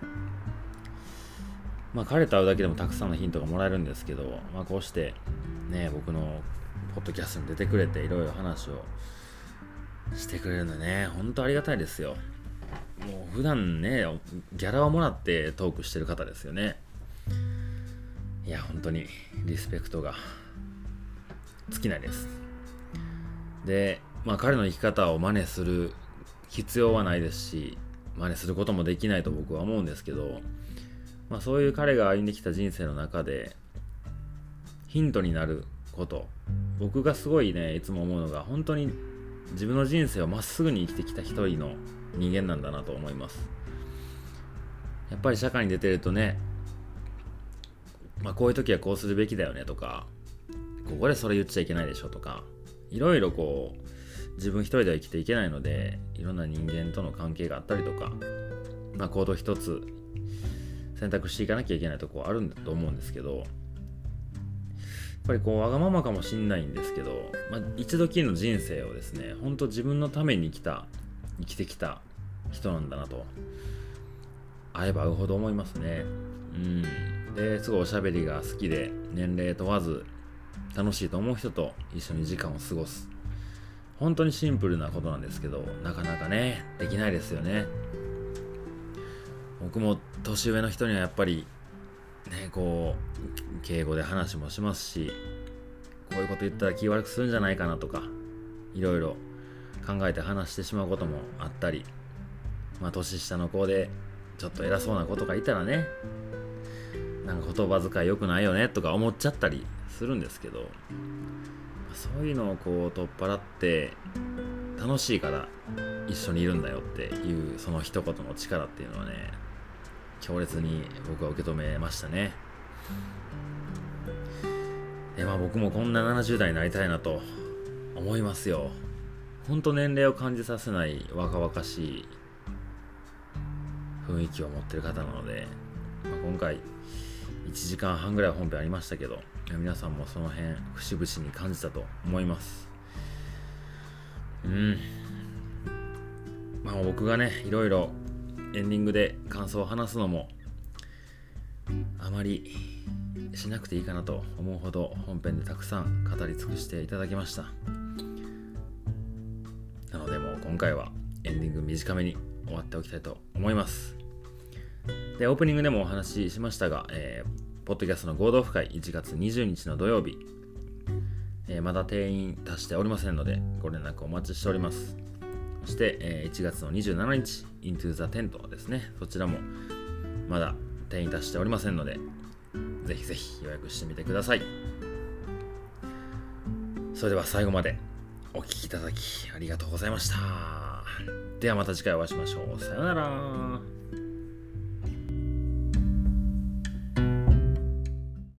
まあ彼と会うだけでもたくさんのヒントがもらえるんですけど、まあこうしてね僕のポッドキャストに出てくれていろいろ話をしてくれるのね、本当ありがたいですよ。もう普段ねギャラをもらってトークしてる方ですよね。いや本当にリスペクトが尽きないです。で、まあ彼の生き方を真似する必要はないですし、真似することもできないと僕は思うんですけど、まあそういう彼が歩んできた人生の中でヒントになること、僕がすごいねいつも思うのが、本当に自分の人生をまっすぐに生きてきた一人の人間なんだなと思います。やっぱり社会に出てるとね、まあこういう時はこうするべきだよねとか、ここでそれ言っちゃいけないでしょとか、いろいろこう自分一人では生きていけないので、いろんな人間との関係があったりとか、まあ行動一つ選択していかなきゃいけないところあるんだと思うんですけど、やっぱりこうわがままかもしんないんですけど、まあ、一度きりの人生をですね、本当自分のために生きた生きてきた人なんだなと会えば会うほど思いますね。うんですごいおしゃべりが好きで、年齢問わず楽しいと思う人と一緒に時間を過ごす、本当にシンプルなことなんですけど、なかなかねできないですよね。僕も年上の人にはやっぱりねこう敬語で話もしますし、こういうこと言ったら気悪くするんじゃないかなとか、いろいろ考えて話してしまうこともあったり、まあ年下の子でちょっと偉そうな子とかいたらね、なんか言葉遣い良くないよねとか思っちゃったりするんですけど、そういうのをこう取っ払って、楽しいから一緒にいるんだよっていうその一言の力っていうのはね、強烈に僕は受け止めましたね。でまあ僕もこんなななじゅう代になりたいなと思いますよ。ほんと年齢を感じさせない若々しい雰囲気を持ってる方なので、まあ、今回いちじかんはんぐらい本編ありましたけど、皆さんもその辺節々に感じたと思います。うんまあ僕がねいろいろエンディングで感想を話すのもあまりしなくていいかなと思うほど、本編でたくさん語り尽くしていただきました。なのでもう今回はエンディング短めに終わっておきたいと思います。でオープニングでもお話ししましたが、えー、ポッドキャストの合同オフ会いちがつにじゅうにちの土曜日、えー、まだ定員達しておりませんのでご連絡お待ちしております。そして、えー、いちがつのにじゅうしちにち Into the Tent ですね、そちらもまだ定員達しておりませんので、ぜひぜひ予約してみてください。 それでは最後までお聞きいただきありがとうございました。ではまた次回お会いしましょう。さようなら。